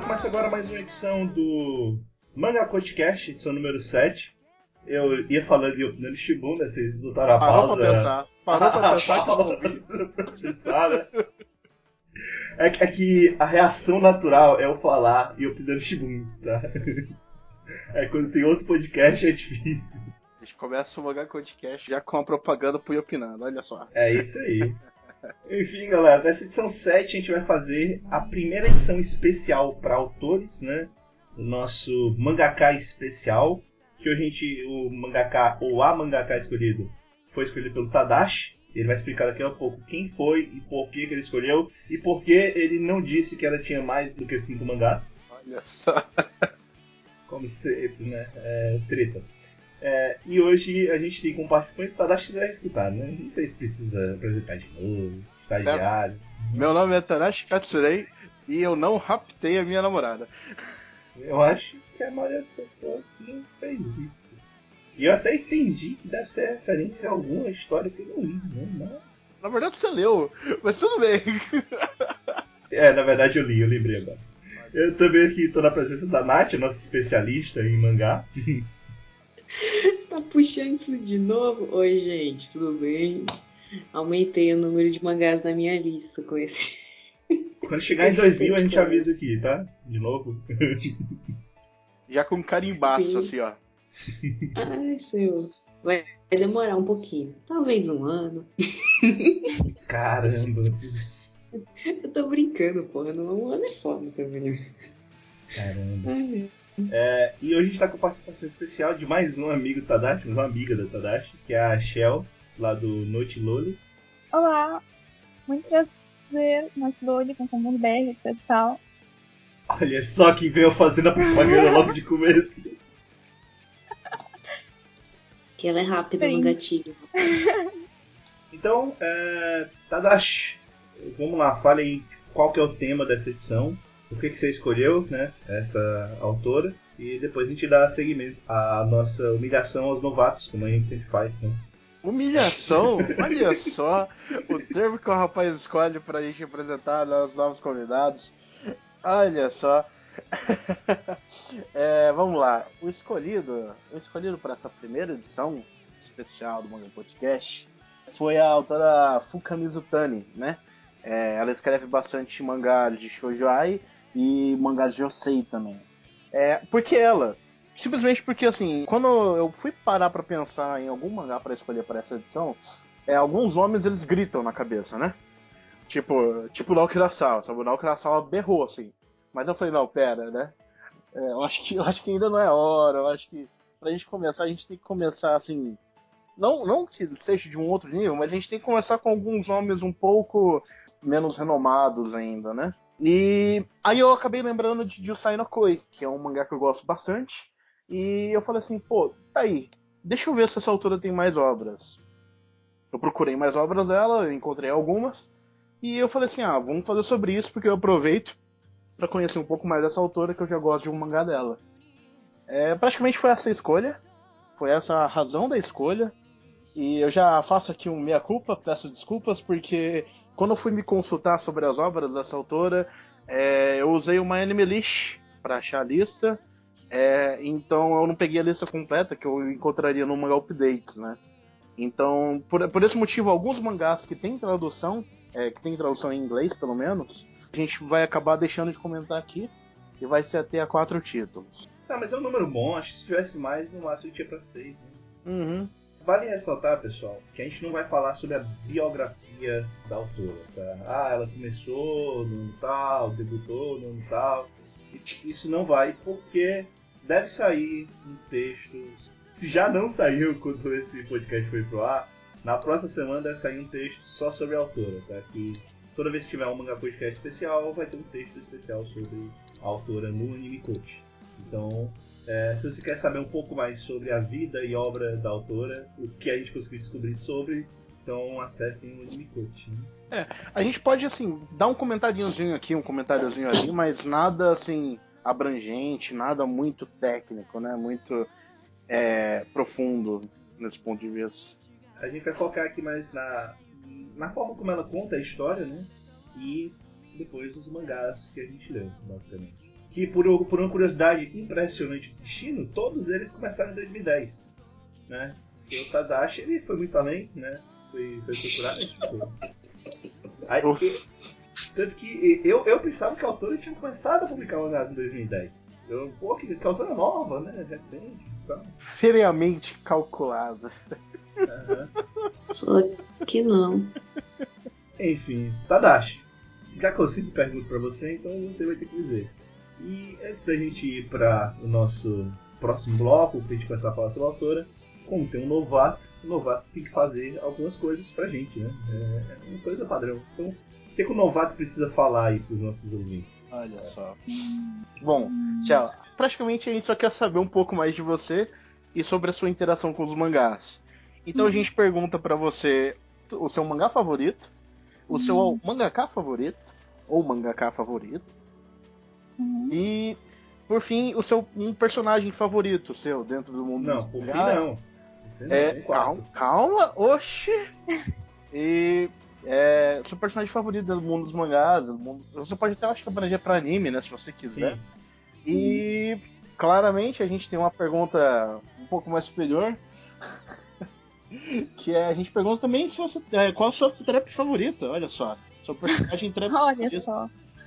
começa agora mais uma edição do Manga Podcast, edição número 7. Eu ia falando e opinando Shibun, né? Vocês notaram a pausa. Parou pra pensar que eu não ouvi. Pra pensar, né? É que a reação natural é eu falar e opinando Shibun, tá? É quando tem outro podcast é difícil. A gente começa o Manga Podcast já com a propaganda pro Iopinando, olha só. É isso aí. Enfim, galera, nessa edição 7 a gente vai fazer a primeira edição especial para autores, né? O nosso mangaka especial, que o mangaka ou a mangaka escolhido foi escolhido pelo Tadashi. Ele vai explicar daqui a pouco quem foi e por que ele escolheu e por que ele não disse que ela tinha mais do que 5 mangás. Olha só. Como sempre, né? Treta. E hoje a gente tem como participantes Tadashi quiser escutar, né? Não sei se precisa apresentar de novo, estagiário. Meu nome é Tadashi Katsurei e eu não raptei a minha namorada. Eu acho que a maioria das pessoas não fez isso. E eu até entendi que deve ser referência a alguma história que eu não li, né? Mas... Na verdade você leu, mas tudo bem. Na verdade eu li, eu lembrei agora. Eu também aqui estou na presença da Nath, nossa especialista em mangá. Tá puxando isso de novo? Oi, gente, tudo bem? Aumentei o número de mangás na minha lista com esse. Quando chegar em 2000 a gente avisa aqui, tá? De novo. Já com carimbaço, assim, ó. Ai, senhor. Vai demorar um pouquinho. Talvez um ano. Caramba. Eu tô brincando, porra. Um ano é foda também. Caramba. Ai, e hoje a gente tá com participação especial de mais um amigo Tadashi, mais uma amiga da Tadashi, que é a Shell, lá do Noite Loli. Olá, muito prazer, Noite Loli, com o BR, pessoal. Olha só quem veio fazendo a propaganda logo de começo. que ela é rápida no gatilho. Então, Tadashi, vamos lá, fale aí qual que é o tema dessa edição, por que você escolheu, né, essa autora, e depois a gente dá seguimento à nossa humilhação aos novatos, como a gente sempre faz, né? Humilhação? Olha só o termo que o rapaz escolhe pra gente apresentar aos novos convidados. Olha só. Vamos lá. O escolhido para essa primeira edição especial do Manga Podcast foi a autora Fuka Mizutani, né? Ela escreve bastante mangá de shoujo-ai e mangá de josei também. Por que ela? Simplesmente porque, assim, quando eu fui parar pra pensar em algum mangá pra escolher para essa edição, alguns nomes eles gritam na cabeça, né? Tipo o Naoki Urasawa, sabe? O Naoki Urasawa berrou, assim. Mas eu falei, não, pera, né? Eu acho que ainda não é hora. Eu acho que pra gente começar, a gente tem que começar assim. Não que seja de um outro nível, mas a gente tem que começar com alguns nomes um pouco menos renomados ainda, né? E aí eu acabei lembrando de Jusai no Koi, que é um mangá que eu gosto bastante. E eu falei assim, pô, tá aí. Deixa eu ver se essa autora tem mais obras. Eu procurei mais obras dela, encontrei algumas. E eu falei assim, vamos fazer sobre isso, porque eu aproveito para conhecer um pouco mais dessa autora, que eu já gosto de um mangá dela. Praticamente foi essa a escolha, foi essa a razão da escolha, e eu já faço aqui um meia-culpa, peço desculpas, porque quando eu fui me consultar sobre as obras dessa autora, eu usei uma anime list para achar a lista, então eu não peguei a lista completa, que eu encontraria no Manga Updates, né? Então, por esse motivo, alguns mangás que tem tradução, que tem tradução em inglês, pelo menos, a gente vai acabar deixando de comentar aqui e vai ser até a 4 títulos. Tá, mas é um número bom, acho que se tivesse mais, no máximo tinha pra 6, né? Uhum. Vale ressaltar, pessoal, que a gente não vai falar sobre a biografia da autora, tá? Ela começou no ano tal, debutou no ano tal. Isso não vai, porque deve sair um texto. Se já não saiu quando esse podcast foi pro ar, na próxima semana deve sair um texto só sobre a autora, tá? Que toda vez que tiver um Manga Podcast especial, vai ter um texto especial sobre a autora no Anime Coach. Então, se você quer saber um pouco mais sobre a vida e obra da autora, o que a gente conseguiu descobrir sobre, então acessem o Anime Coach. Né? A gente pode, assim, dar um comentáriozinho aqui, um comentáriozinho ali, mas nada, assim, abrangente, nada muito técnico, né? Muito profundo nesse ponto de vista. A gente vai focar aqui mais na forma como ela conta a história, né? E depois os mangás que a gente leu, basicamente. que por uma curiosidade impressionante do destino, todos eles começaram em 2010, né? E o Tadashi, ele foi muito além, né? Foi procurar, né? Aí, tanto que eu pensava que a autora tinha começado a publicar mangás em 2010. Pô, que autora nova, né? Recente. Então. Friamente calculada. Uhum. Só que não. Enfim, Tadashi, já que eu sempre pergunto pra você, então você vai ter que dizer. E antes da gente ir para o nosso próximo bloco, pra gente começar a falar sobre a autora, como tem um novato, o novato tem que fazer algumas coisas pra gente, né? É uma coisa padrão. Então, o que o novato precisa falar aí pros nossos ouvintes? Olha só. Bom, tchau. Praticamente a gente só quer saber um pouco mais de você e sobre a sua interação com os mangás. Então a gente pergunta pra você o seu mangá favorito, o seu mangaka favorito, ou mangaka favorito, e, por fim, um personagem favorito seu dentro do mundo Não, dos por fim mangás. não. Por fim não, tem um quarto. Calma, oxi! E seu personagem favorito do mundo dos mangás, você pode até, acho que, abranger pra anime, né, se você quiser. Sim. E, claramente, a gente tem uma pergunta um pouco mais superior, que a gente pergunta também se você, qual a sua trap favorita, olha só. Seu personagem trap Olha favorito. só.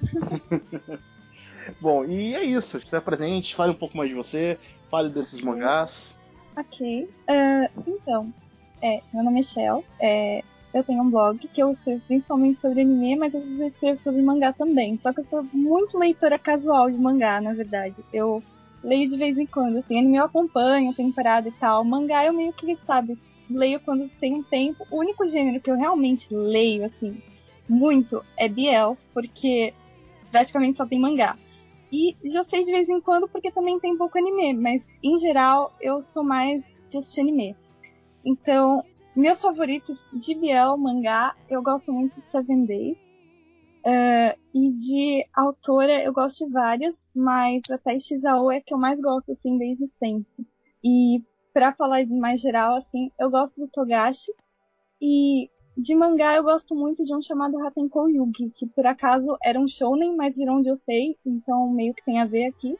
Bom, e é isso. Esteja presente, fale um pouco mais de você, fale desses mangás. Ok. Então, meu nome é Shell. Eu tenho um blog que eu escrevo principalmente sobre anime, mas eu escrevo sobre mangá também. Só que eu sou muito leitora casual de mangá, na verdade. Eu leio de vez em quando, assim, anime eu acompanho, temporada e tal. Mangá eu meio que, sabe, leio quando tem um tempo. O único gênero que eu realmente leio, assim, muito é BL, porque praticamente só tem mangá. E já sei de vez em quando porque também tem pouco anime, mas em geral eu sou mais de assistir anime. Então, meus favoritos de BL, mangá, eu gosto muito de Seven Days. E de autora eu gosto de várias, mas a Taishi Zaou é a que eu mais gosto, assim, desde sempre. E pra falar mais geral, assim, eu gosto do Togashi. E de mangá eu gosto muito de um chamado Ratenkou Yugi, que por acaso era um shounen, mas virou onde eu sei, então meio que tem a ver aqui.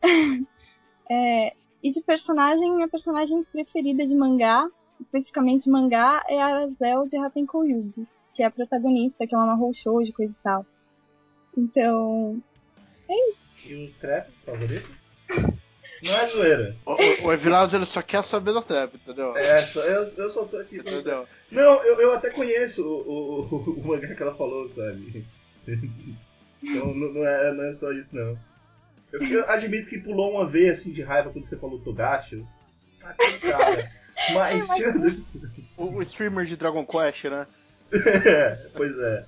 E de personagem, minha personagem preferida de mangá, especificamente de mangá, é a Arazel de Ratenkou Yugi, que é a protagonista, que é uma mahou shoujo, coisa e tal. Então, é isso. E o trap favorito? Não é zoeira. O Evilásio, ele só quer saber da trap, entendeu? Eu só tô aqui pelo Entendeu? trap. Não, eu até conheço o mangá que ela falou, sabe? Então não é só isso, não. Eu admito que pulou uma vez assim de raiva quando você falou Togashi. Aquele cara. Mas tirando isso. O streamer de Dragon Quest, né? Pois é.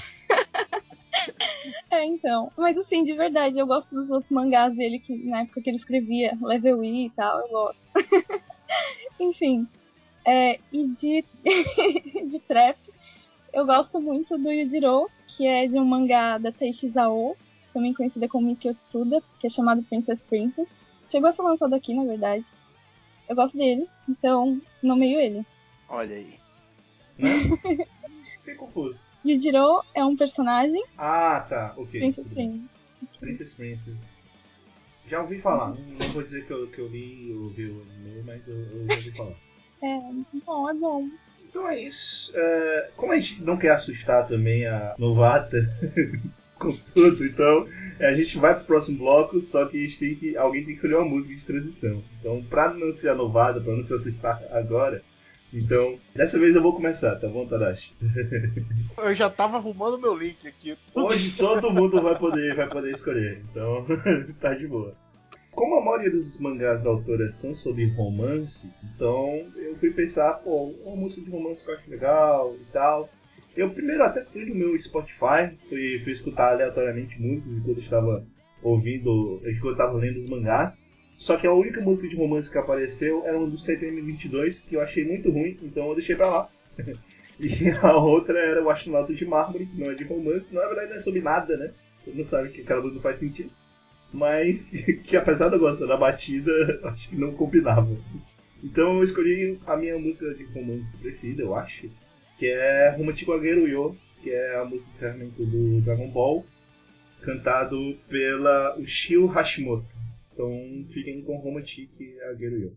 Então. Mas assim, de verdade, eu gosto dos outros mangás dele, que na época que ele escrevia, Level E e tal, eu gosto. Enfim. E de trap, eu gosto muito do Yujiro, que é de um mangá da Teishi Zaou, também conhecida como Miki Otsuda, que é chamado Princess Princess. Chegou a ser lançado aqui, na verdade. Eu gosto dele, então nomeio ele. Olha aí. Né? Fiquei confuso. Yujiro é um personagem. Ah, tá. Ok. Princess Tudo bem. Princess. Já ouvi falar. Não vou dizer que eu li ou vi o anime, mas eu já ouvi falar. Bom, é bom. Então é isso. Como a gente não quer assustar também a novata com tudo, então a gente vai pro próximo bloco, só que alguém tem que escolher uma música de transição. Então, pra não ser a novata, pra não se assustar agora, então, dessa vez eu vou começar, tá bom, Tadashi? Eu já tava arrumando meu link aqui. Hoje todo mundo vai poder escolher, então tá de boa. Como a maioria dos mangás da autora são sobre romance, então eu fui pensar, uma música de romance que eu acho legal e tal. Eu primeiro até fui no meu Spotify, fui escutar aleatoriamente músicas enquanto eu estava enquanto eu estava lendo os mangás. Só que a única música de romance que apareceu era uma do CPM22, que eu achei muito ruim, então eu deixei pra lá. E a outra era o Astronauta de Mármore, que não é de romance, na verdade não é sobre nada, né? Todo mundo sabe que aquela música não faz sentido. Mas que apesar de eu gostar da batida, acho que não combinava. Então eu escolhi a minha música de romance preferida, eu acho, que é Romantico Agueiro Yo, que é a música de encerramento do Dragon Ball. cantado pela Ushio Hashimoto. Então fiquem com Romantic Ageru Yo.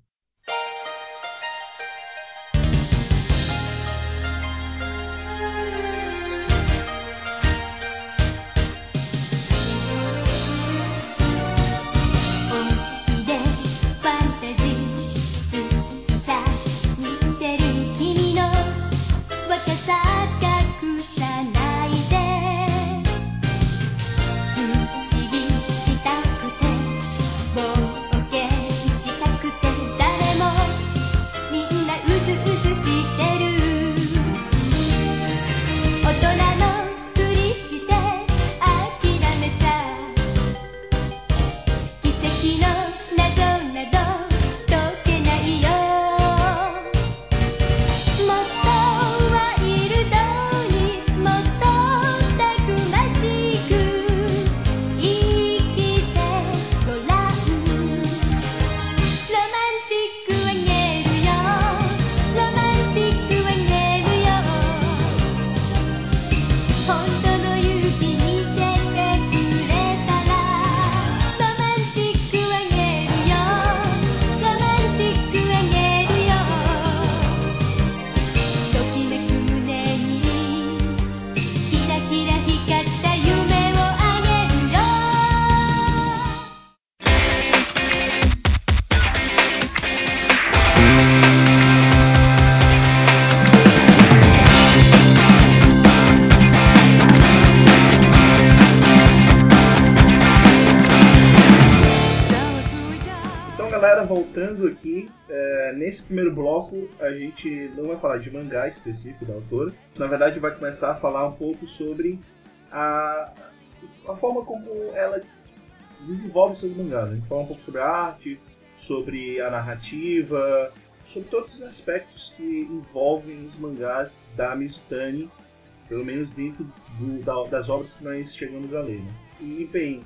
'Então, galera, voltando aqui, nesse primeiro bloco a gente não vai falar de mangá específico da autora. Na verdade, vai começar a falar um pouco sobre a forma como ela desenvolve seus mangás. A gente fala um pouco sobre a arte, sobre a narrativa, sobre todos os aspectos que envolvem os mangás da Mizutani, pelo menos dentro das obras que nós chegamos a ler, né? E, bem,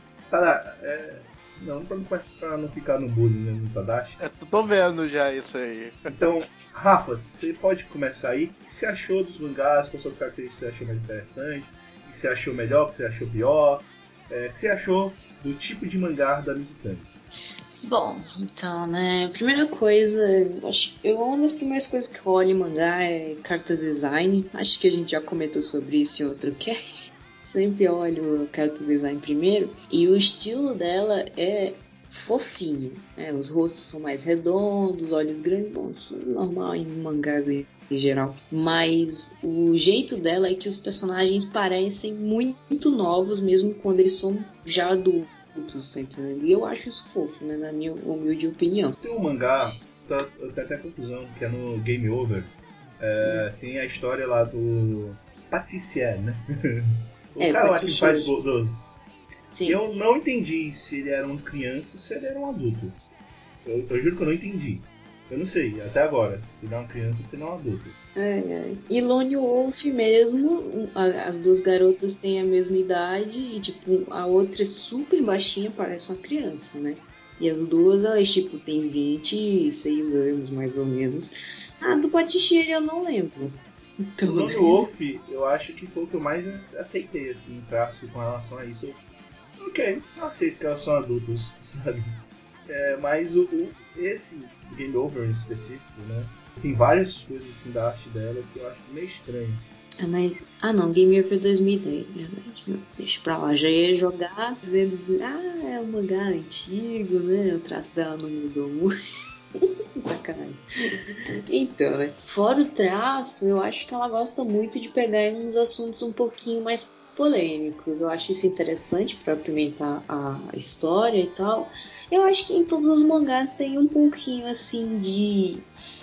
não, pra não ficar no bullying, né, no Tadashi. Tô vendo já isso aí. Então, Rafa, você pode começar aí. O que você achou dos mangás? Quais suas características você achou mais interessante? O que você achou melhor? O que você achou pior? O que você achou do tipo de mangá da Mizutani? Bom, então, né, primeira coisa, acho que uma das primeiras coisas que eu olho em mangá é carta design. Acho que a gente já comentou sobre isso em outro cast. Sempre olho carta design primeiro. E o estilo dela é fofinho, né? Os rostos são mais redondos, olhos grandes, bom, isso é normal em mangás em geral. Mas o jeito dela é que os personagens parecem muito novos, mesmo quando eles são já adultos. Tá entendendo? E eu acho isso fofo, né? Na minha humilde opinião. Tem um mangá, eu tenho até confusão, que é no Game Over. Tem a história lá do Patissier, né? O cara lá que faz dos. Eu não entendi se ele era uma criança ou se ele era um adulto. Eu juro que eu não entendi. Eu não sei, até agora, se ele é uma criança ou se ele é um adulto. E Lone Wolf mesmo, as duas garotas têm a mesma idade e, tipo, a outra é super baixinha, parece uma criança, né? E as duas, elas, tipo, têm 26 anos, mais ou menos. A do Paticheiro eu não lembro. Então, o Lone Wolf, eu acho que foi o que eu mais aceitei, assim, traço com relação a isso. Ok, eu aceito que elas são adultos, sabe? Mas esse Game Over em específico, né? Tem várias coisas assim da arte dela que eu acho meio estranho. Não, Game Over 2010, verdade. Não, deixa pra lá, já ia jogar dizendo, é um mangá antigo, né? O traço dela não mudou muito. Sacanagem. Então, né? Fora o traço, eu acho que ela gosta muito de pegar uns assuntos um pouquinho mais polêmicos. Eu acho isso interessante para apimentar a história e tal. Eu acho que em todos os mangás tem um pouquinho assim de.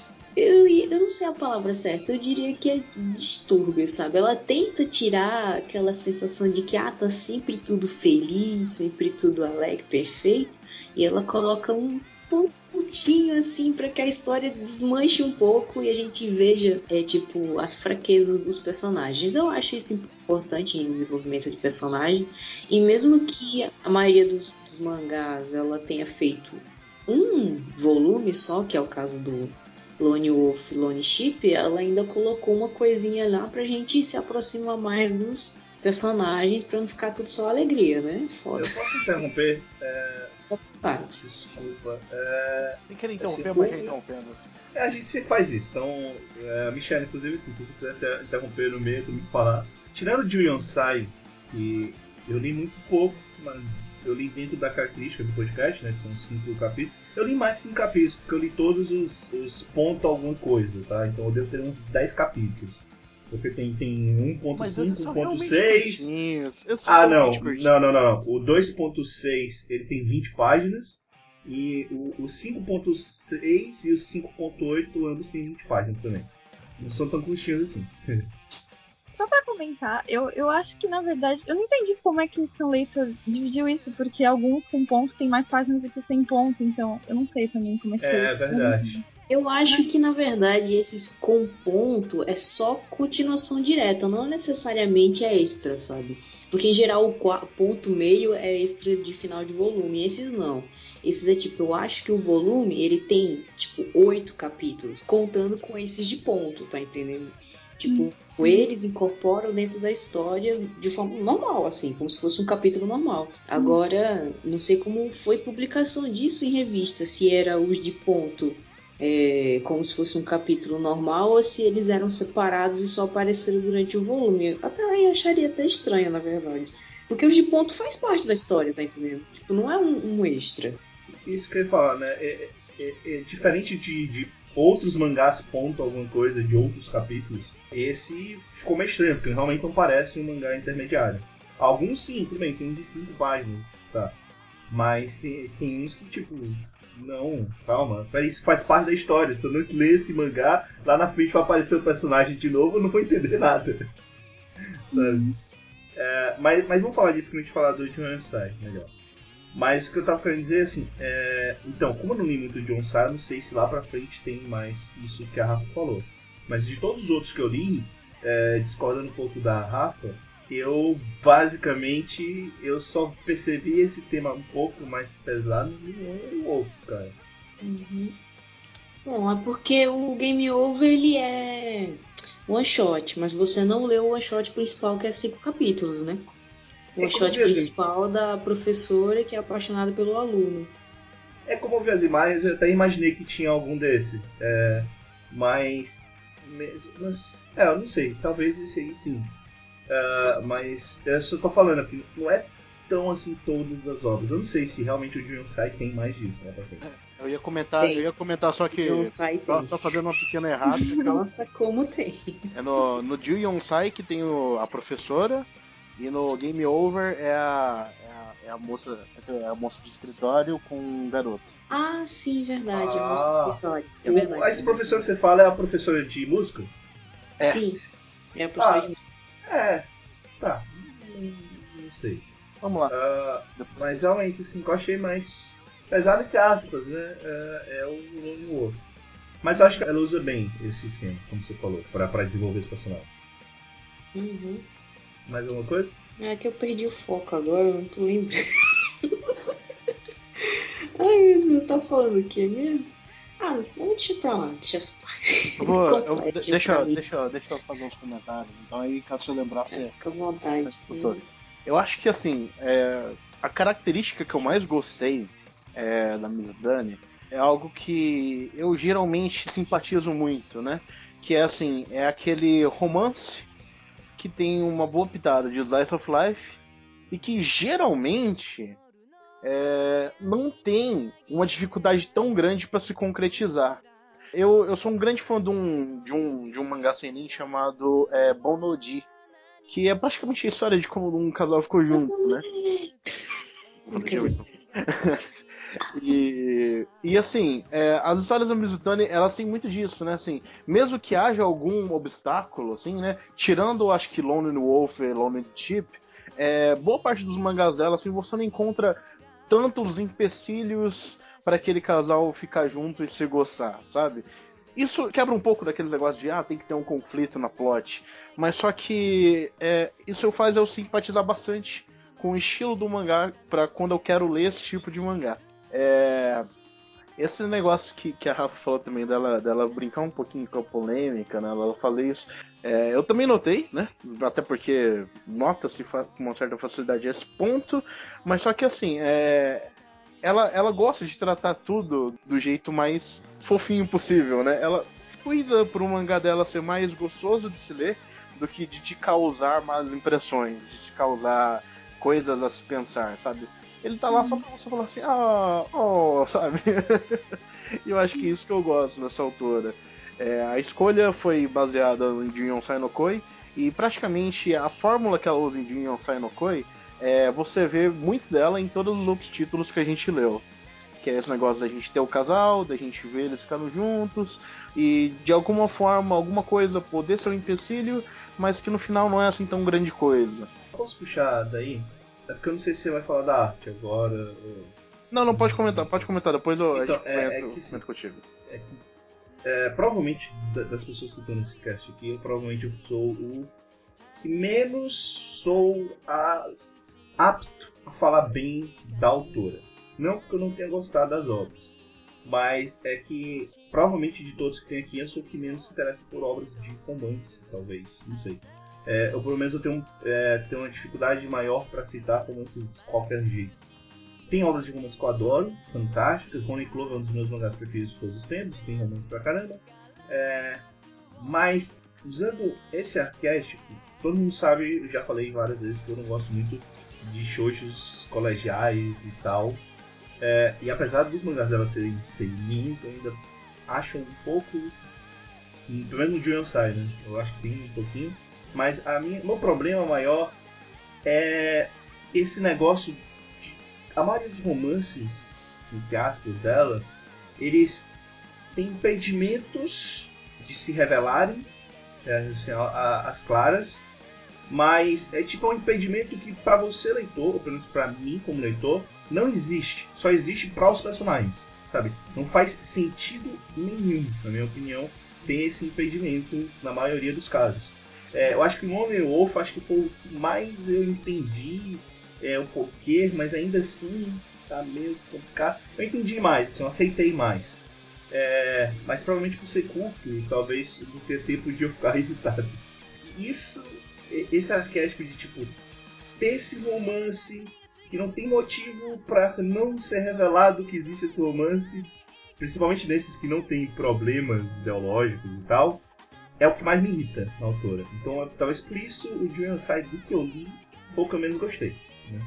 Eu não sei a palavra certa, eu diria que é distúrbio, sabe? Ela tenta tirar aquela sensação de que tá sempre tudo feliz, sempre tudo alegre, perfeito, e ela coloca um pontinho assim para que a história desmanche um pouco e a gente veja tipo as fraquezas dos personagens. Eu acho isso importante em desenvolvimento de personagem, e mesmo que a maioria dos mangás ela tenha feito um volume só, que é o caso do Lone Wolf, Lone Ship, ela ainda colocou uma coisinha lá pra gente se aproximar mais dos personagens pra não ficar tudo só alegria, né? Foda. Eu posso interromper? Parte. Desculpa. Sem querer Assim, interromper, mas já interrompendo. A gente sempre faz isso. Então, Michelle, inclusive, assim, se você quisesse interromper no meio, me falar. Tirando o Yonsai, que eu li muito pouco, mas eu li dentro da característica do podcast, né? Que são 5 capítulos. Eu li mais de 5 capítulos, porque eu li todos os pontos alguma coisa, tá? Então eu devo ter uns 10 capítulos. Porque tem 1.5, 1.6. Ah, não. O 2.6 ele tem 20 páginas. E o 5.6 e o 5.8 ambos têm 20 páginas também. Não são tão curtinhos assim. Só pra comentar, eu acho que na verdade, eu não entendi como é que o Stan Layton dividiu isso, porque alguns com pontos tem mais páginas do que sem ponto, então eu não sei também como é que foi. É verdade. Eu acho que na verdade esses com ponto é só continuação direta, não necessariamente é extra, sabe? Porque em geral o ponto meio é extra de final de volume, esses não. Esses é tipo, eu acho que o volume ele tem tipo 8 capítulos, contando com esses de ponto, tá entendendo? Tipo, eles incorporam dentro da história de forma normal, assim, como se fosse um capítulo normal. Agora, não sei como foi publicação disso em revista, se era os de ponto como se fosse um capítulo normal ou se eles eram separados e só apareceram durante o volume. Até aí acharia até estranho, na verdade. Porque os de ponto faz parte da história, tá entendendo? Tipo, não é um extra. Isso que eu ia falar, né? É diferente de outros mangás ponto alguma coisa, de outros capítulos, esse ficou meio estranho, porque realmente não parece um mangá intermediário. Alguns sim, tudo bem, tem um de 5 páginas, tá? Mas tem uns que, tipo, não, calma, isso faz parte da história. Se eu não ler esse mangá, lá na frente vai aparecer o personagem de novo, eu não vou entender nada. Sabe? Mas vamos falar disso quando a gente falar do John Sai, melhor. Mas o que eu tava querendo dizer assim, então, como eu não li muito John Sai, eu não sei se lá pra frente tem mais isso que a Rafa falou. Mas de todos os outros que eu li, discordando um pouco da Rafa, eu basicamente só percebi esse tema um pouco mais pesado no Wolf, cara. Uhum. Bom, é porque o Game Over ele é one shot, mas você não leu o one shot principal, que é 5 capítulos, né? O one shot principal da professora que é apaixonada pelo aluno. Como eu vi as imagens, eu até imaginei que tinha algum desse. Mas eu não sei, talvez esse aí sim. Mas eu só tô falando aqui, não é tão assim todas as obras. Eu não sei se realmente o Jonsai tem mais disso, né? Eu ia comentar só que só fazendo uma pequena errata. Nossa, como tem. É no Ju Yonsai que tem a professora e no Game Over é a moça de escritório com um garoto. Ah, sim, verdade. A moça de escritório. É verdade. Esse professor que você fala é a professora de música? Sim, é a professora de música. Tá. Não sei. Vamos lá. Mas realmente, assim, que eu achei mais pesado entre aspas, né? É o Lone Wolf. Mas eu acho que ela usa bem esse esquema, como você falou, pra desenvolver os personagens. Uhum. Mais alguma coisa? É que eu perdi o foco agora, não tô lembrando. Ai, meu Deus, tá falando o quê mesmo? Deixa pra lá, deixa Deixa eu fazer uns comentários. Então aí, caso eu lembrar, você... Fica à vontade. Eu acho que, assim, a característica que eu mais gostei da Miss Dani é algo que eu geralmente simpatizo muito, né? Que é, assim, é aquele romance que tem uma boa pitada de Slice of Life e que geralmente não tem uma dificuldade tão grande para se concretizar. Eu sou um grande fã de um mangá seinen chamado Bonoji, que é praticamente a história de como um casal ficou junto, né? E assim, as histórias da Mizutani, elas têm muito disso, né? Assim, mesmo que haja algum obstáculo, assim, né? Tirando, acho que Lone Wolf e Lone Chip, boa parte dos mangás dela, assim, você não encontra tantos empecilhos para aquele casal ficar junto e se gostar, sabe? Isso quebra um pouco daquele negócio de tem que ter um conflito na plot. Mas só que isso faz eu simpatizar bastante com o estilo do mangá para quando eu quero ler esse tipo de mangá. Esse negócio que a Rafa falou também dela brincar um pouquinho com a polêmica, né? Ela falou isso. Eu também notei, né? Até porque nota-se com uma certa facilidade esse ponto, mas só que assim, ela gosta de tratar tudo do jeito mais fofinho possível, né? Ela cuida pro mangá dela ser mais gostoso de se ler do que de te causar más impressões, de te causar coisas a se pensar, sabe? Ele tá lá só pra você falar assim, sabe? E eu acho que é isso que eu gosto nessa autora. A escolha foi baseada em Jinyon Sainokoi e praticamente a fórmula que ela usa em Jinyon Sainokoi você vê muito dela em todos os outros títulos que a gente leu. Que é esse negócio da gente ter o casal, da gente ver eles ficando juntos e de alguma forma, alguma coisa poder ser um empecilho, mas que no final não é assim tão grande coisa. Posso puxar daí? É porque eu não sei se você vai falar da arte agora. Não, pode comentar, depois a Então, gente comenta contigo. Provavelmente, das pessoas que estão nesse cast aqui, eu sou o que menos sou apto a falar bem da autora. Não porque eu não tenha gostado das obras, mas é que provavelmente de todos que tem aqui eu sou o que menos se interessa por obras de romance, talvez, não sei. Eu pelo menos eu tenho uma dificuldade maior para citar romances de qualquer jeito. Tem obras de romance que eu adoro, fantásticas. Honey Clover é um dos meus mangás preferidos de todos os tempos, tem romance pra caramba. Mas, usando esse arquétipo, todo mundo sabe, eu já falei várias vezes que eu não gosto muito de shoujos colegiais e tal. E apesar dos mangás dela serem seinins, eu ainda acho um pouco... Pelo menos no Juyonsai, né? Eu acho que tem um pouquinho. Mas meu problema maior é esse negócio de... A maioria dos romances, entre aspas, dela, eles têm impedimentos de se revelarem assim, as claras, mas é tipo um impedimento que para você leitor, ou pelo menos para mim como leitor, não existe. Só existe para os personagens, sabe? Não faz sentido nenhum, na minha opinião, ter esse impedimento na maioria dos casos. Eu acho que o Lone Wolf acho que foi o que mais eu entendi o porquê, mas ainda assim tá meio complicado. Eu entendi mais, assim, eu aceitei mais. Mas provavelmente por ser curto, talvez não ter tempo de eu ficar irritado. Esse arquétipo de tipo ter esse romance que não tem motivo para não ser revelado que existe esse romance, principalmente nesses que não tem problemas ideológicos e tal, é o que mais me irrita na autora. Então talvez por isso o Juyonsai do que eu li foi o que eu menos gostei, né?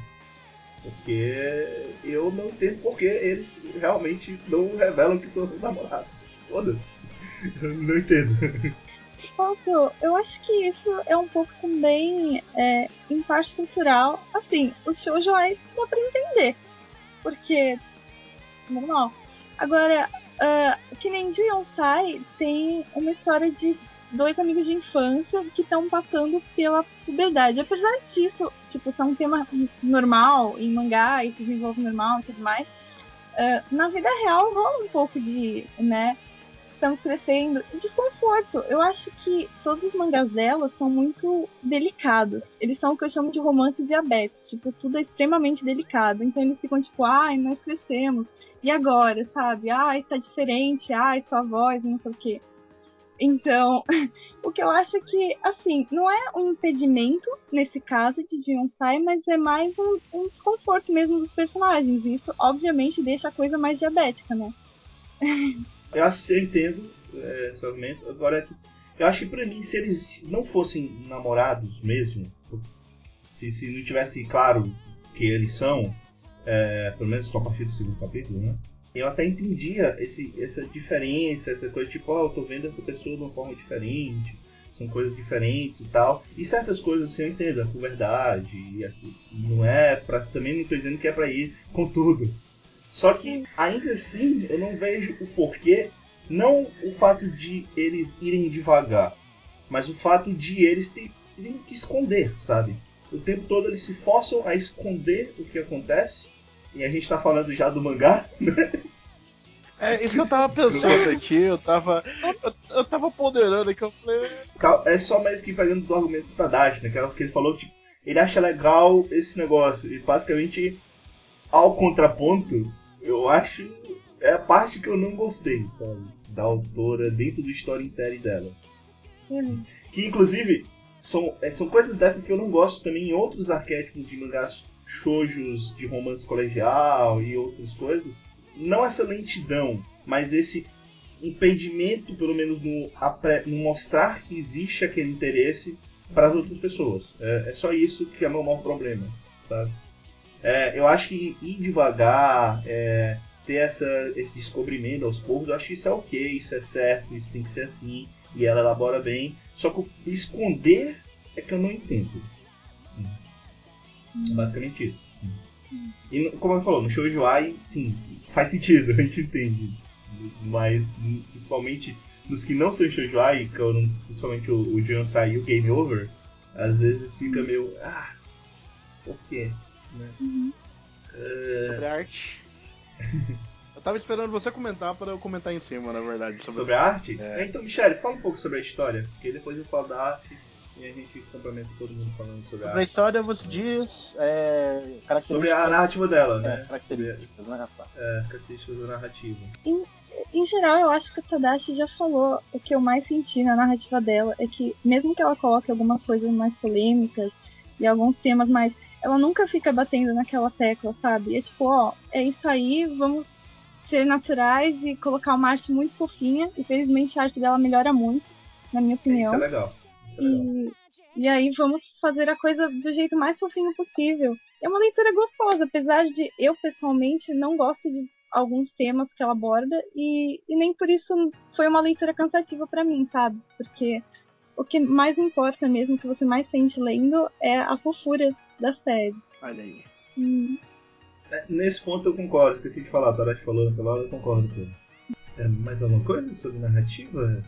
Porque eu não entendo porque eles realmente não revelam que são namorados. Foda-se. Eu não entendo. Fato, eu acho que isso é um pouco também, em parte cultural. Assim, os shoujoais dá pra entender, porque normal. Agora, que nem Juyonsai tem uma história de dois amigos de infância que estão passando pela puberdade. Apesar disso, tipo, ser um tema normal em mangá e se desenvolve normal e tudo mais, na vida real rola um pouco de, né, estamos crescendo, desconforto. Eu acho que todos os mangás dela são muito delicados. Eles são o que eu chamo de romance diabetes. Tipo, tudo é extremamente delicado. Então eles ficam tipo, ai, nós crescemos. E agora, sabe? Ai, está diferente. Ai, sua voz, não sei o quê. Então, o que eu acho que, assim, não é um impedimento nesse caso de Juyonsai, mas é mais um desconforto mesmo dos personagens. E isso, obviamente, deixa a coisa mais diabética, né? Eu entendo esse argumento. Agora, eu acho que pra mim, se eles não fossem namorados mesmo, se não tivesse claro que eles são, pelo menos a partir do segundo capítulo, né? Eu até entendia essa diferença, essa coisa tipo, eu tô vendo essa pessoa de uma forma diferente, são coisas diferentes e tal. E certas coisas assim eu entendo, a verdade, e assim, não é pra. Também não tô dizendo que é pra ir com tudo. Só que, ainda assim, eu não vejo o porquê, não o fato de eles irem devagar, mas o fato de eles terem que esconder, sabe? O tempo todo eles se forçam a esconder o que acontece, e a gente tá falando já do mangá, né? Isso que eu tava pensando aqui, eu tava ponderando aqui, eu falei... É só mais que pegando do argumento do Tadashi, né? Que ele falou que tipo, ele acha legal esse negócio, e basicamente, ao contraponto, eu acho a parte que eu não gostei, sabe? Da autora dentro do storytelling dela. Que inclusive são coisas dessas que eu não gosto também em outros arquétipos de mangás shoujos de romance colegial e outras coisas. Não essa lentidão, mas esse impedimento, pelo menos no mostrar que existe aquele interesse para as outras pessoas. É só isso que é o meu maior problema, sabe? Eu acho que ir devagar, ter esse descobrimento aos poucos, eu acho que isso é ok, isso é certo, isso tem que ser assim, e ela elabora bem. Só que esconder é que eu não entendo. Basicamente isso. E como eu falou, no Shoujo Ai, sim, faz sentido, a gente entende. Mas, principalmente nos que não são Shoujo Ai, principalmente o Jonsai e o Game Over, às vezes fica meio... por quê? Né? Sobre a arte. Eu tava esperando você comentar para eu comentar em cima, na verdade. Sobre a arte? Então, Michele, fala um pouco sobre a história, porque depois eu falo da arte e a gente complementa todo mundo falando sobre a arte. Sobre a história você diz características... Sobre a narrativa dela, né? Características, né? Características da narrativa. Em geral, eu acho que a Tadashi já falou. O que eu mais senti na narrativa dela é que, mesmo que ela coloque algumas coisas mais polêmicas e alguns temas mais... Ela nunca fica batendo naquela tecla, sabe? É tipo, é isso aí, vamos ser naturais e colocar uma arte muito fofinha. Infelizmente, a arte dela melhora muito, na minha opinião. Isso é legal. E aí vamos fazer a coisa do jeito mais fofinho possível. É uma leitura gostosa, apesar de eu, pessoalmente, não gosto de alguns temas que ela aborda e nem por isso foi uma leitura cansativa pra mim, sabe? Porque o que mais importa mesmo, o que você mais sente lendo, é a fofura da série. Olha aí. Nesse ponto eu concordo, esqueci de falar, a Tadashi falou naquela hora, eu concordo com ele. Mais alguma coisa sobre narrativa?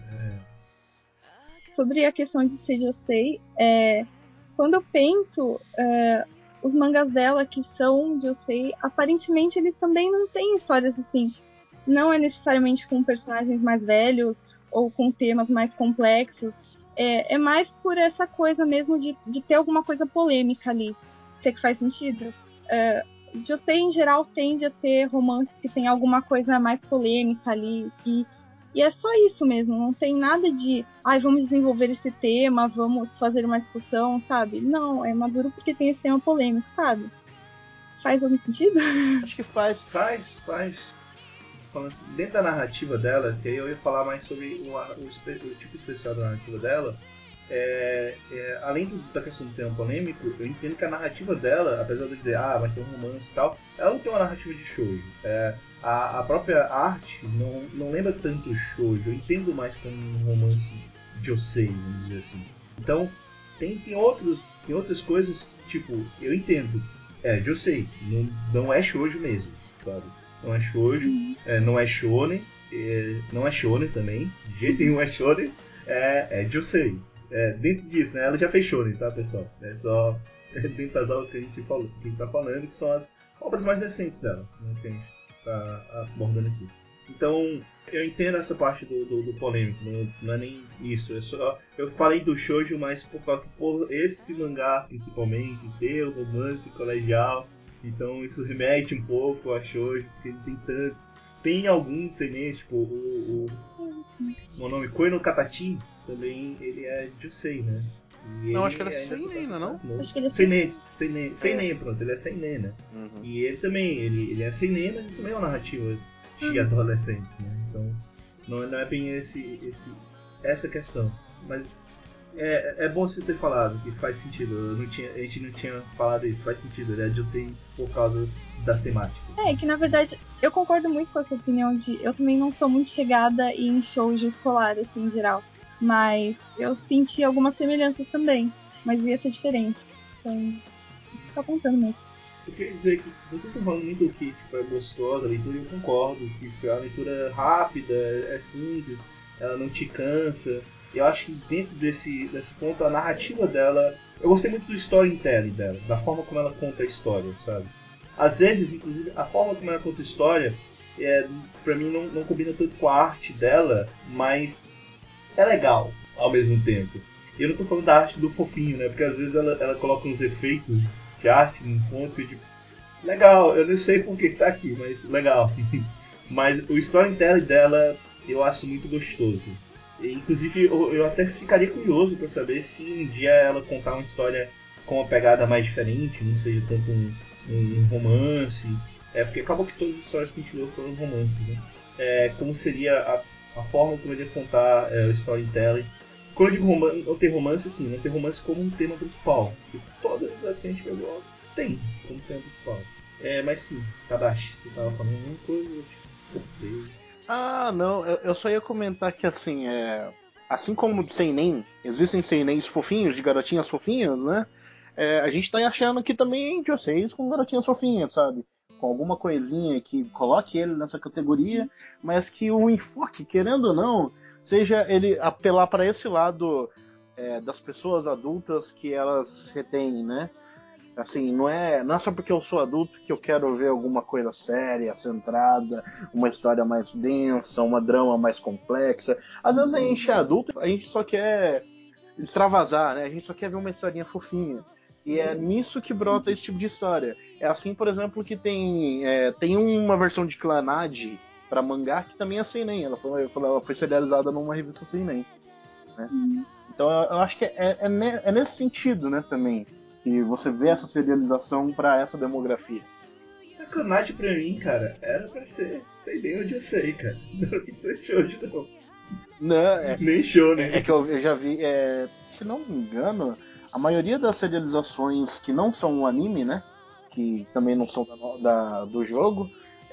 Sobre a questão de ser Josei, quando eu penso, os mangás dela que são Josei, aparentemente eles também não têm histórias assim. Não é necessariamente com personagens mais velhos ou com temas mais complexos. É mais por essa coisa mesmo de ter alguma coisa polêmica ali. Sei que faz sentido? Josei, em geral, tende a ter romances que tem alguma coisa mais polêmica ali. E é só isso mesmo, não tem nada de vamos desenvolver esse tema, vamos fazer uma discussão, sabe? Não, é maduro porque tem esse tema polêmico, sabe? Faz algum sentido? Acho que faz. Faz. Falando assim, dentro da narrativa dela, que aí eu ia falar mais sobre o tipo especial da narrativa dela, além da questão do tema polêmico, eu entendo que a narrativa dela, apesar de dizer, vai ter um romance e tal, ela não tem uma narrativa de shoujo. A própria arte não lembra tanto o shoujo, eu entendo mais como um romance josei, vamos dizer assim. Então, tem outras coisas, tipo, eu entendo, josei, não é shoujo mesmo, sabe? Não é shoujo, não é shonen, não é shonen também, de jeito nenhum é shonen, é josei. Dentro disso, né? Ela já fez shonen, tá, pessoal? É só dentro das aulas que a gente tá falando, que são as obras mais recentes dela, né, que a gente tá abordando aqui. Então, eu entendo essa parte do polêmico, não é nem isso. Eu falei do shoujo, mas por esse mangá, principalmente, ter o romance colegial, então isso remete um pouco a shoujo, porque ele tem tantos. Tem alguns seinen, tipo o nome Koi no Katachi, também ele é josei, né? Não, acho que era seinen, não? Acho que ele é seinen, pronto, ele é seinen, né? Uhum. E ele também, ele é seinen, mas ele também é uma narrativa de adolescentes, né? Então não é bem essa questão. Mas é bom você ter falado que faz sentido. A gente não tinha falado isso, faz sentido. Ele é josei por causa das temáticas. Que na verdade eu concordo muito com essa opinião eu também não sou muito chegada em shoujo escolar, assim, em geral. Mas eu senti algumas semelhanças também, mas ia ser diferente. Então, fica apontando mesmo. Eu queria dizer que vocês estão falando muito que tipo, é gostosa a leitura, e eu concordo, que a leitura é rápida, é simples, ela não te cansa. Eu acho que dentro desse ponto, a narrativa dela... Eu gostei muito do storytelling dela, da forma como ela conta a história, sabe? Às vezes, inclusive, a forma como ela conta a história, pra mim, não combina tanto com a arte dela, mas é legal ao mesmo tempo. E eu não tô falando da arte do fofinho, né? Porque às vezes ela coloca uns efeitos de arte num ponto de... Legal, eu não sei por que tá aqui, mas legal. Mas o storytelling dela eu acho muito gostoso. Inclusive, eu até ficaria curioso pra saber se um dia ela contar uma história com uma pegada mais diferente, não seja tanto um romance. Porque acabou que todas as histórias que a gente leu foram romances, né? Como seria a forma como ele ia contar o storytelling. Quando eu digo romance, não ter romance, assim, não ter romance como um tema principal. Porque todas as que a gente pegou tem como tema principal. Mas sim, Tadashi, você tava falando alguma coisa, eu te cortei. Ah, não, eu só ia comentar que assim, assim como seinen, existem seinens fofinhos, de garotinhas fofinhas, né? A gente tá achando que também é Joseis com garotinhas fofinhas, sabe? Com alguma coisinha que coloque ele nessa categoria, mas que o enfoque, querendo ou não, seja ele apelar para esse lado das pessoas adultas que elas retêm, né? Assim, não é só porque eu sou adulto que eu quero ver alguma coisa séria, centrada, uma história mais densa, uma drama mais complexa. Às vezes a gente é adulto, a gente só quer extravasar, né? A gente só quer ver uma historinha fofinha. E é nisso que brota esse tipo de história. É assim, por exemplo, que tem uma versão de Clannad para mangá que também é seinen. Ela foi serializada numa revista seinen, né? Então eu acho que é nesse sentido, né, também, que você vê essa serialização para essa demografia. A Kanate pra mim, cara, era pra ser sei bem onde eu sei, cara. Não era pra ser shoujo, não. Não, Nem show, nem. é que eu já vi, se não me engano, a maioria das serializações que não são um anime, né, que também não são do jogo,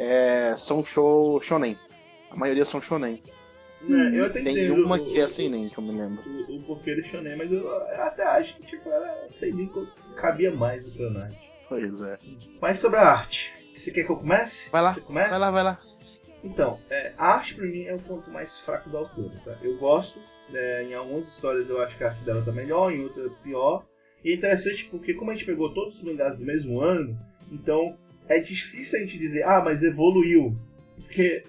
são shonen. A maioria são shonen. Eu até Tem entendo uma que é seinen, que eu me lembro. o porquê do shonen, mas eu até acho que tipo, era sei bem que cabia mais o Kanate. Pois é. Mas sobre a arte, você quer que eu comece? Vai lá, Você começa? vai lá. Então, a arte pra mim é o ponto mais fraco da autora. Tá? Eu gosto, em algumas histórias eu acho que a arte dela tá melhor, em outras pior. E é interessante porque como a gente pegou todos os mangás do mesmo ano, então é difícil a gente dizer, mas evoluiu. Porque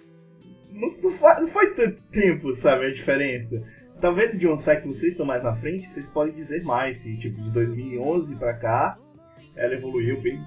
não foi tanto tempo, sabe, a diferença. Talvez o John Sack, vocês estão mais na frente, vocês podem dizer mais, se tipo, de 2011 pra cá, ela evoluiu bem.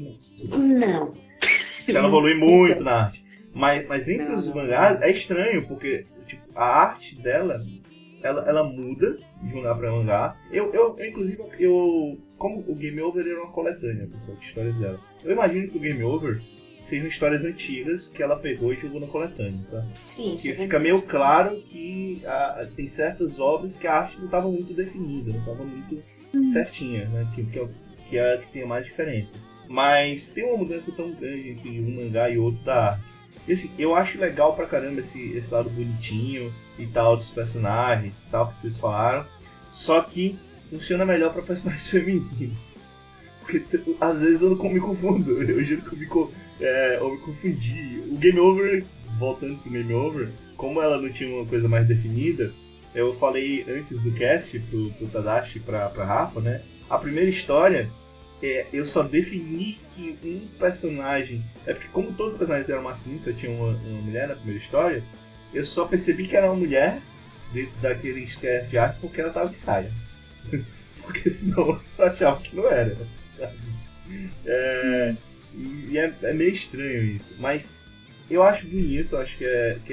Não. Se ela evolui muito Então, na arte. Mas entre os mangás é estranho, porque tipo, a arte dela ela muda de mangá pra mangá. Inclusive, como o Game Over era uma coletânea de histórias dela, eu imagino que o Game Over sejam histórias antigas que ela pegou e jogou na coletânea, tá? sim, Porque fica meio claro que tem certas obras que a arte não estava muito definida, não estava muito certinha, né? Que tem mais diferença. Mas tem uma mudança tão grande entre um mangá e outro da arte. E assim, eu acho legal pra caramba esse lado bonitinho e tal dos personagens e tal que vocês falaram. Só que funciona melhor pra personagens femininos. Porque às vezes eu não me confundo. Eu juro que eu me confundi. O Game Over, voltando pro Game Over, como ela não tinha uma coisa mais definida, eu falei antes do cast pro Tadashi pra Rafa, né? A primeira história, eu só defini que um personagem. Porque como todos os personagens eram masculinos, só tinha uma mulher na primeira história, eu só percebi que era uma mulher dentro daquele esquete de arte porque ela tava de saia. Porque senão eu achava que não era, sabe? E é meio estranho isso. Mas eu acho bonito, acho que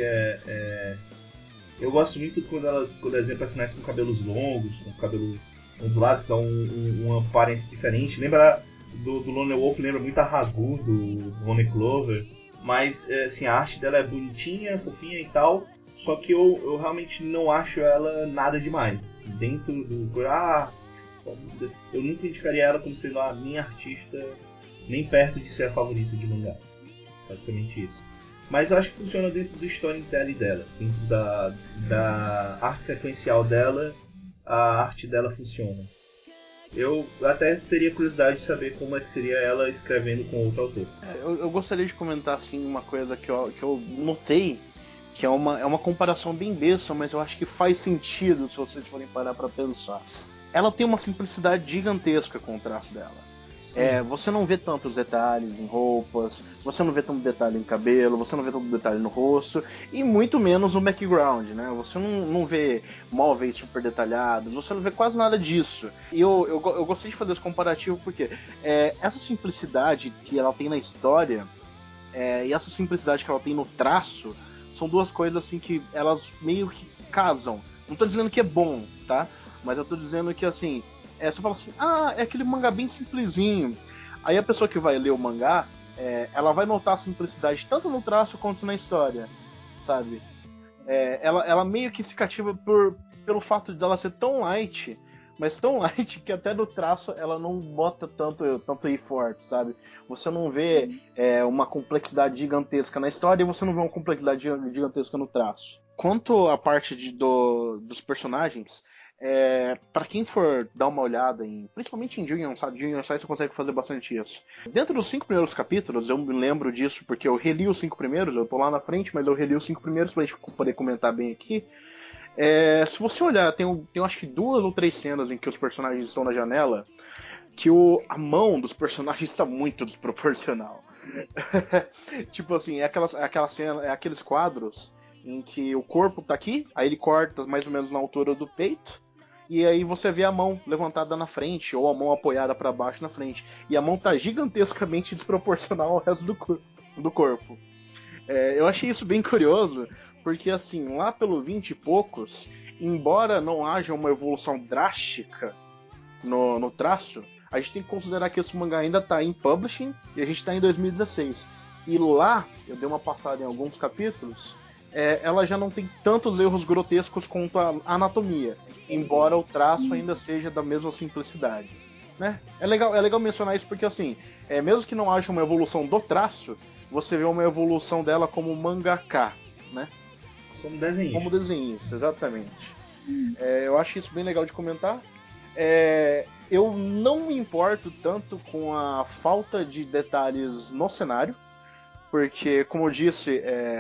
eu gosto muito quando desenha personagens com cabelos longos, com cabelo ondulado, que dá uma aparência diferente. Lembra do Lone Wolf, lembra muito a Ragu do Lone Clover. Mas assim, a arte dela é bonitinha, fofinha e tal. Só que eu realmente não acho ela nada demais. Assim, dentro do. Eu nunca indicaria ela como sendo a minha artista, nem perto de ser a favorita de mangá. Basicamente isso. Mas eu acho que funciona dentro do storytelling dela. Dentro da arte sequencial dela, a arte dela funciona. Eu até teria curiosidade de saber como é que seria ela escrevendo com outro autor. Eu gostaria de comentar assim uma coisa que eu notei, que é uma comparação bem besta, mas eu acho que faz sentido se vocês forem parar pra pensar. Ela tem uma simplicidade gigantesca com o traço dela. Você não vê tantos detalhes em roupas, você não vê tanto detalhe em cabelo, você não vê tanto detalhe no rosto, e muito menos no background, né? Você não vê móveis super detalhados, você não vê quase nada disso. E eu gostei de fazer esse comparativo porque essa simplicidade que ela tem na história e essa simplicidade que ela tem no traço são duas coisas assim que elas meio que casam. Não tô dizendo que é bom, tá? Mas eu tô dizendo que assim, você fala assim, é aquele mangá bem simplesinho. Aí a pessoa que vai ler o mangá, ela vai notar a simplicidade tanto no traço quanto na história, sabe? Ela meio que se cativa pelo fato de ela ser tão light, mas tão light que até no traço ela não bota tanto effort, sabe? Você não vê uma complexidade gigantesca na história e você não vê uma complexidade gigantesca no traço. Quanto à parte dos personagens, para quem for dar uma olhada principalmente em Junior Sai, você consegue fazer bastante isso. Dentro dos 5 primeiros capítulos, eu me lembro disso porque eu reli os 5 primeiros, eu tô lá na frente, mas eu reli os 5 primeiros pra gente poder comentar bem aqui. Se você olhar, tem acho que 2 ou 3 cenas em que os personagens estão na janela, que a mão dos personagens está muito desproporcional. Tipo assim, aquela cena, aqueles quadros em que o corpo tá aqui, aí ele corta mais ou menos na altura do peito, e aí você vê a mão levantada na frente, ou a mão apoiada para baixo na frente. E a mão tá gigantescamente desproporcional ao resto do corpo. Eu achei isso bem curioso, porque assim, lá pelo 20 e poucos, embora não haja uma evolução drástica no traço, a gente tem que considerar que esse mangá ainda está em publishing e a gente está em 2016. E lá, eu dei uma passada em alguns capítulos, ela já não tem tantos erros grotescos quanto a anatomia, embora o traço ainda seja da mesma simplicidade. Né? É legal mencionar isso porque, assim, mesmo que não haja uma evolução do traço, você vê uma evolução dela como mangaka, né? Como desenhista. Como desenhista, exatamente. Eu acho isso bem legal de comentar. Eu não me importo tanto com a falta de detalhes no cenário, porque, como eu disse,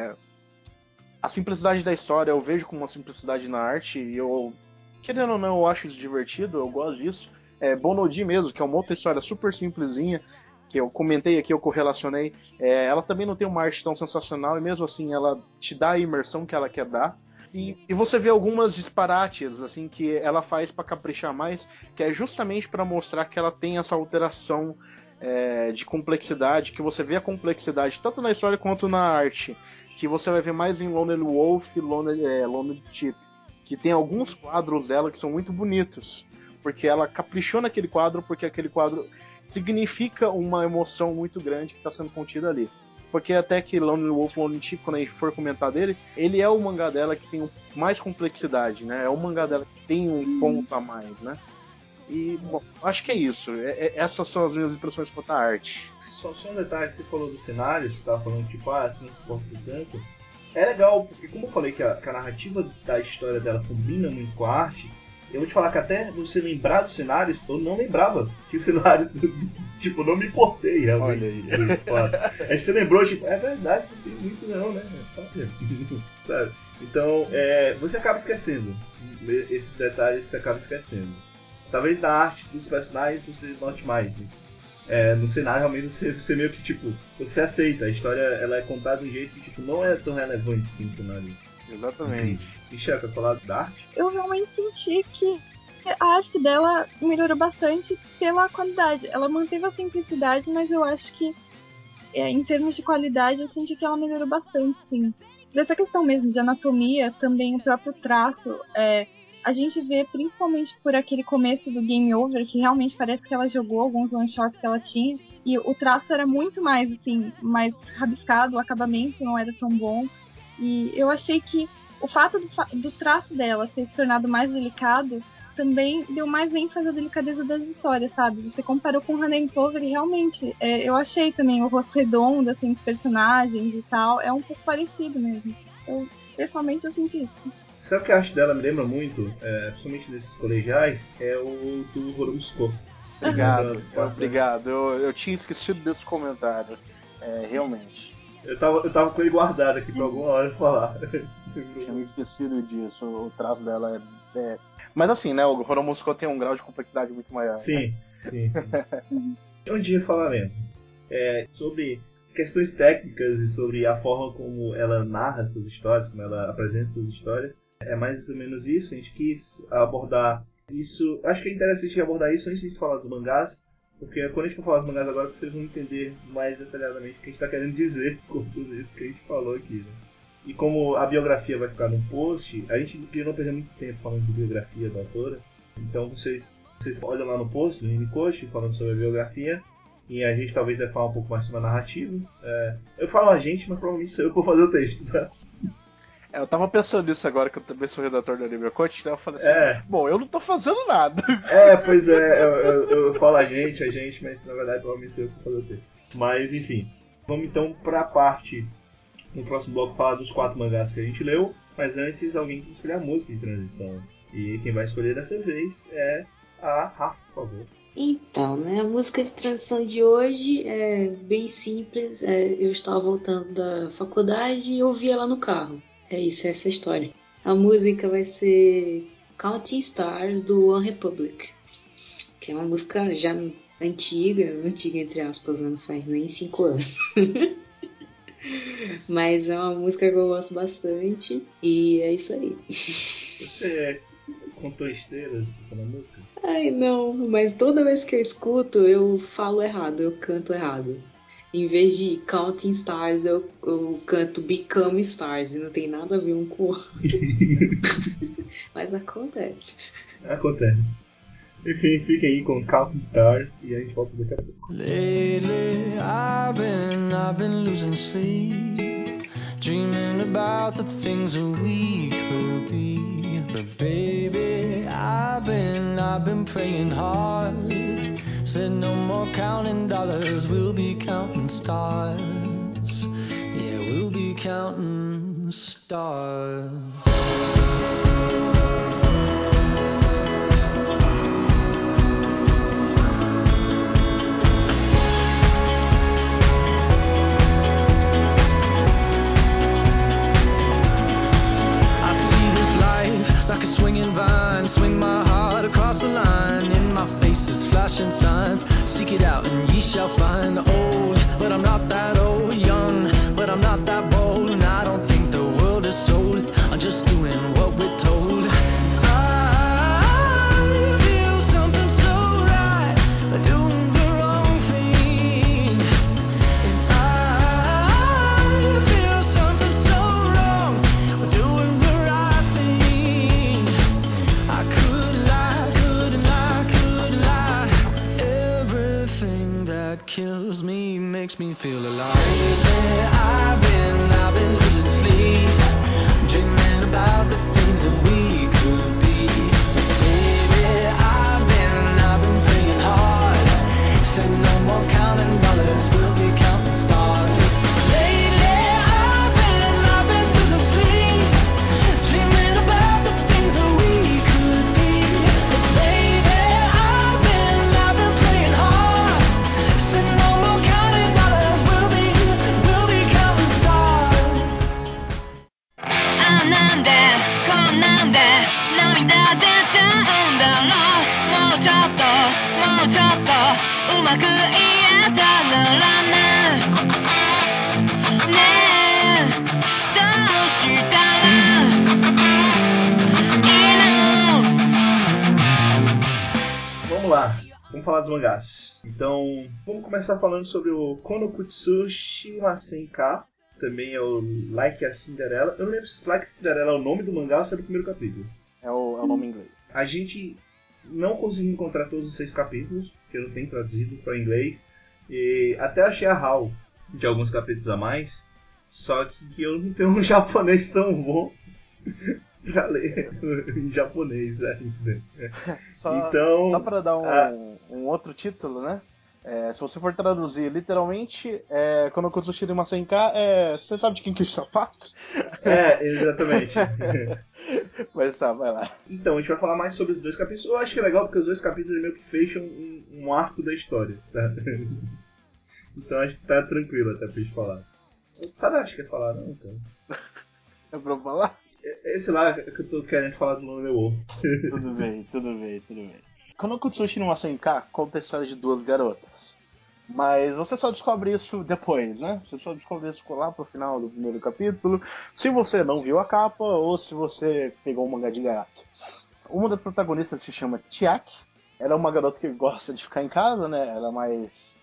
a simplicidade da história eu vejo como uma simplicidade na arte, e eu, querendo ou não, eu acho isso divertido, eu gosto disso. Bonodi mesmo, que é uma outra história super simplesinha, que eu comentei aqui, eu correlacionei, ela também não tem uma arte tão sensacional, e mesmo assim ela te dá a imersão que ela quer dar. E você vê algumas disparates assim que ela faz para caprichar mais, que é justamente para mostrar que ela tem essa alteração de complexidade, que você vê a complexidade tanto na história quanto na arte, que você vai ver mais em Lonely Wolf e Lonely Chip, que tem alguns quadros dela que são muito bonitos, porque ela caprichou naquele quadro, porque aquele quadro significa uma emoção muito grande que está sendo contida ali. Porque até que Lonely Wolf, Lonely Chip, quando a gente for comentar dele, ele é o mangá dela que tem mais complexidade, né? É o mangá dela que tem um ponto a mais, né? E, bom, acho que é isso. Essas são as minhas impressões quanto à arte. Só um detalhe que você falou do cenário, você estava falando tipo, não se importa tanto. É legal, porque como eu falei que a narrativa da história dela combina muito com a arte, eu vou te falar que até você lembrar dos cenários, eu não lembrava que o cenário, tipo, não me importei realmente. Olha aí. Aí você lembrou, tipo, é verdade, não tem muito não, né? Sabe? Então, você acaba esquecendo. Esses detalhes você acaba esquecendo. Talvez na arte dos personagens você note mais, mas no cenário realmente você meio que tipo, você aceita, a história ela é contada de um jeito que tipo, não é tão relevante no cenário. Exatamente. Michel, quer falar da arte? Eu realmente senti que a arte dela melhorou bastante pela qualidade. Ela manteve a simplicidade, mas eu acho que em termos de qualidade eu senti que ela melhorou bastante, sim. Dessa questão mesmo de anatomia, também o próprio traço, a gente vê principalmente por aquele começo do Game Over, que realmente parece que ela jogou alguns one-shots que ela tinha, e o traço era muito mais, assim, mais rabiscado, o acabamento não era tão bom, e eu achei que o fato do traço dela ter se tornado mais delicado também deu mais ênfase à delicadeza das histórias, sabe? Você comparou com Honey Clover e realmente, eu achei também o rosto redondo, assim, dos personagens e tal, é um pouco parecido mesmo. Pessoalmente, eu senti isso. Sabe o que a arte dela me lembra muito, principalmente desses colegiais, é o do Horusco. Obrigado. Eu tinha esquecido desse comentário. Realmente. Eu tava com ele guardado aqui pra alguma hora falar. Tinha me esquecido disso. O traço dela é. Mas assim, né? O Horomusco tem um grau de complexidade muito maior. Sim, Né? sim. Um dia falaremos sobre questões técnicas e sobre a forma como ela narra suas histórias, como ela apresenta suas histórias. É mais ou menos isso. A gente quis abordar isso. Acho que é interessante abordar isso antes de falar dos mangás, porque quando a gente for falar dos mangás agora, vocês vão entender mais detalhadamente o que a gente está querendo dizer com tudo isso que a gente falou aqui. Né? E como a biografia vai ficar no post, a gente queria não perder muito tempo falando de biografia da autora. Então vocês olham lá no post, no Unicoach, falando sobre a biografia. E a gente talvez vai falar um pouco mais sobre a narrativa. Eu falo a gente, mas provavelmente sou eu que vou fazer o texto, tá? Eu tava pensando nisso agora, que eu também sou redator da Anime Coach, então eu falei assim, bom, eu não tô fazendo nada. Pois é, eu falo a gente, mas na verdade provavelmente sou eu que vou fazer o texto. Mas enfim, vamos então pra parte, no próximo bloco, falar dos 4 mangás que a gente leu. Mas antes, alguém tem que escolher a música de transição. E quem vai escolher dessa vez é a Rafa, por favor. Então, né, a música de transição de hoje é bem simples. Eu estava voltando da faculdade e ouvi ela no carro. É isso, essa é a história. A música vai ser Counting Stars, do One Republic, que é uma música já antiga entre aspas, não faz nem 5 anos. Mas é uma música que eu gosto bastante e é isso aí. Você contou estrelas na música? Ai, não, mas toda vez que eu escuto, eu falo errado, eu canto errado. Em vez de Counting Stars, eu canto Become Stars, e não tem nada a ver um com o outro. Mas acontece. Acontece. Enfim, fiquem aí com Counting Stars e a gente volta daqui a pouco. Lately, I've been losing sleep, dreaming about the things that we could be. But baby, I've been praying hard. Said no more counting dollars, we'll be counting stars. Yeah, we'll be counting stars. Like a swinging vine, swing my heart across the line. In my face is flashing signs. Seek it out and ye shall find. Old, but I'm not that old. Young, but I'm not that bold. And I don't think the world is sold. I'm just doing what we're told. I feel something so right, doing the wrong thing. And I feel something so wrong, doing the right thing. I could lie, could lie. Everything that kills me makes me feel alive. Lately, I've been losing sleep, dreaming about the things that we could be. Baby, I've been praying hard. Said no more counting dollars, we'll be counting stars. Lately, I've been losing sleep, dreaming about the things that we could be. But baby, I've been praying hard. Said no more counting dollars, we'll be counting stars. なんでこんなんで涙出ちゃうんだろう。もうちょっとうまく言えたならね。ねえどうしたらいいの。 Vamos lá, vamos falar dos mangás. Então, vamos começar falando sobre o Konokutsu Shimasen-ka. Também é o Like a Cinderella. Eu não lembro se Like a Cinderella é o nome do mangá ou se é do primeiro capítulo. É o nome em inglês. A gente não conseguiu encontrar todos os 6 capítulos, que eu não tenho traduzido para inglês. E até achei a HAL de alguns capítulos a mais. Só que eu não tenho um japonês tão bom pra ler em japonês ainda. Só para dar um outro título, né? Se você for traduzir literalmente, quando eu construir uma 100k, você sabe de quem que é sapato? Exatamente. Mas tá, vai lá. Então, a gente vai falar mais sobre os 2 capítulos. Eu acho que é legal porque os 2 capítulos meio que fecham um arco da história, tá? Então acho que tá tranquilo até pra gente falar. O Tadashi quer falar, não? Então. É pra eu falar? Esse lá que eu tô querendo falar do Lone Wolf. Tudo bem. Konokutsushi no 100k conta a história de 2 garotas. Mas você só descobre isso depois, né? Você só descobre isso lá pro final do primeiro capítulo. Se você não viu a capa ou se você pegou um mangá de gaiato. Uma das protagonistas se chama Chiaki. Ela é uma garota que gosta de ficar em casa, né? Ela é mais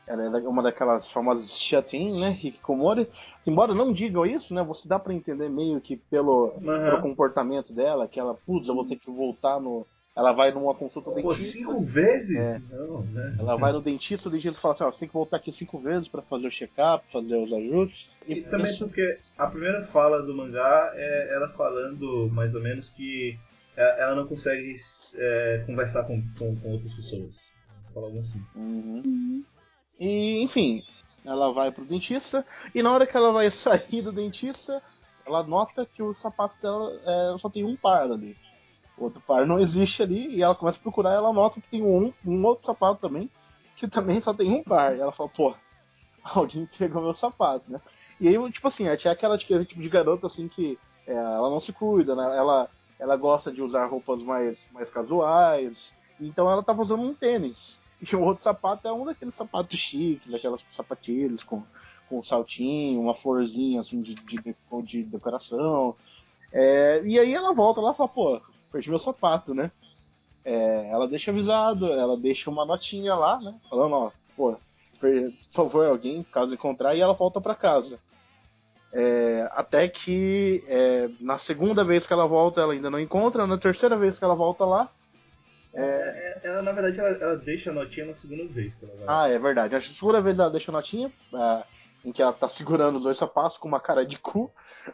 Ela é uma daquelas famosas Shatin, né? Hikikomori. Embora não digam isso, né? Você dá pra entender meio que pelo Aham. comportamento dela, que ela, putz, eu vou ter que voltar no. Ela vai numa consulta ao Pô, dentista. 5 vezes? É, Não, né? ela vai no dentista, o dentista fala assim, ó, você tem que voltar aqui 5 vezes pra fazer o check-up, fazer os ajustes. E E também isso. porque a primeira fala do mangá é ela falando mais ou menos que ela não consegue conversar com outras pessoas. Fala algo assim. Uhum. Uhum. E, enfim, ela vai pro dentista e na hora que ela vai sair do dentista, ela nota que o sapato dela só tem um par ali. O outro par não existe ali e ela começa a procurar e ela nota que tem um outro sapato também, que também só tem um par. E ela fala, pô, alguém pegou meu sapato, né? E aí, tipo assim, tinha aquela tipo de garota assim que ela não se cuida, né? Ela gosta de usar roupas mais casuais, então ela tava usando um tênis. E o outro sapato é um daqueles sapatos chiques, daquelas sapatilhas com um saltinho, uma florzinha assim de decoração. E aí ela volta lá e fala, pô, perdi meu sapato, né? Ela deixa avisado, ela deixa uma notinha lá, né? Falando, ó, pô, por favor, alguém, caso encontrar, e ela volta pra casa. Até que na segunda vez que ela volta, ela ainda não encontra, na terceira vez que ela volta lá. Ela, na verdade, ela deixa a notinha na segunda vez que ela vai lá. Ah, é verdade. Na segunda vez ela deixa a notinha, em que ela tá segurando os dois sapatos com uma cara de cu,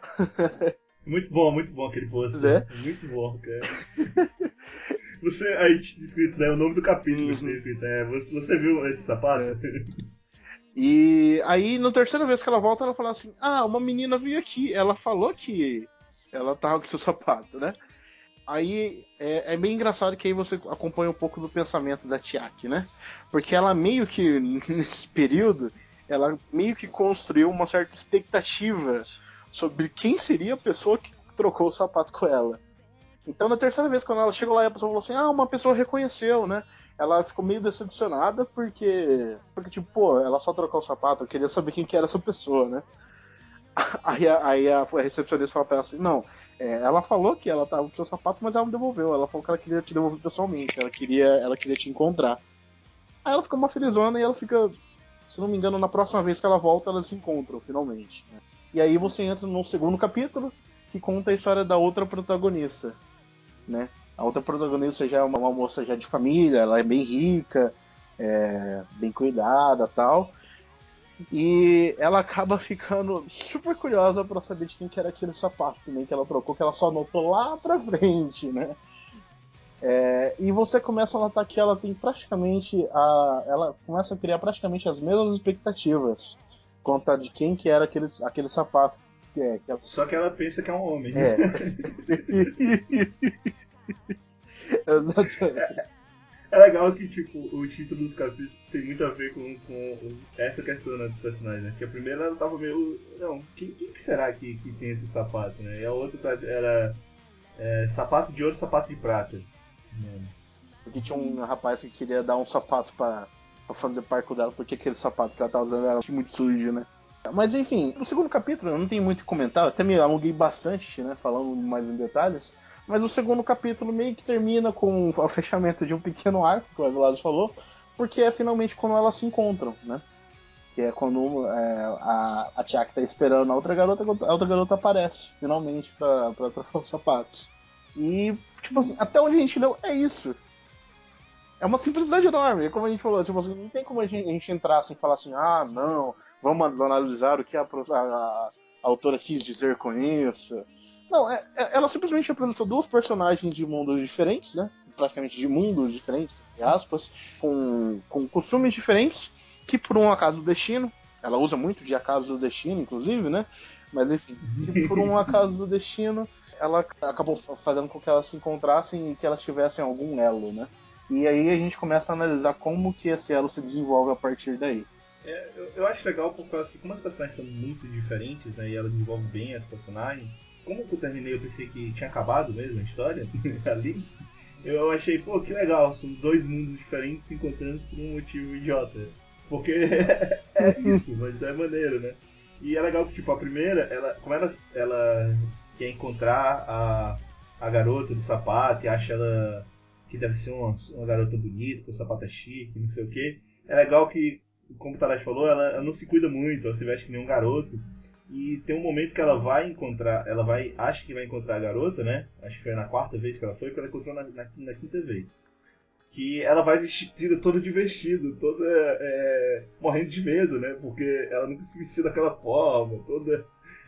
Muito bom aquele pôster. né? Muito bom, cara. Você, aí escrito, né? O nome do capítulo que tem Uhum. escrito. Você viu esse sapato? É. E aí, na terceira vez que ela volta, ela fala assim: ah, uma menina veio aqui, ela falou que ela tava com seu sapato, né? Aí é bem engraçado que aí você acompanha um pouco do pensamento da Chiaki, né? Porque ela meio que, nesse período, ela meio que construiu uma certa expectativa sobre quem seria a pessoa que trocou o sapato com ela. Então, na terceira vez, quando ela chegou lá e a pessoa falou assim, ah, uma pessoa reconheceu, né? Ela ficou meio decepcionada porque tipo, pô, ela só trocou o sapato, eu queria saber quem que era essa pessoa, né? Aí a recepcionista fala pra ela assim, não, ela falou que ela tava com o seu sapato, mas ela não devolveu. Ela falou que ela queria te devolver pessoalmente, ela queria te encontrar. Aí ela fica uma felizona e ela fica, se não me engano, na próxima vez que ela volta, elas se encontram, finalmente. Né? E aí você entra no segundo capítulo, que conta a história da outra protagonista, né? A outra protagonista já é uma moça já de família, ela é bem rica, bem cuidada, tal. E ela acaba ficando super curiosa pra saber de quem que era aquele sapato, né? Que ela trocou, que ela só notou lá pra frente, né? E você começa a notar que ela tem praticamente ela começa a criar praticamente as mesmas expectativas quanto a de quem que era aquele sapato que ela... Só que ela pensa que é um homem. É. Exatamente. É legal que, tipo, o título dos capítulos tem muito a ver com essa questão, né, dos personagens, né? Que a primeira ela tava meio... Não, quem que será que tem esse sapato, né? E a outra era sapato de ouro, sapato de prata. Mano. Porque tinha um rapaz que queria dar um sapato pra fazer parco dela, porque aquele sapato que ela tava usando era muito sujo, né? Mas enfim, no segundo capítulo eu não tenho muito o que comentar, eu até me alonguei bastante, né, falando mais em detalhes, mas o segundo capítulo meio que termina com o fechamento de um pequeno arco, que o Avilados falou, porque é finalmente quando elas se encontram, né? Que é quando a Chiaki tá esperando a outra garota aparece, finalmente, pra trocar os sapatos. E, tipo assim, até onde a gente leu, é isso. É uma simplicidade enorme, como a gente falou, tipo assim, não tem como a gente entrar assim e falar assim, ah, não, vamos analisar o que a autora quis dizer com isso. Não, ela simplesmente apresentou duas personagens de mundos diferentes, né? Praticamente de mundos diferentes, entre aspas, com costumes diferentes, que por um acaso do destino, ela usa muito de acaso do destino, inclusive, né? Mas enfim, que por um acaso do destino, ela acabou fazendo com que elas se encontrassem e que elas tivessem algum elo, né? E aí a gente começa a analisar como que esse elo se desenvolve a partir daí. Eu acho legal por causa que, como as personagens são muito diferentes, né, e ela desenvolve bem as personagens, como eu terminei, eu pensei que tinha acabado mesmo a história ali. Eu achei, pô, que legal, são dois mundos diferentes se encontrando por um motivo idiota. Porque é isso, mas é maneiro, né? E é legal que, tipo, a primeira, como ela quer encontrar a garota do sapato e acha ela que deve ser uma garota bonita, que o sapato é chique, não sei o que. É legal que como o Tarashi falou, ela não se cuida muito, ela se veste que nem um garoto. E tem um momento que ela vai encontrar, acha que vai encontrar a garota, né? Acho que foi na quarta vez que ela foi, que ela encontrou na quinta vez. Que ela vai vestida toda de vestido, toda morrendo de medo, né? Porque ela nunca se vestiu daquela forma, toda.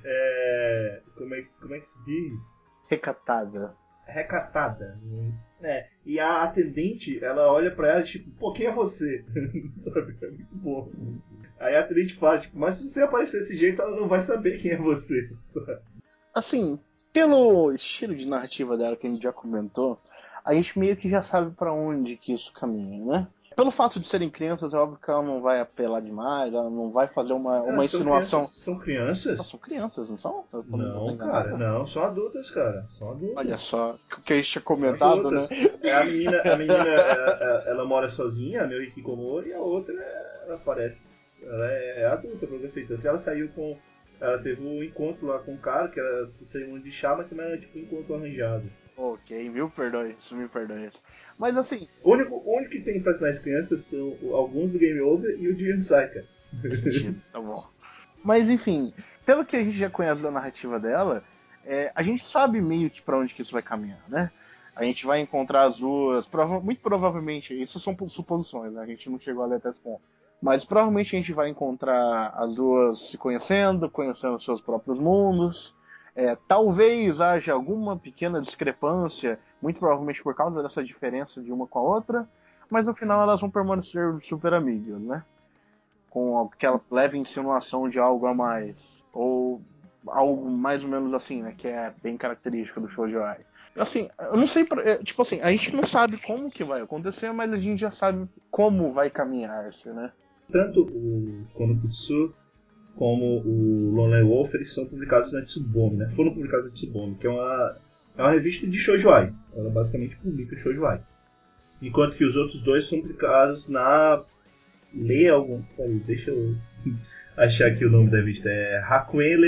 Como é que se diz? Recatada. Recatada. Né? E a atendente, ela olha pra ela tipo, pô, quem é você? É muito bom isso. Aí a atendente fala, tipo, mas se você aparecer desse jeito, ela não vai saber quem é você. Sabe? Assim, pelo estilo de narrativa dela que a gente já comentou, a gente meio que já sabe pra onde que isso caminha, né? Pelo fato de serem crianças, é óbvio que ela não vai apelar demais, ela não vai fazer uma insinuação. São crianças? São crianças, não são? Eu tô Não, enganado? cara, não, são adultas, cara. São adultas. Olha só, o que a gente tinha São comentado, né? adultas. A menina ela mora sozinha, a meu Hikikomori, e a outra, ela parece. Ela é adulta, pra você. Tanto que ela saiu com. Ela teve um encontro lá com um cara, que era cerimônia de chá, mas também era tipo um encontro arranjado. Ok, mil perdões, mil perdões. Mas assim, O único que tem personagens crianças são alguns do Game Over e o de Yansai, cara. entendi, tá bom. Mas enfim, pelo que a gente já conhece da narrativa dela, a gente sabe meio que pra onde que isso vai caminhar, né? A gente vai encontrar as duas, muito provavelmente, isso são suposições, né? A gente não chegou a ler até esse ponto. Mas provavelmente a gente vai encontrar as duas se conhecendo seus próprios mundos. Talvez haja alguma pequena discrepância, muito provavelmente por causa dessa diferença de uma com a outra, mas no final elas vão permanecer super amigas, né? Com aquela leve insinuação de algo a mais, ou algo mais ou menos assim, né? Que é bem característico do Shoujo Ai. Assim, eu não sei, tipo assim, a gente não sabe como que vai acontecer, mas a gente já sabe como vai caminhar-se, né? Tanto o Konokutsu como o Lonely Wolf, eles são publicados na Tsubomi, né? Foram publicados na Tsubomi, que é uma revista de shoujoai. Ela basicamente publica shoujoai. Enquanto que os outros dois são publicados na... Lê algum... Peraí, deixa eu achar aqui o nome da revista. É Hakuen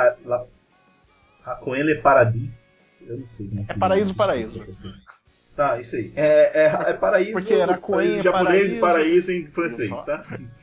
le Paradis. Eu não sei como é Paraíso, Paraíso. Tá, isso aí. É paraíso, porque era paraíso em japonês e paraíso em francês, tá?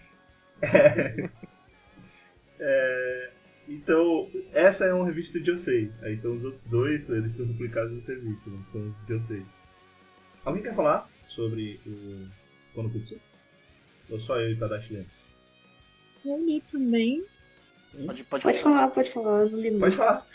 Então, essa é uma revista de Josei. Então os outros dois, eles são publicados nessa revista, né? São os de Josei. Alguém quer falar sobre o Konokutsu? Ou só eu e Tadashi lendo? Eu li também. Pode falar, eu não li não. Pode falar.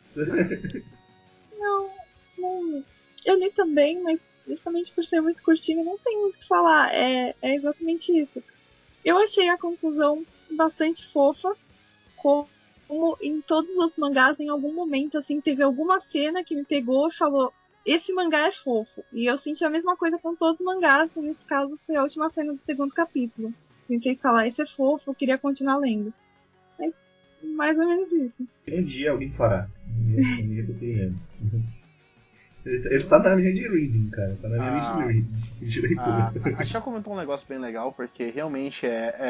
Não, eu li também, mas justamente por ser muito curtinho, não tem muito o que falar. É exatamente isso. Eu achei a conclusão bastante fofa, como em todos os mangás, em algum momento, assim, teve alguma cena que me pegou e falou: esse mangá é fofo. E eu senti a mesma coisa com todos os mangás, e nesse caso foi a última cena do segundo capítulo. Me fez falar: esse é fofo, eu queria continuar lendo. Mas mais ou menos isso. Um dia alguém fará. Um dia conseguir menos. Ele tá na minha de reading, cara. Tá na minha lista de reading, de leitura. A Shell comentou um negócio bem legal, porque realmente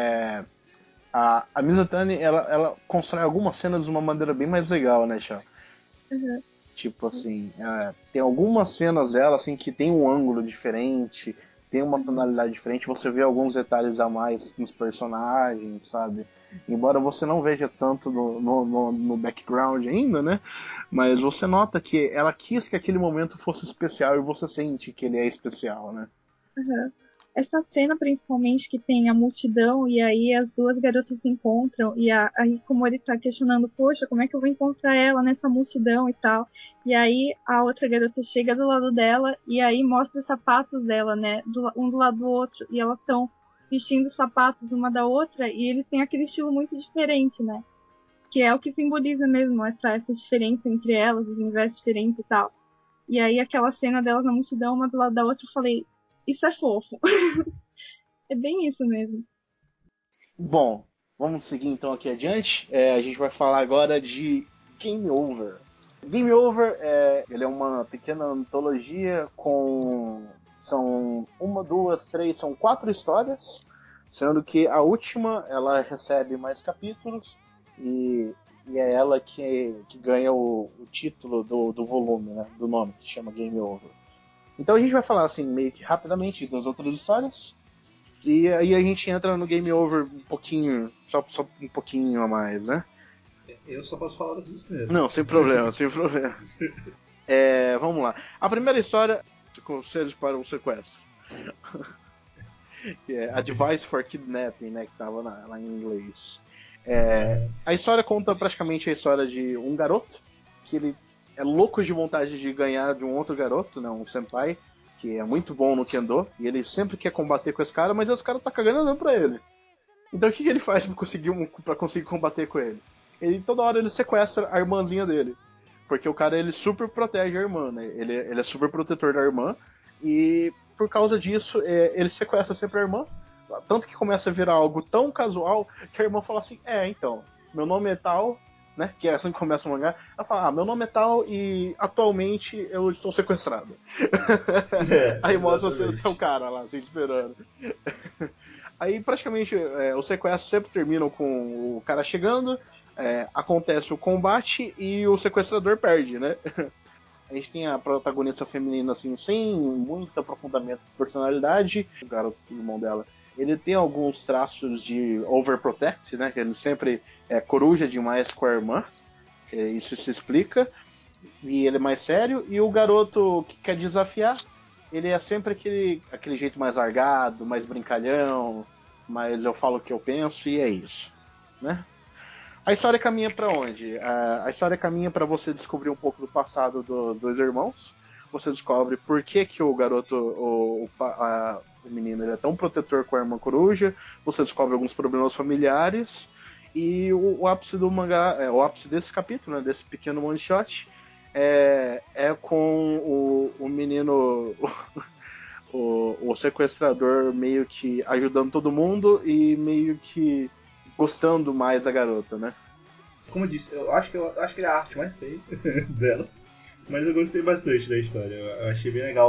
a Mizutani, ela constrói algumas cenas de uma maneira bem mais legal, né, Shell? Uhum. Tipo assim, tem algumas cenas dela assim que tem um ângulo diferente, tem uma tonalidade diferente, você vê alguns detalhes a mais nos personagens, sabe? Embora você não veja tanto no background ainda, né? Mas você nota que ela quis que aquele momento fosse especial e você sente que ele é especial, né? Uhum. Essa cena, principalmente, que tem a multidão e aí as duas garotas se encontram e a Hikomori tá questionando, poxa, como é que eu vou encontrar ela nessa multidão e tal. E aí a outra garota chega do lado dela e aí mostra os sapatos dela, né, um do lado do outro. E elas estão vestindo os sapatos uma da outra e eles têm aquele estilo muito diferente, né? Que é o que simboliza mesmo essa diferença entre elas, os universos diferentes e tal. E aí aquela cena delas na multidão, uma do lado da outra, eu falei, isso é fofo. É bem isso mesmo. Bom, vamos seguir então aqui adiante. A gente vai falar agora de Game Over. Game Over ele é uma pequena antologia com são uma, duas, três, são quatro histórias, sendo que a última ela recebe mais capítulos e é ela que ganha o título do volume, né, do nome, que chama Game Over. Então a gente vai falar assim meio que rapidamente das outras histórias. E aí a gente entra no game over um pouquinho, só um pouquinho a mais, né? Eu só posso falar dos primeiros. Não, sem problema, sem problema. Vamos lá. A primeira história, conselhos para o sequestro. Que é Advice for Kidnapping, né? Que tava lá em inglês. A história conta praticamente a história de um garoto que ele é louco de vontade de ganhar de um outro garoto, né, um senpai, que é muito bom no Kendo, e ele sempre quer combater com esse cara, mas esse cara tá cagando andando pra ele. Então o que ele faz pra conseguir combater com ele? Ele toda hora ele sequestra a irmãzinha dele. Porque o cara ele super protege a irmã, né? Ele é super protetor da irmã. E por causa disso, ele sequestra sempre a irmã. Tanto que começa a virar algo tão casual que a irmã fala assim: então, meu nome é tal, né? Que é assim que começa o mangá. Ela fala: meu nome é tal e atualmente eu estou sequestrado. Aí mostra o cara lá, assim, esperando. Aí praticamente os sequestros sempre terminam com o cara chegando, acontece o combate e o sequestrador perde, né? A gente tem a protagonista feminina assim, sem muito aprofundamento de personalidade, o garoto, o irmão dela. Ele tem alguns traços de overprotect, né? Que ele sempre é coruja demais com a irmã. Isso se explica. E ele é mais sério. E o garoto que quer desafiar, ele é sempre aquele jeito mais largado, mais brincalhão, mas eu falo o que eu penso e é isso, né? A história caminha para onde? A história caminha para você descobrir um pouco do passado dos dois irmãos. Você descobre por que, que o garoto, o menino, ele é tão protetor com a irmã coruja. Você descobre alguns problemas familiares. E o ápice do mangá, o ápice desse capítulo, né, desse pequeno one shot, é com o menino, o sequestrador meio que ajudando todo mundo e meio que gostando mais da garota, né? Como eu disse, eu acho que é a arte mais feia dela. Mas eu gostei bastante da história. Eu achei bem legal.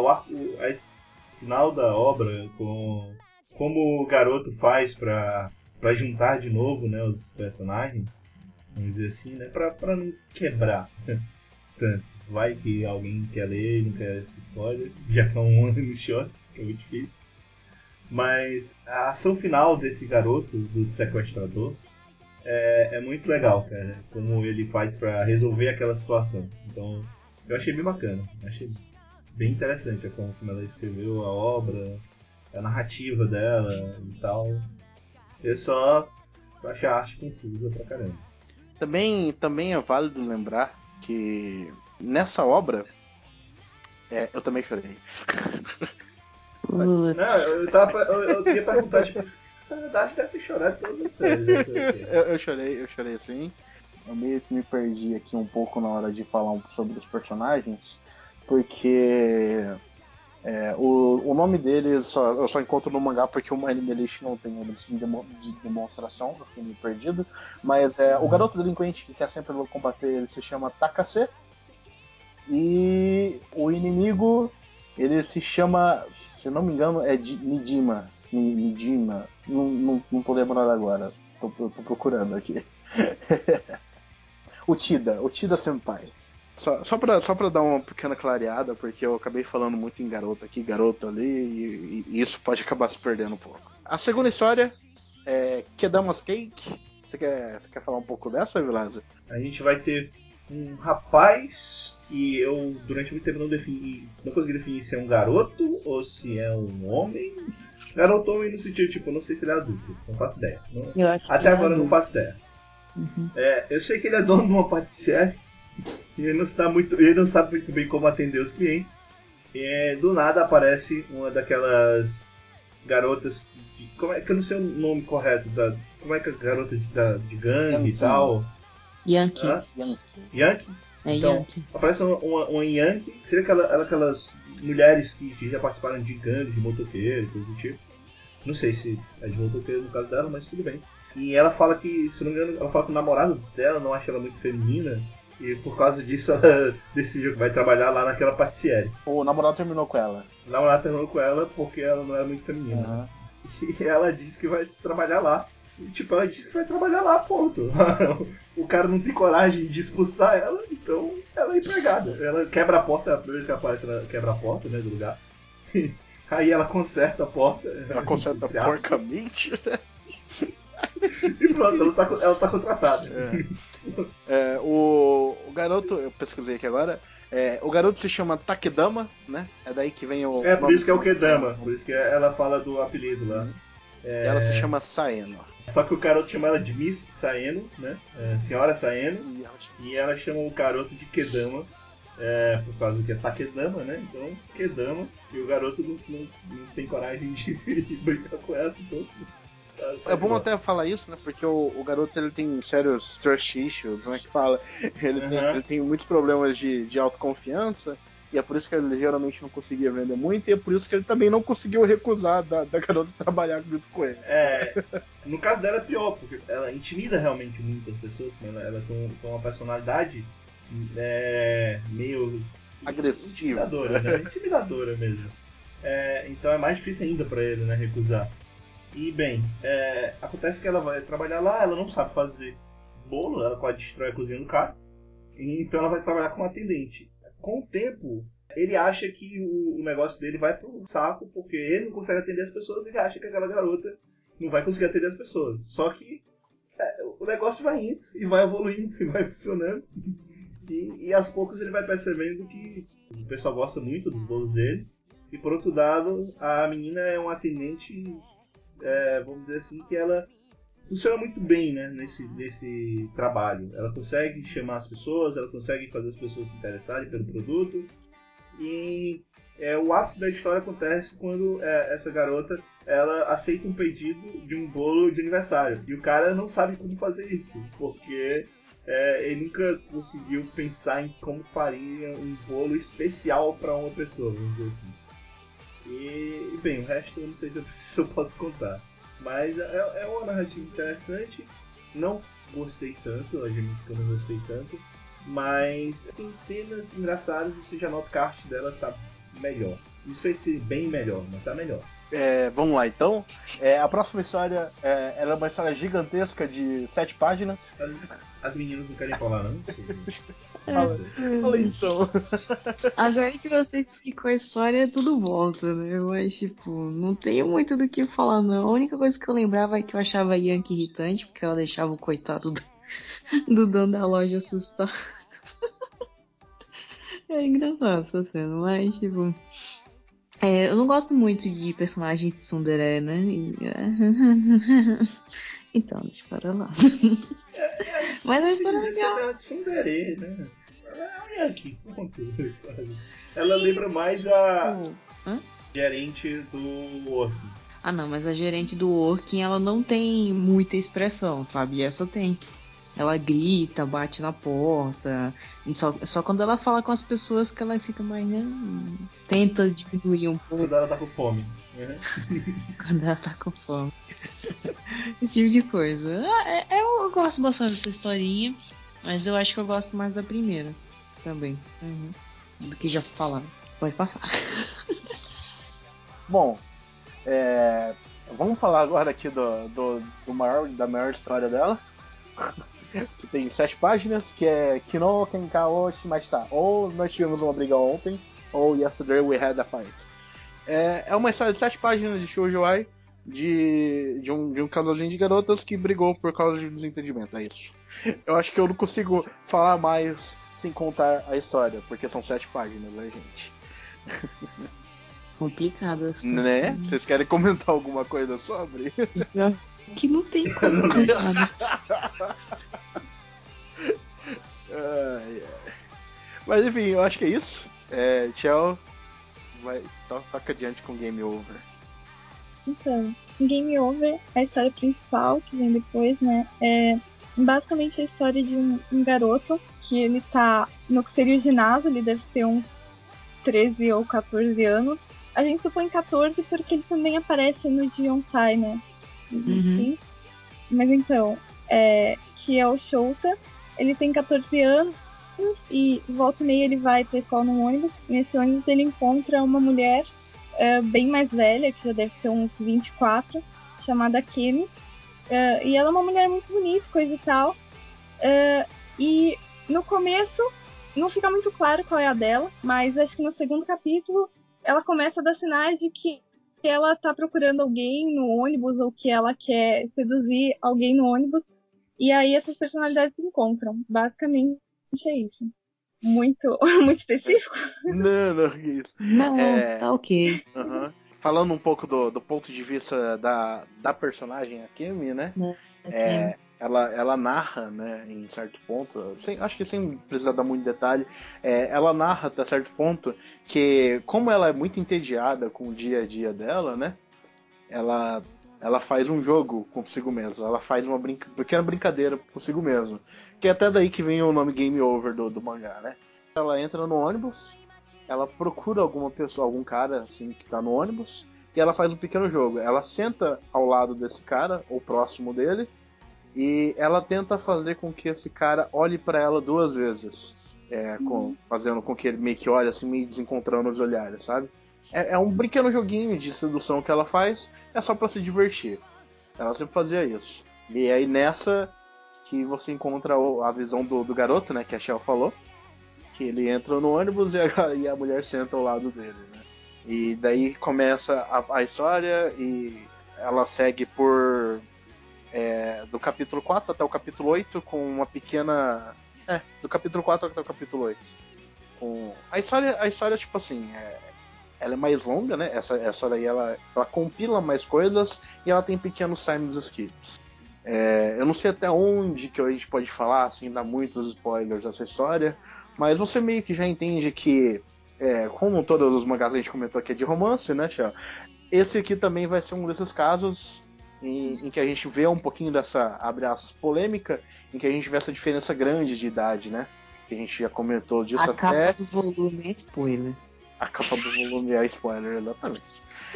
O final da obra, como o garoto faz pra juntar de novo, né, os personagens, vamos dizer assim, né, pra não quebrar tanto. Vai que alguém quer ler e não quer esse spoiler, já que é um one shot, que é muito difícil. Mas a ação final desse garoto, do sequestrador, é muito legal, cara. Como ele faz pra resolver aquela situação. Então, eu achei bem bacana. Achei bem interessante a forma como ela escreveu a obra, a narrativa dela e tal. Eu só achei a arte confusa pra caramba. Também é válido lembrar que nessa obra eu também chorei. Não, eu queria perguntar, tipo, a Dash deve ter chorado em todas as séries. eu chorei assim. Eu meio que me perdi aqui um pouco na hora de falar sobre os personagens, porque o nome deles eu só encontro no mangá porque o My List não tem eles de demonstração, eu fiquei meio perdido. Mas o garoto delinquente que quer sempre combater, ele se chama Takase. E o inimigo, ele se chama, se eu não me engano, é Nijima. Nijima. Não tô lembrando agora. Tô procurando aqui. O Tida Senpai. Só pra dar uma pequena clareada, porque eu acabei falando muito em garoto aqui, garoto ali, e isso pode acabar se perdendo um pouco. A segunda história é Kedamas Cake. Você quer falar um pouco dessa, Vilazo? A gente vai ter um rapaz que eu durante muito tempo não consegui definir se é um garoto ou se é um homem. Garoto homem no sentido, tipo, não sei se ele é adulto, não faço ideia. Até agora eu não faço ideia. Uhum. Eu sei que ele é dono de uma patisserie e ele não sabe muito bem como atender os clientes. E do nada aparece uma daquelas garotas. Como é que eu não sei o nome correto? Como é que é a garota de gangue e tal? Yankee. Yankee? Então, Yankee. aparece uma Yankee, seria aquelas mulheres que já participaram de gangue, de motoqueiro e coisa do tipo. Não sei se é de motoqueiro no caso dela, mas tudo bem. E ela fala que, se não me engano, ela fala que o namorado dela não acha ela muito feminina. E por causa disso ela decidiu que vai trabalhar lá naquela patisserie. O namorado terminou com ela. O namorado terminou com ela porque ela não era muito feminina. Uhum. E ela disse que vai trabalhar lá. E, tipo, ela disse que vai trabalhar lá, ponto. O cara não tem coragem de expulsar ela, então ela é empregada. Ela quebra a porta, a primeira vez que aparece, ela quebra a porta, né, do lugar. Aí ela conserta a porta. Ela conserta entre aspas, porcamente, né? e pronto, ela tá contratada. O garoto, eu pesquisei aqui agora, o garoto se chama Takedama, né? É daí que vem o É, por nome isso que é o do- Kedama. Por isso que ela fala do apelido lá. E ela se chama Saeno. Só que o garoto chama ela de Miss Saeno, né? Senhora Saeno. E ela- E ela chama o garoto de Kedama. Por causa que é Takedama, né? Então, Kedama. E o garoto não tem coragem de brincar com ela, então. Tá É de bom boa. até falar isso, né? Porque o garoto ele tem sérios trust issues, né? Que fala. Ele tem muitos problemas de autoconfiança. E é por isso que ele geralmente não conseguia vender muito. E é por isso que ele também não conseguiu recusar da garota trabalhar junto com ele. No caso dela é pior, porque ela intimida realmente muitas pessoas, como ela tem uma personalidade meio Agressivo. intimidadora, né? Intimidadora mesmo. Então é mais difícil ainda pra ele, né, recusar. E bem, acontece que ela vai trabalhar lá, ela não sabe fazer bolo, ela quase destrói a cozinha do cara. Então ela vai trabalhar como atendente. Com o tempo, ele acha que o negócio dele vai pro saco, porque ele não consegue atender as pessoas e ele acha que aquela garota não vai conseguir atender as pessoas. Só que o negócio vai indo, e vai evoluindo, e vai funcionando. E aos poucos ele vai percebendo que o pessoal gosta muito dos bolos dele. E por outro lado, a menina é uma atendente, vamos dizer assim, que ela funciona muito bem, né, nesse trabalho. Ela consegue chamar as pessoas, ela consegue fazer as pessoas se interessarem pelo produto. E o ápice da história acontece quando essa garota ela aceita um pedido de um bolo de aniversário. E o cara não sabe como fazer isso, porque ele nunca conseguiu pensar em como faria um bolo especial para uma pessoa, vamos dizer assim. E bem, o resto eu não sei se eu posso contar. Mas é uma narrativa interessante. Não gostei tanto, admito que eu não gostei tanto. Mas tem cenas engraçadas e você já nota que a arte dela tá melhor. Não sei se bem melhor, mas tá melhor. Vamos lá então. A próxima história ela é uma história gigantesca de 7 páginas. As meninas não querem falar, não? Fala então. Agora que você explicou a história, tudo volta, né? Mas, tipo, não tenho muito do que falar, não. A única coisa que eu lembrava é que eu achava a Yankee irritante, porque ela deixava o coitado do dono da loja assustado. É engraçado essa cena, mas, tipo... eu não gosto muito de personagens de tsundere, né? Então, deixa para lá. Mas a Se história é dizer legal. sobre ela de tsundere, né? Ela é uma Yankee, ponto, sabe? Ela lembra mais a Hã? gerente do Work. Ah, não, mas a gerente do Working, ela não tem muita expressão, sabe? E essa tem. Ela grita, bate na porta. E só quando ela fala com as pessoas que ela fica mais, né? Tenta diminuir um pouco Quando ela tá com fome. Né? quando ela tá com fome. Esse tipo de coisa. Eu gosto bastante dessa historinha, mas eu acho que eu gosto mais da primeira também. Do que já falaram. Pode passar. Bom, vamos falar agora aqui da maior história dela. Que tem 7 páginas, que é Kino Kenkao Shimashita. Ou nós tivemos uma briga ontem, ou Yesterday we had a fight. É uma história de 7 páginas de Shoujo Ai, de um casalzinho de garotas que brigou por causa de desentendimento. É isso. Eu acho que eu não consigo falar mais sem contar a história, porque são 7 páginas, né, gente? Complicada essa Né? situação. Vocês querem comentar alguma coisa sobre? Que não tem como comentar, né? Mas enfim, eu acho que é isso. Tchau. Toca adiante com Game Over. Então, Game Over, a história principal que vem depois, né? É basicamente a história de um garoto que ele tá no que seria o ginásio, ele deve ter uns 13 ou 14 anos. A gente supõe 14 porque ele também aparece no Jionsai, né? Sim. Mas então, que é o Shouta, ele tem 14 anos e volta e meia ele vai pra escola num ônibus. Nesse ônibus ele encontra uma mulher bem mais velha, que já deve ter uns 24, chamada Kemi. E ela é uma mulher muito bonita, coisa e tal. E no começo não fica muito claro qual é a dela, mas acho que no segundo capítulo ela começa a dar sinais de que ela tá procurando alguém no ônibus ou que ela quer seduzir alguém no ônibus. E aí essas personalidades se encontram. Basicamente é isso. Muito, muito específico. Não, que isso. Não, tá ok. Aham. Falando um pouco do ponto de vista da personagem, a Kimi, né? Né? Aqui. Ela narra, né, em certo ponto, acho que sem precisar dar muito detalhe, ela narra até certo ponto que, como ela é muito entediada com o dia a dia dela, né? Ela, ela faz um jogo consigo mesma, ela faz uma pequena brincadeira consigo mesma. Que é até daí que vem o nome Game Over do mangá, né? Ela entra no ônibus, ela procura alguma pessoa, algum cara assim que tá no ônibus, e ela faz um pequeno jogo. Ela senta ao lado desse cara, ou próximo dele, e ela tenta fazer com que esse cara olhe para ela duas vezes. Fazendo com que ele meio que olhe assim, meio desencontrando os olhares, sabe? É um pequeno joguinho de sedução que ela faz, é só para se divertir. Ela sempre fazia isso. E aí nessa que você encontra a visão do garoto, né, que a Shell falou, que ele entra no ônibus e a mulher senta ao lado dele, né? E daí começa a história e ela segue do capítulo 4 até o capítulo 8 com uma pequena... do capítulo 4 até o capítulo 8. A história tipo assim, ela é mais longa, né? Essa daí ela compila mais coisas e ela tem pequenos time skips. Eu não sei até onde que a gente pode falar, assim, dar muitos spoilers dessa história, mas você meio que já entende que, como todos os mangás a gente comentou aqui é de romance, né, Tia? Esse aqui também vai ser um desses casos em que a gente vê um pouquinho dessa, abre aspas, polêmica, em que a gente vê essa diferença grande de idade, né? Que a gente já comentou disso A capa até. do volume é spoiler. A capa do volume é spoiler, exatamente.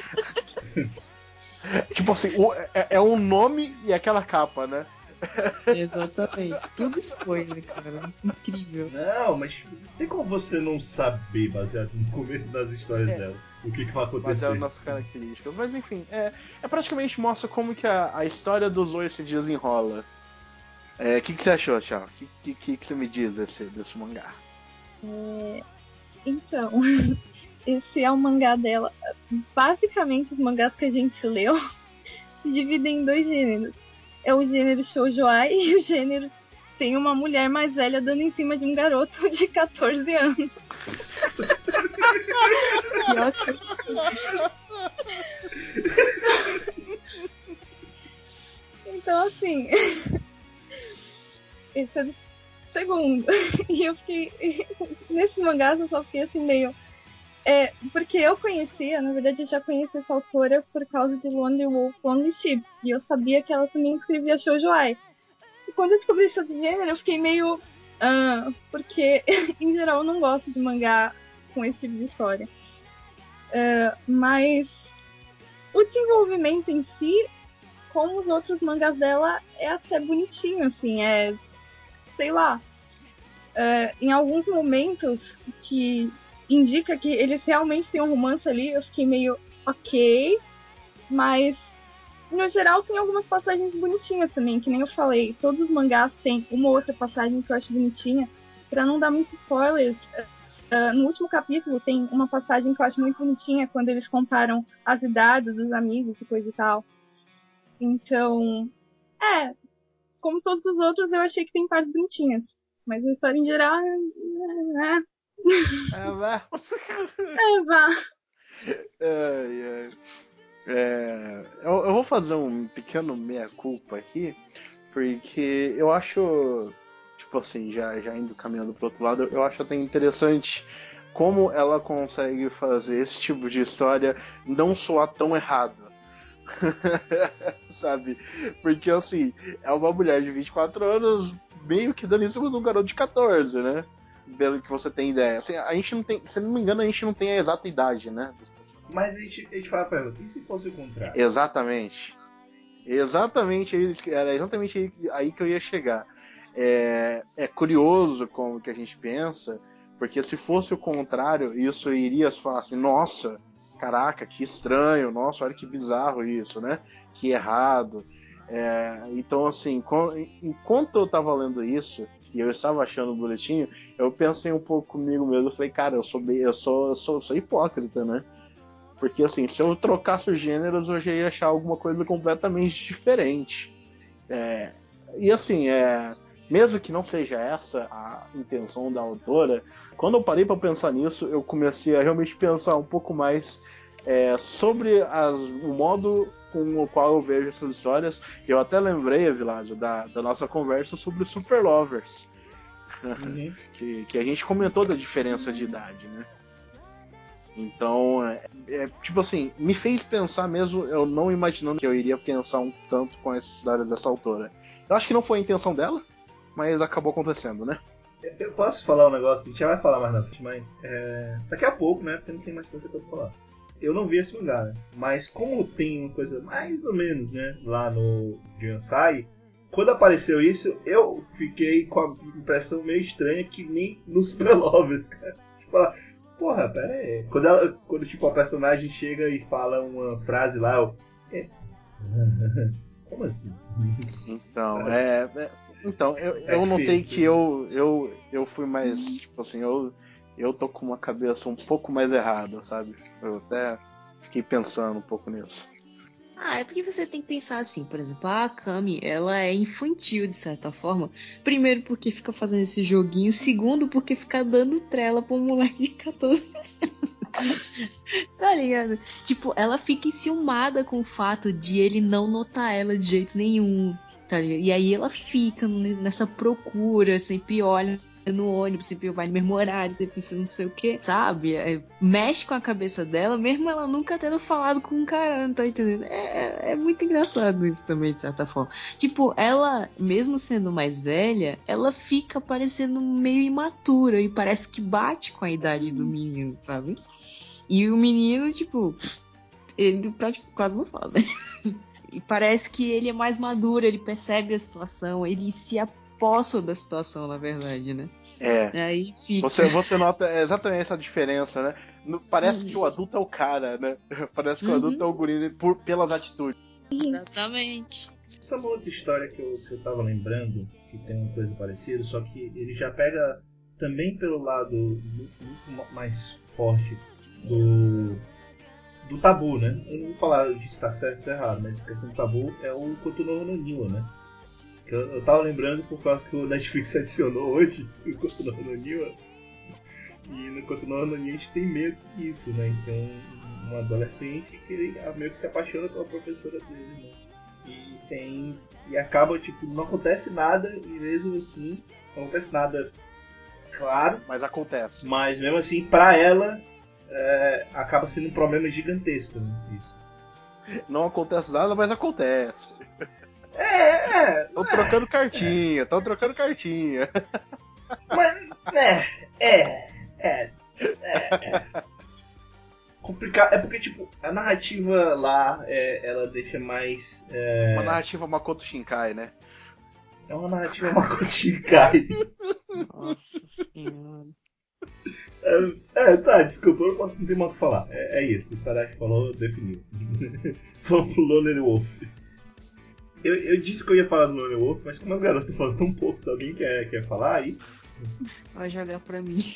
Tipo assim, é um nome e aquela capa, né? Exatamente. Tudo spoiler, cara. Incrível. Não, mas tem como você não saber, baseado no começo das histórias dela, o que vai Baseado acontecer? nas características. Mas enfim, praticamente mostra como que a história dos Zoe se desenrola. O que você achou, Tchau? O que você me diz desse mangá? Então, esse é o mangá dela. Basicamente, os mangás que a gente leu se dividem em dois gêneros. É o gênero shoujoai e o gênero tem uma mulher mais velha dando em cima de um garoto de 14 anos. Pior que Então, assim, esse é do segundo. E eu fiquei. Nesse mangá eu só fiquei assim meio. Porque eu conhecia, na verdade eu já conhecia essa autora por causa de Lonely Wolf Lonely Ship. E eu sabia que ela também escrevia shoujoai. E quando eu descobri esse outro gênero, eu fiquei meio. Porque, em geral, eu não gosto de mangá com esse tipo de história. Mas o desenvolvimento em si, como os outros mangás dela, é até bonitinho, assim. Sei lá. Em alguns momentos que indica que eles realmente têm um romance ali, eu fiquei meio ok. Mas no geral, tem algumas passagens bonitinhas também, que nem eu falei. Todos os mangás têm uma ou outra passagem que eu acho bonitinha. Pra não dar muitos spoilers, no último capítulo tem uma passagem que eu acho muito bonitinha, quando eles comparam as idades dos amigos e coisa e tal. Então, como todos os outros, eu achei que tem partes bonitinhas. Mas a história em geral, Vá. vá. Ai, ai. Eu vou fazer um pequeno meia-culpa aqui, porque eu acho, tipo assim, já indo caminhando pro outro lado, eu acho até interessante como ela consegue fazer esse tipo de história não soar tão errado. Sabe? Porque assim, é uma mulher de 24 anos meio que dando em cima de um garoto de 14, né? Pelo que você tem ideia. Assim, a gente não tem, se não me engano, a gente não tem a exata idade, né? Mas a gente fala pra ela, e se fosse o contrário? Exatamente. Era exatamente aí que eu ia chegar. É curioso como que a gente pensa, porque se fosse o contrário, isso iria falar assim, nossa, caraca, que estranho, nossa, olha que bizarro isso, né? Que errado. Então, assim, enquanto eu estava lendo isso, e eu estava achando bonitinho, eu pensei um pouco comigo mesmo, eu falei, cara, eu sou hipócrita, né? Porque assim, se eu trocasse os gêneros, eu já ia achar alguma coisa completamente diferente. E assim, mesmo que não seja essa a intenção da autora, quando eu parei para pensar nisso, eu comecei a realmente pensar um pouco mais sobre o modo com o qual eu vejo essas histórias. Eu até lembrei, Világio, da nossa conversa sobre Super Lovers, Uhum. que a gente comentou da diferença de idade, né? Então, tipo assim, me fez pensar mesmo, eu não imaginando que eu iria pensar um tanto com essa história dessa autora. Eu acho que não foi a intenção dela, mas acabou acontecendo, né? Eu posso falar um negócio, a gente já vai falar mais na frente, mas daqui a pouco, né? Porque não tem mais coisa pra falar. Eu não vi esse mangá, né? Mas como tem uma coisa mais ou menos, né? Lá no Jansai, quando apareceu isso, eu fiquei com a impressão meio estranha que nem nos Super Lovers, cara. Tipo, porra, pera aí. Quando tipo, a personagem chega e fala uma frase lá, como assim? Então, Sabe? então eu notei Difícil. que eu fui mais, tipo assim, eu tô com uma cabeça um pouco mais errada, sabe? Eu até fiquei pensando um pouco nisso. É porque você tem que pensar assim, por exemplo, a Akami, ela é infantil de certa forma. Primeiro porque fica fazendo esse joguinho, segundo porque fica dando trela pra um moleque de 14 anos. Tá ligado? Tipo, ela fica enciumada com o fato de ele não notar ela de jeito nenhum, tá ligado? E aí ela fica nessa procura, sempre olha no ônibus, sempre vai no mesmo horário, sempre não sei o que, sabe? Mexe com a cabeça dela, mesmo ela nunca tendo falado com um cara, não tá entendendo? É muito engraçado isso também, de certa forma. Tipo, ela, mesmo sendo mais velha, ela fica parecendo meio imatura e parece que bate com a idade do menino, sabe? E o menino, tipo, ele praticamente quase não fala, né? E parece que ele é mais maduro, ele percebe a situação, ele se aposta da situação, na verdade, né? Aí fica. Você nota exatamente essa diferença, né? Parece que o adulto é o cara, né? Parece que o adulto é o guri pelas atitudes. Exatamente. Essa é uma outra história que eu tava lembrando, que tem uma coisa parecida, só que ele já pega também pelo lado muito mais forte do tabu, né? Eu não vou falar de se tá certo ou se errado, mas a questão do tabu é o Kotono no Niwa, né? Que eu tava lembrando por causa que o Netflix adicionou hoje o Kotono no Niwa. E no Kotono no Niwa a gente tem meio que isso, né? Então, um adolescente que ele meio que se apaixona pela professora dele, né? E acaba, tipo, não acontece nada, e mesmo assim, não acontece nada claro, Mas acontece. mas mesmo assim, pra ela, acaba sendo um problema gigantesco, né? Isso. Não acontece nada, mas acontece. Estão trocando cartinha. Mas, complicado. É porque, tipo, a narrativa lá, ela deixa mais. Uma narrativa Makoto Shinkai, né? É uma narrativa Makoto Shinkai. Nossa senhora. Tá, desculpa, eu não ter mais o que falar. É isso, o Tadashi falou, definiu. Vamos pro Lone Wolf. Eu disse que eu ia falar do Lone Wolf, mas como as garotas estão falando tão pouco, se alguém quer falar aí. Vai jogar pra mim.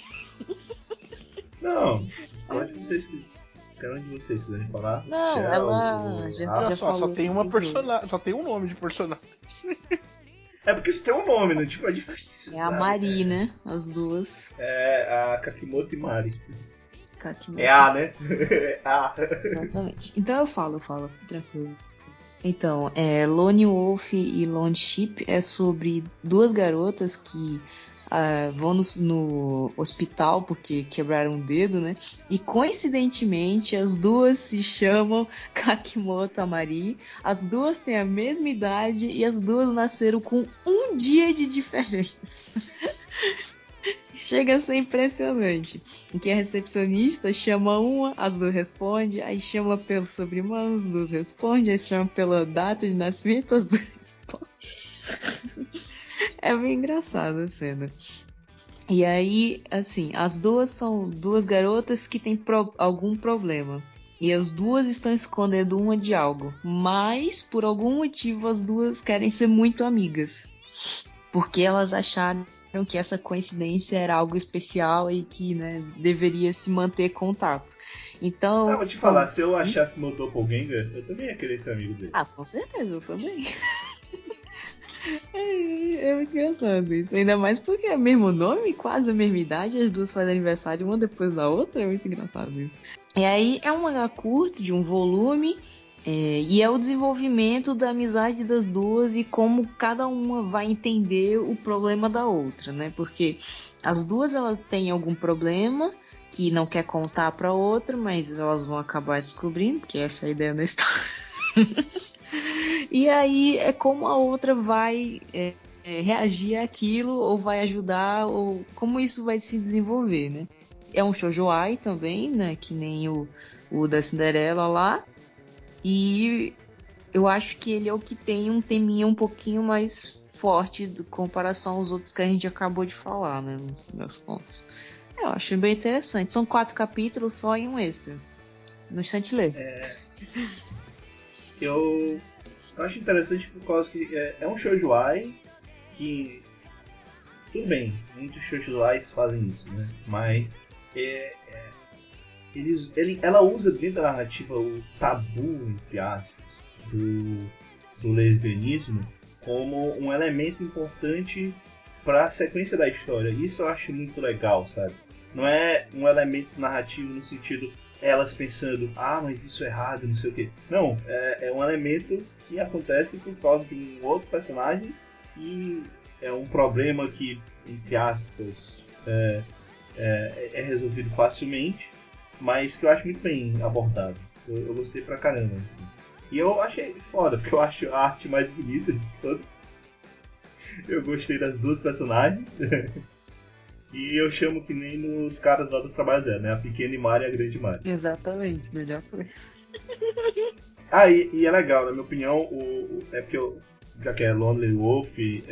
Não, pode vocês. Qualquer um de vocês quiserem falar. Não, Shell, ela o já, Rafa. Olha já só falou. tem uma sobre o jogo. personagem, só tem um nome de personagem. É porque isso tem um nome, né? Tipo, é difícil, É a sabe? Mari, né? As duas. É a Kakimoto e Mari. Kakimoto. É A, né? É A. Exatamente. Então eu falo, tranquilo. Então, Lone Wolf e Lone Sheep é sobre duas garotas que vão no hospital porque quebraram um dedo, né? E coincidentemente as duas se chamam Kakimoto Amari. As duas têm a mesma idade e as duas nasceram com um dia de diferença. Chega a ser impressionante. Em que a recepcionista chama uma, as duas respondem, aí chama pelo sobrenome, as duas respondem, aí chama pela data de nascimento, as duas respondem. É bem engraçada a cena. E aí, assim, as duas são duas garotas que têm algum problema. E as duas estão escondendo uma de algo. Mas, por algum motivo, as duas querem ser muito amigas. Porque elas acharam que essa coincidência era algo especial e que, né, deveria se manter contato. Então, Vou te falar, se eu achasse meu Doppelganger, eu também ia querer ser amigo dele. com certeza, eu também. É muito engraçado isso. Ainda mais porque é o mesmo nome, quase a mesma idade, as duas fazem aniversário uma depois da outra, é muito engraçado isso. E aí é um mangá curto, de um volume, e é o desenvolvimento da amizade das duas e como cada uma vai entender o problema da outra, né? Porque as duas elas têm algum problema que não quer contar pra outra, mas elas vão acabar descobrindo, porque essa é a ideia da história. E aí é como a outra vai reagir àquilo, ou vai ajudar, ou como isso vai se desenvolver, né? É um shoujo-ai também, né? Que nem o da Cinderela lá. E eu acho que ele é o que tem um teminha um pouquinho mais forte em comparação aos outros que a gente acabou de falar, né? Nos meus contos. Eu acho bem interessante. São 4 capítulos só e um extra. No instante ler. Eu acho interessante por causa que é um shoujo-ai que... Tudo bem, muitos shoujo-ais fazem isso, né? Mas ela usa dentro da narrativa o tabu, entre aspas, do lesbianismo como um elemento importante para a sequência da história. Isso eu acho muito legal, sabe? Não é um elemento narrativo no sentido elas pensando, mas isso é errado, não sei o quê. Não, é um elemento que acontece por causa de um outro personagem e é um problema que, entre aspas, é resolvido facilmente, mas que eu acho muito bem abordado. Eu gostei pra caramba. Assim. E eu achei foda, porque eu acho a arte mais bonita de todas. Eu gostei das duas personagens. E eu chamo que nem nos caras lá do trabalho dela, né? A pequena Mari e a grande Mari. Exatamente, melhor coisa. E é legal, na minha opinião, é porque já que é Lonely Wolf e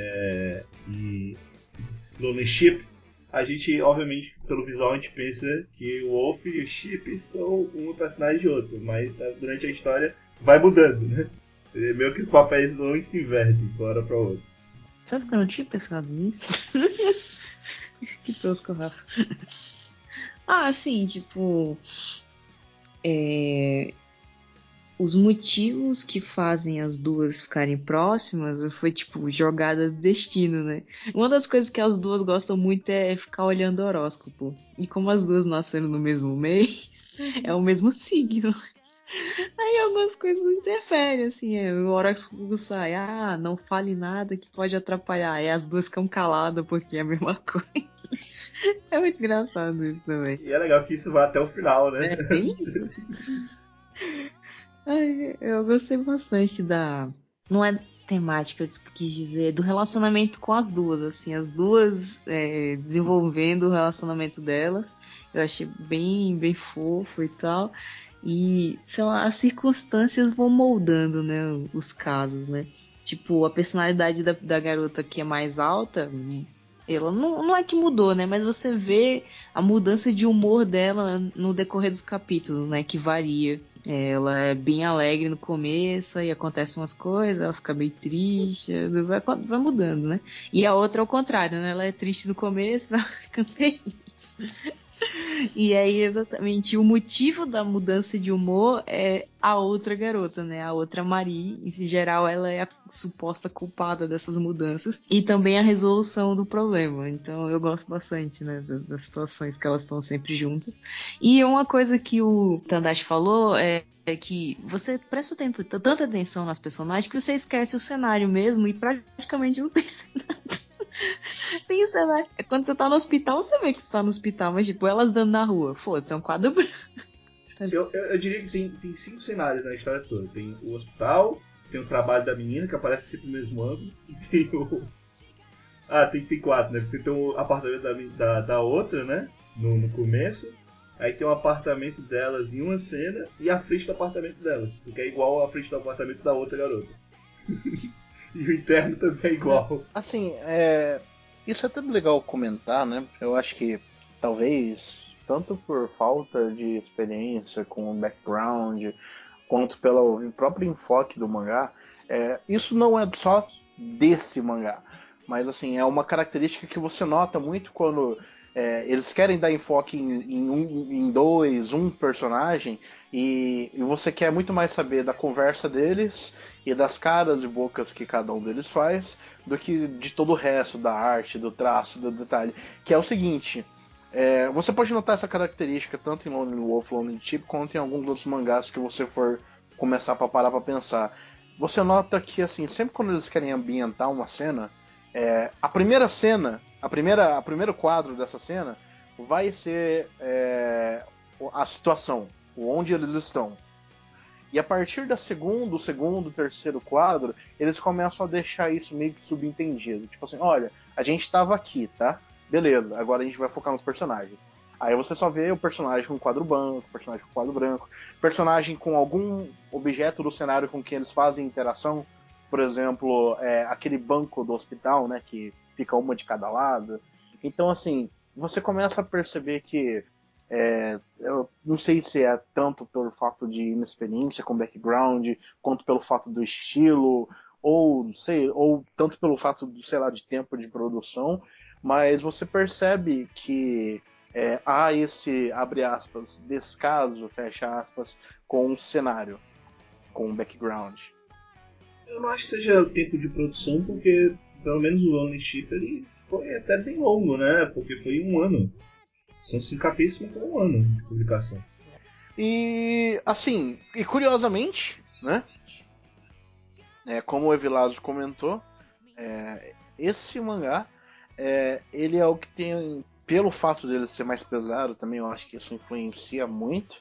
Lonely Ship, a gente, obviamente, pelo visual, a gente pensa que o Wolf e o Chip são um personagem de outro, mas durante a história vai mudando, né? Meio que os papéis não se invertem de uma hora pra outra. Sabe que eu não tinha pensado nisso? Que tosco, Rafa. Sim, tipo... Os motivos que fazem as duas ficarem próximas foi, tipo, jogada do destino, né? Uma das coisas que as duas gostam muito é ficar olhando horóscopo. E como as duas nasceram no mesmo mês, é o mesmo signo. Aí algumas coisas interferem, assim, o horóscopo sai, não fale nada que pode atrapalhar. Aí as duas ficam caladas porque é a mesma coisa. É muito engraçado isso também. E é legal que isso vai até o final, né? Tem isso? Ai, eu gostei bastante da... Não é temática, eu quis dizer, do relacionamento com as duas, assim, as duas desenvolvendo o relacionamento delas. Eu achei bem, bem fofo e tal. E, sei lá, as circunstâncias vão moldando, né, os casos, né? Tipo, a personalidade da garota que é mais alta, ela não é que mudou, né? Mas você vê a mudança de humor dela no decorrer dos capítulos, né? Que varia. Ela é bem alegre no começo, aí acontecem umas coisas, ela fica meio triste, vai mudando, né? E a outra é o contrário, né? Ela é triste no começo, ela fica feliz. E aí, exatamente, o motivo da mudança de humor é a outra garota, né? A outra Marie. Em geral, ela é a suposta culpada dessas mudanças. E também a resolução do problema. Então, eu gosto bastante, né? Das situações que elas estão sempre juntas. E uma coisa que o Tadashi falou é que você presta tanta atenção nas personagens que você esquece o cenário mesmo e praticamente não tem pensa, né? É quando você tá no hospital, você vê que você tá no hospital, mas tipo, elas dando na rua. Foda-se, é um quadro branco. Eu diria que tem 5 cenários na história toda. Tem o hospital, tem o trabalho da menina, que aparece sempre no mesmo ângulo, e tem o... tem 4, né? Porque tem o apartamento da outra, né? No começo. Aí tem o apartamento delas em uma cena e a frente do apartamento dela. Porque é igual a frente do apartamento da outra garota. E o interno também é igual. Assim, isso é até legal comentar, né? Eu acho que talvez, tanto por falta de experiência com o background, quanto pelo próprio enfoque do mangá, isso não é só desse mangá. Mas assim, é uma característica que você nota muito quando eles querem dar enfoque em dois, um personagem, e você quer muito mais saber da conversa deles e das caras e bocas que cada um deles faz do que de todo o resto, da arte, do traço, do detalhe. Que é o seguinte, você pode notar essa característica tanto em Lone Wolf, Lone Chip, quanto em alguns outros mangás que você for começar a parar pra pensar. Você nota que, assim, sempre quando eles querem ambientar uma cena, a primeira cena, o primeiro quadro dessa cena vai ser a situação, onde eles estão. E a partir do segundo, terceiro quadro, eles começam a deixar isso meio que subentendido. Tipo assim, olha, a gente estava aqui, tá? Beleza, agora a gente vai focar nos personagens. Aí você só vê o personagem com quadro branco, o personagem com quadro branco, personagem com algum objeto do cenário com que eles fazem interação. Por exemplo, aquele banco do hospital, né? Que fica uma de cada lado. Então, assim, você começa a perceber que eu não sei se é tanto pelo fato de inexperiência com background, quanto pelo fato do estilo, ou sei, ou tanto pelo fato de, sei lá, de tempo de produção, mas você percebe que há esse, abre aspas, descaso, fecha aspas, com um cenário, com um background. Eu não acho que seja o tempo de produção, porque pelo menos o Lonely Ship ele foi até bem longo, né? Porque foi um ano. São 5 capítulos, mas foi um ano de publicação. E, assim, e curiosamente, né? Como o Evilásio comentou, esse mangá, ele é o que tem, pelo fato dele ser mais pesado também, eu acho que isso influencia muito,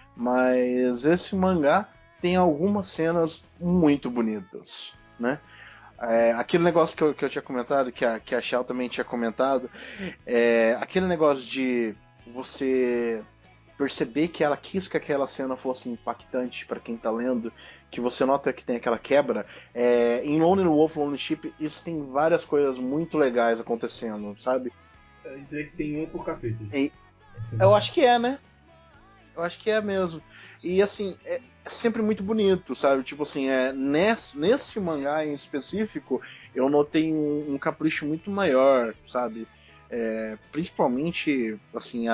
mas esse mangá tem algumas cenas muito bonitas, né? Aquele negócio que eu tinha comentado, que a Shell também tinha comentado, aquele negócio de você perceber que ela quis que aquela cena fosse impactante para quem tá lendo, que você nota que tem aquela quebra. Em Lone Wolf, Lone Ship, isso tem várias coisas muito legais acontecendo, sabe? Quer dizer que tem um por capítulo. E eu acho que é, né? Eu acho que é mesmo. E assim, é sempre muito bonito, sabe? Tipo assim, nesse mangá em específico, eu notei um capricho muito maior, sabe? Principalmente, assim,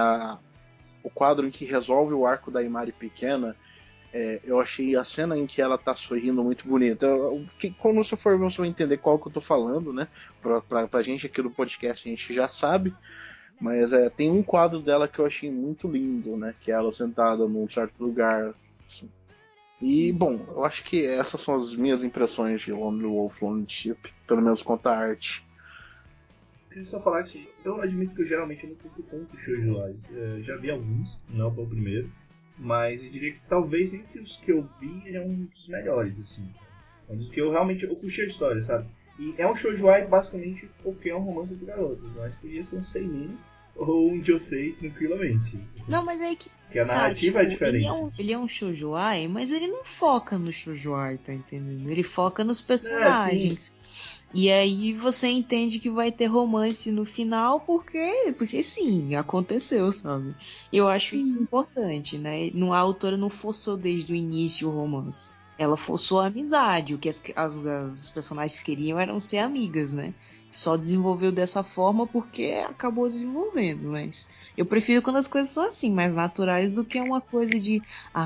o quadro em que resolve o arco da Imari pequena, eu achei a cena em que ela tá sorrindo muito bonita. Quando você for entender qual que eu tô falando, né? Pra gente aqui do podcast, a gente já sabe. Mas tem um quadro dela que eu achei muito lindo, né? Que é ela sentada num certo lugar. Assim. E, bom, eu acho que essas são as minhas impressões de Lone Wolf, Lone Chip, pelo menos quanto à arte. Queria só falar que eu admito que eu geralmente não curto tanto shoujos. Já vi alguns, não foi o primeiro, mas eu diria que talvez entre os que eu vi ele é um dos melhores, assim. Um dos que eu realmente curti a história, sabe? E é um shoujo basicamente porque é um romance de garotas, mas podia ser um seinen ou um josei tranquilamente. Não, mas aí que Que a tá, narrativa é tipo, ele é diferente. um shoujoai, mas ele não foca no shoujoai, tá entendendo? Ele foca nos Sim. personagens. E aí você entende que vai ter romance no final porque sim, aconteceu, sabe? Eu acho isso importante, né? A autora não forçou desde o início o romance. Ela forçou a amizade. O que as personagens queriam eram ser amigas, né? Só desenvolveu dessa forma porque acabou desenvolvendo, mas eu prefiro quando as coisas são assim, mais naturais, do que uma coisa de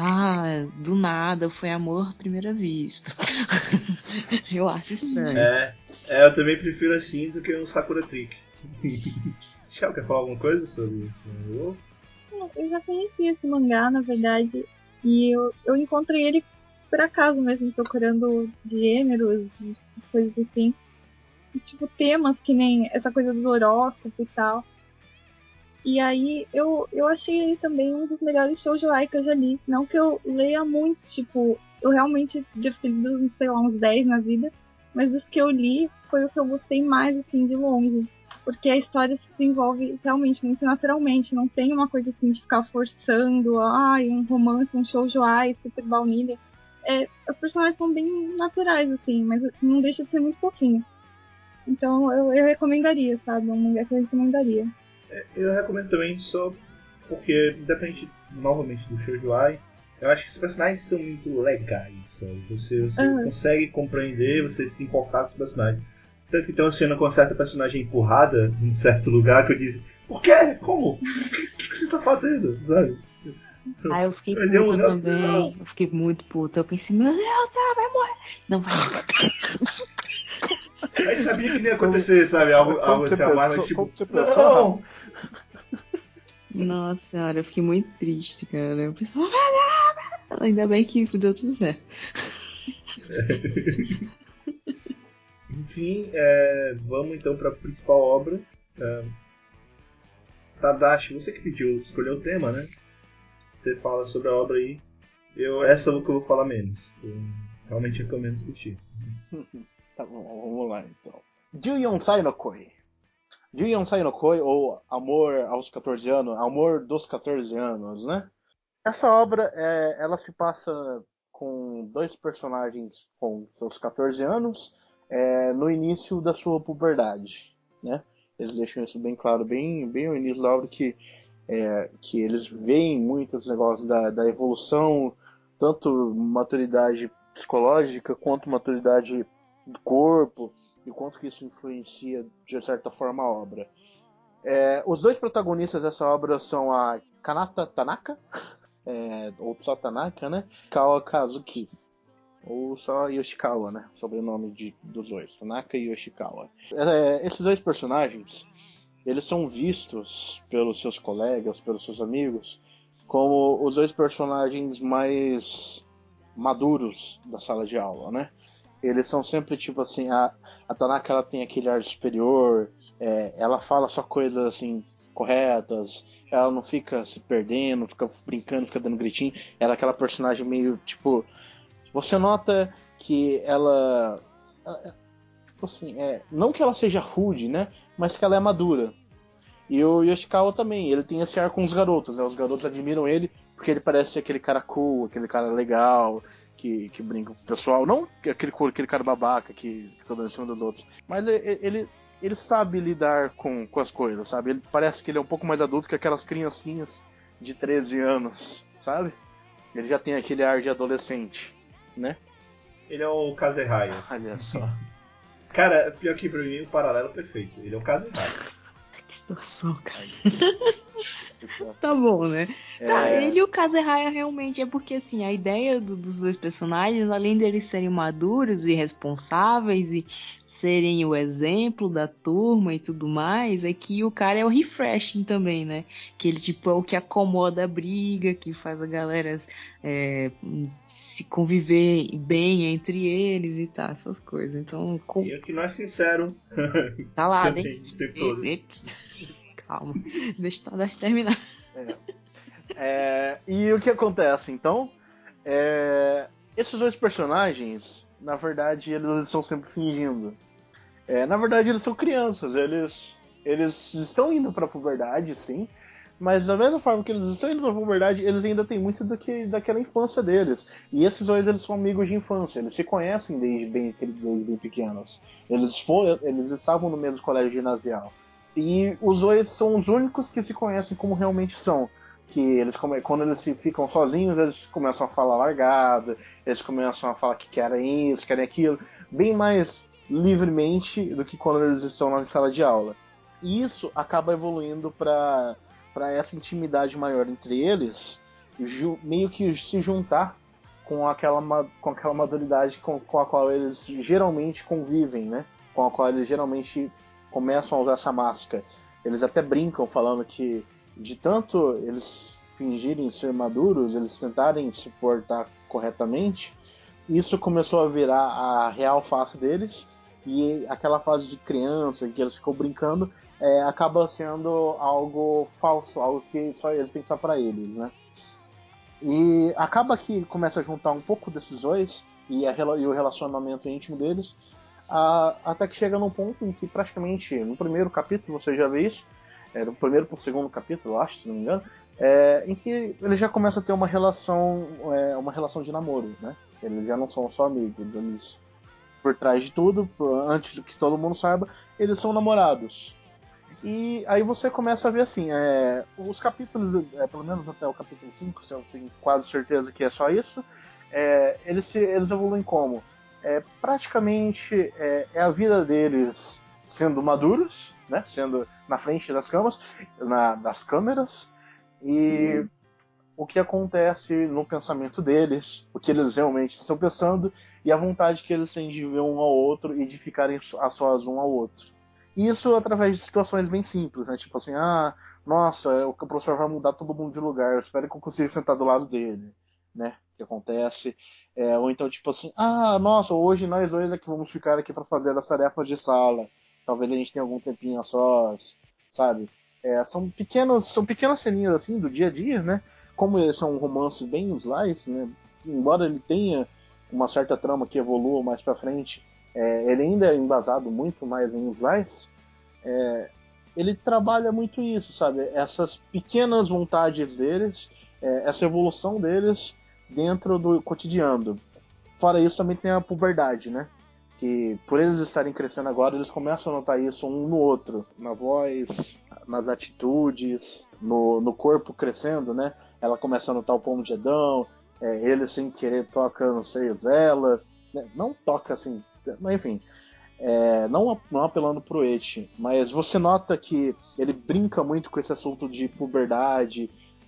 do nada foi amor à primeira vista. Eu acho estranho. Eu também prefiro assim do que um Sakura Trick. Shell, quer falar alguma coisa sobre o Wolf? Eu já conheci esse mangá, na verdade, e eu encontrei ele por acaso mesmo, procurando gêneros, coisas assim. E, tipo, temas que nem essa coisa do horóscopo e tal. E aí eu achei ele também um dos melhores shoujo que eu já li. Não que eu leia muitos, tipo, eu realmente devo ter lido, sei lá, uns 10 na vida. Mas dos que eu li, foi o que eu gostei mais, assim, de longe. Porque a história se desenvolve realmente muito naturalmente. Não tem uma coisa assim de ficar forçando, um romance, um shoujo super baunilha. Os personagens são bem naturais, assim, mas não deixa de ser muito fofinho. Então eu recomendaria, sabe? É um mangá que eu recomendaria. Eu recomendo também só porque, independente novamente do Shoujo-ai, eu acho que os personagens são muito legais, sabe? Você consegue compreender, você se importar com os personagens. Tanto que tem uma cena com uma certa personagem empurrada em certo lugar que eu disse: por quê? Como? O que você está fazendo? Sabe? Aí eu fiquei Ele é um puta não. também. Eu fiquei muito puta. Eu pensei, meu Deus, ela vai morrer. Não vai. Aí sabia que não ia acontecer, sabe? Algo assim a mais, mas tipo, como você pensou, não! Nossa senhora, eu fiquei muito triste, cara. Eu pensei, oh, meu Deus! Ainda bem que deu tudo certo. Enfim, vamos então para a principal obra. Tadashi, você que pediu, escolheu o tema, né? Você fala sobre a obra aí. Essa é o que eu vou falar menos. Eu realmente recomendo discutir. Tá bom, vamos lá então. Juyonsai no Koi. Juyonsai no Koi, ou Amor aos 14 anos, Amor dos 14 anos, né? Essa obra, ela se passa com dois personagens com seus 14 anos, no início da sua puberdade, né? Eles deixam isso bem claro, bem no início da obra, que eles veem muitos negócios da evolução, tanto maturidade psicológica quanto maturidade do corpo, e quanto que isso influencia, de certa forma, a obra. Os dois protagonistas dessa obra são a Kanata Tanaka, ou só Tanaka, né? Kawa Kazuki, ou só Yoshikawa, né? Sobrenome dos dois, Tanaka e Yoshikawa. Esses dois personagens, eles são vistos pelos seus colegas, pelos seus amigos, como os dois personagens mais maduros da sala de aula, né? Eles são sempre tipo assim, a Tanaka, ela tem aquele ar superior, ela fala só coisas assim corretas, ela não fica se perdendo, fica brincando, fica dando gritinho. Ela é aquela personagem meio tipo, você nota que tipo assim, não que ela seja rude, né? Mas que ela é madura. E o Yoshikawa também, ele tem esse ar com os garotos, né? Os garotos admiram ele porque ele parece ser aquele cara cool, aquele cara legal, que brinca com o pessoal. Não aquele cara babaca que fica dando em cima dos outros. Mas ele sabe lidar com as coisas, sabe? Ele parece que ele é um pouco mais adulto que aquelas criancinhas de 13 anos, sabe? Ele já tem aquele ar de adolescente, né? Ele é o Kazehaya. Olha só. Cara, pior que pra mim o paralelo é perfeito. Ele é o Kazehaya. Situação, cara. Tá bom, né? Tá, ele e o Kazehaya realmente é porque, assim, a ideia dos dois personagens, além deles serem maduros e responsáveis e serem o exemplo da turma e tudo mais, é que o cara é o refreshing também, né? Que ele, tipo, é o que acomoda a briga, que faz a galera se conviver bem entre eles e tal, essas coisas. Então, E o que não é sincero. calado, Também, hein? o tempo todo. Calma, deixa o Tadashi terminar. E o que acontece, então? Esses dois personagens, na verdade, eles estão sempre fingindo. Na verdade, eles são crianças, eles estão indo pra puberdade, sim, mas da mesma forma que eles estão indo pra puberdade, eles ainda têm muito daquela infância deles. E esses dois, eles são amigos de infância, eles se conhecem desde bem pequenos. Eles estavam no mesmo colégio ginasial. E os dois são os únicos que se conhecem como realmente são. Que eles, quando eles ficam sozinhos, eles começam a falar largada, eles começam a falar que querem isso, querem aquilo, bem mais livremente do que quando eles estão na sala de aula. E isso acaba evoluindo para essa intimidade maior entre eles, meio que se juntar com aquela maduridade com a qual eles geralmente convivem, né? Com a qual eles geralmente começam a usar essa máscara. Eles até brincam falando que de tanto eles fingirem ser maduros, eles tentarem se portar corretamente, isso começou a virar a real face deles, e aquela fase de criança que eles ficam brincando acaba sendo algo falso, algo que só eles têm só para eles, né? E acaba que começa a juntar um pouco desses dois e o relacionamento íntimo deles, até que chega num ponto em que praticamente no primeiro capítulo você já vê isso, do primeiro pro segundo capítulo, eu acho, se não me engano, em que ele já começa a ter uma relação de namoro, né? Eles já não são só amigos, eles, por trás de tudo, antes de que todo mundo saiba, eles são namorados. E aí você começa a ver assim, os capítulos, pelo menos até o capítulo 5, se eu tenho quase certeza que é só isso, eles evoluem como? praticamente é a vida deles sendo maduros, né? Sendo na frente das câmeras, e o que acontece no pensamento deles, o que eles realmente estão pensando, e a vontade que eles têm de ver um ao outro e de ficarem a sós um ao outro. E isso através de situações bem simples, né? Tipo assim, nossa, o professor vai mudar todo mundo de lugar, eu espero que eu consiga sentar do lado dele, né? O que acontece. Ou então, tipo assim, nossa, hoje nós dois é que vamos ficar aqui para fazer as tarefas de sala. Talvez a gente tenha algum tempinho a sós, sabe? São pequenas ceninhas assim do dia a dia, né? Como esse é um romance bem slice, né? Embora ele tenha uma certa trama que evolua mais pra frente, ele ainda é embasado muito mais em slice. Ele trabalha muito isso, sabe? Essas pequenas vontades deles, essa evolução deles dentro do cotidiano. Fora isso, também tem a puberdade, né? Que por eles estarem crescendo agora, eles começam a notar isso um no outro, na voz, nas atitudes, no corpo crescendo, né? Ela começa a notar o pomo de Adão, ele sem querer toca nos seios dela, né? Não toca assim, mas enfim, não apelando pro eti, mas você nota que ele brinca muito com esse assunto de puberdade,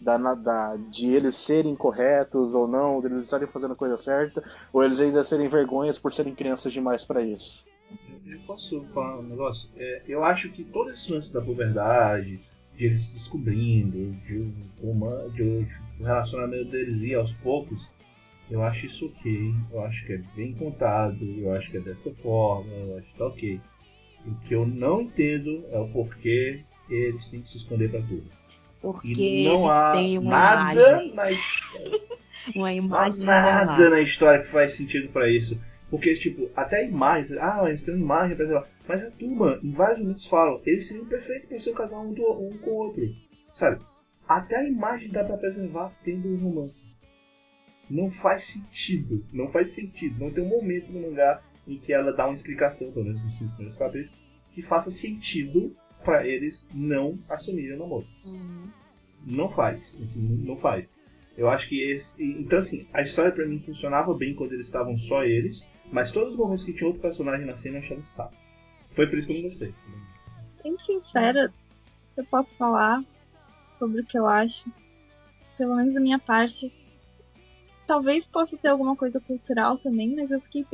de eles serem corretos ou não, de eles estarem fazendo a coisa certa, ou eles ainda serem vergonhas por serem crianças demais para isso. Eu posso falar um negócio? Eu acho que todo esse lance da puberdade, de eles se descobrindo, de o relacionamento deles ir aos poucos, eu acho isso ok. Eu acho que é bem contado, eu acho que é dessa forma, eu acho que tá ok. O que eu não entendo é o porquê eles têm que se esconder pra tudo. Porque E não eles há têm uma nada imagem. na história. Uma Não há imagem nada revelada. na história que faz sentido pra isso. Porque, tipo, até a imagem, eles têm uma imagem pra revelar. Mas a turma, em vários momentos falam, eles seriam perfeitos pra ser um casal um com o outro. Sabe? Até a imagem dá pra preservar tendo um romance. Não faz sentido. Não faz sentido. Não tem um momento no mangá em que ela dá uma explicação, pelo menos nos 5 primeiros capítulos, que faça sentido pra eles não assumirem o namoro. Não faz. Assim, não faz. Eu acho que esse. Então, assim, a história pra mim funcionava bem quando eles estavam só eles, mas todos os momentos que tinha outro personagem na cena eu achava um saco. Foi por isso que eu não gostei. Bem sincera, se eu posso falar sobre o que eu acho, pelo menos da minha parte, talvez possa ter alguma coisa cultural também, mas eu fiquei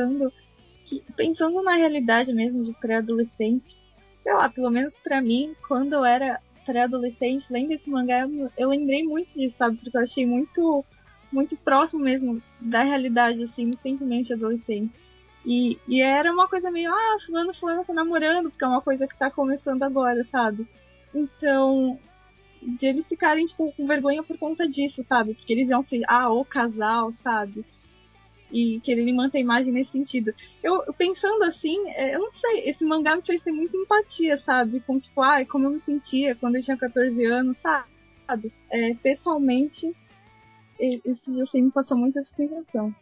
pensando na realidade mesmo de pré-adolescente, sei lá, pelo menos pra mim, quando eu era pré-adolescente, lendo esse mangá, eu lembrei muito disso, sabe? Porque eu achei muito próximo mesmo da realidade, assim, do sentimento de adolescente. E era uma coisa meio, fulano tá namorando, porque é uma coisa que tá começando agora, sabe? Então, de eles ficarem, tipo, com vergonha por conta disso, sabe? Porque eles iam ser, o casal, sabe? E quererem manter a imagem nesse sentido. Eu pensando assim, eu não sei, esse mangá me fez ter muita empatia, sabe? Com, tipo, como eu me sentia quando eu tinha 14 anos, sabe? Pessoalmente, esse dia assim me passou muito essa sensação.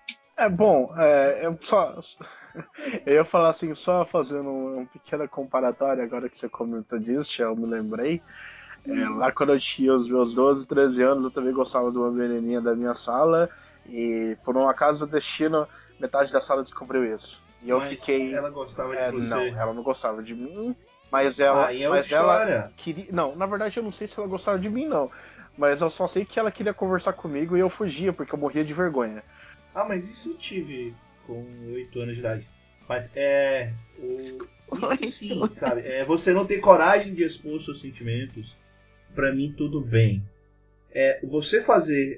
Eu ia falar assim, só fazendo um pequeno comparatório, agora que você comentou disso, eu me lembrei. Lá quando eu tinha os meus 12, 13 anos, eu também gostava de uma menininha da minha sala, e por um acaso do destino, metade da sala descobriu isso. E eu Mas fiquei. ela gostava de Não, você. ela não gostava de mim, mas Aí é outra ela história. queria. Não, na verdade eu não sei se ela gostava de mim, não. Mas eu só sei que ela queria conversar comigo e eu fugia, porque eu morria de vergonha. Mas isso eu tive com 8 anos de idade. Mas isso sim, sabe? Você não ter coragem de expor seus sentimentos, pra mim tudo bem. Você fazer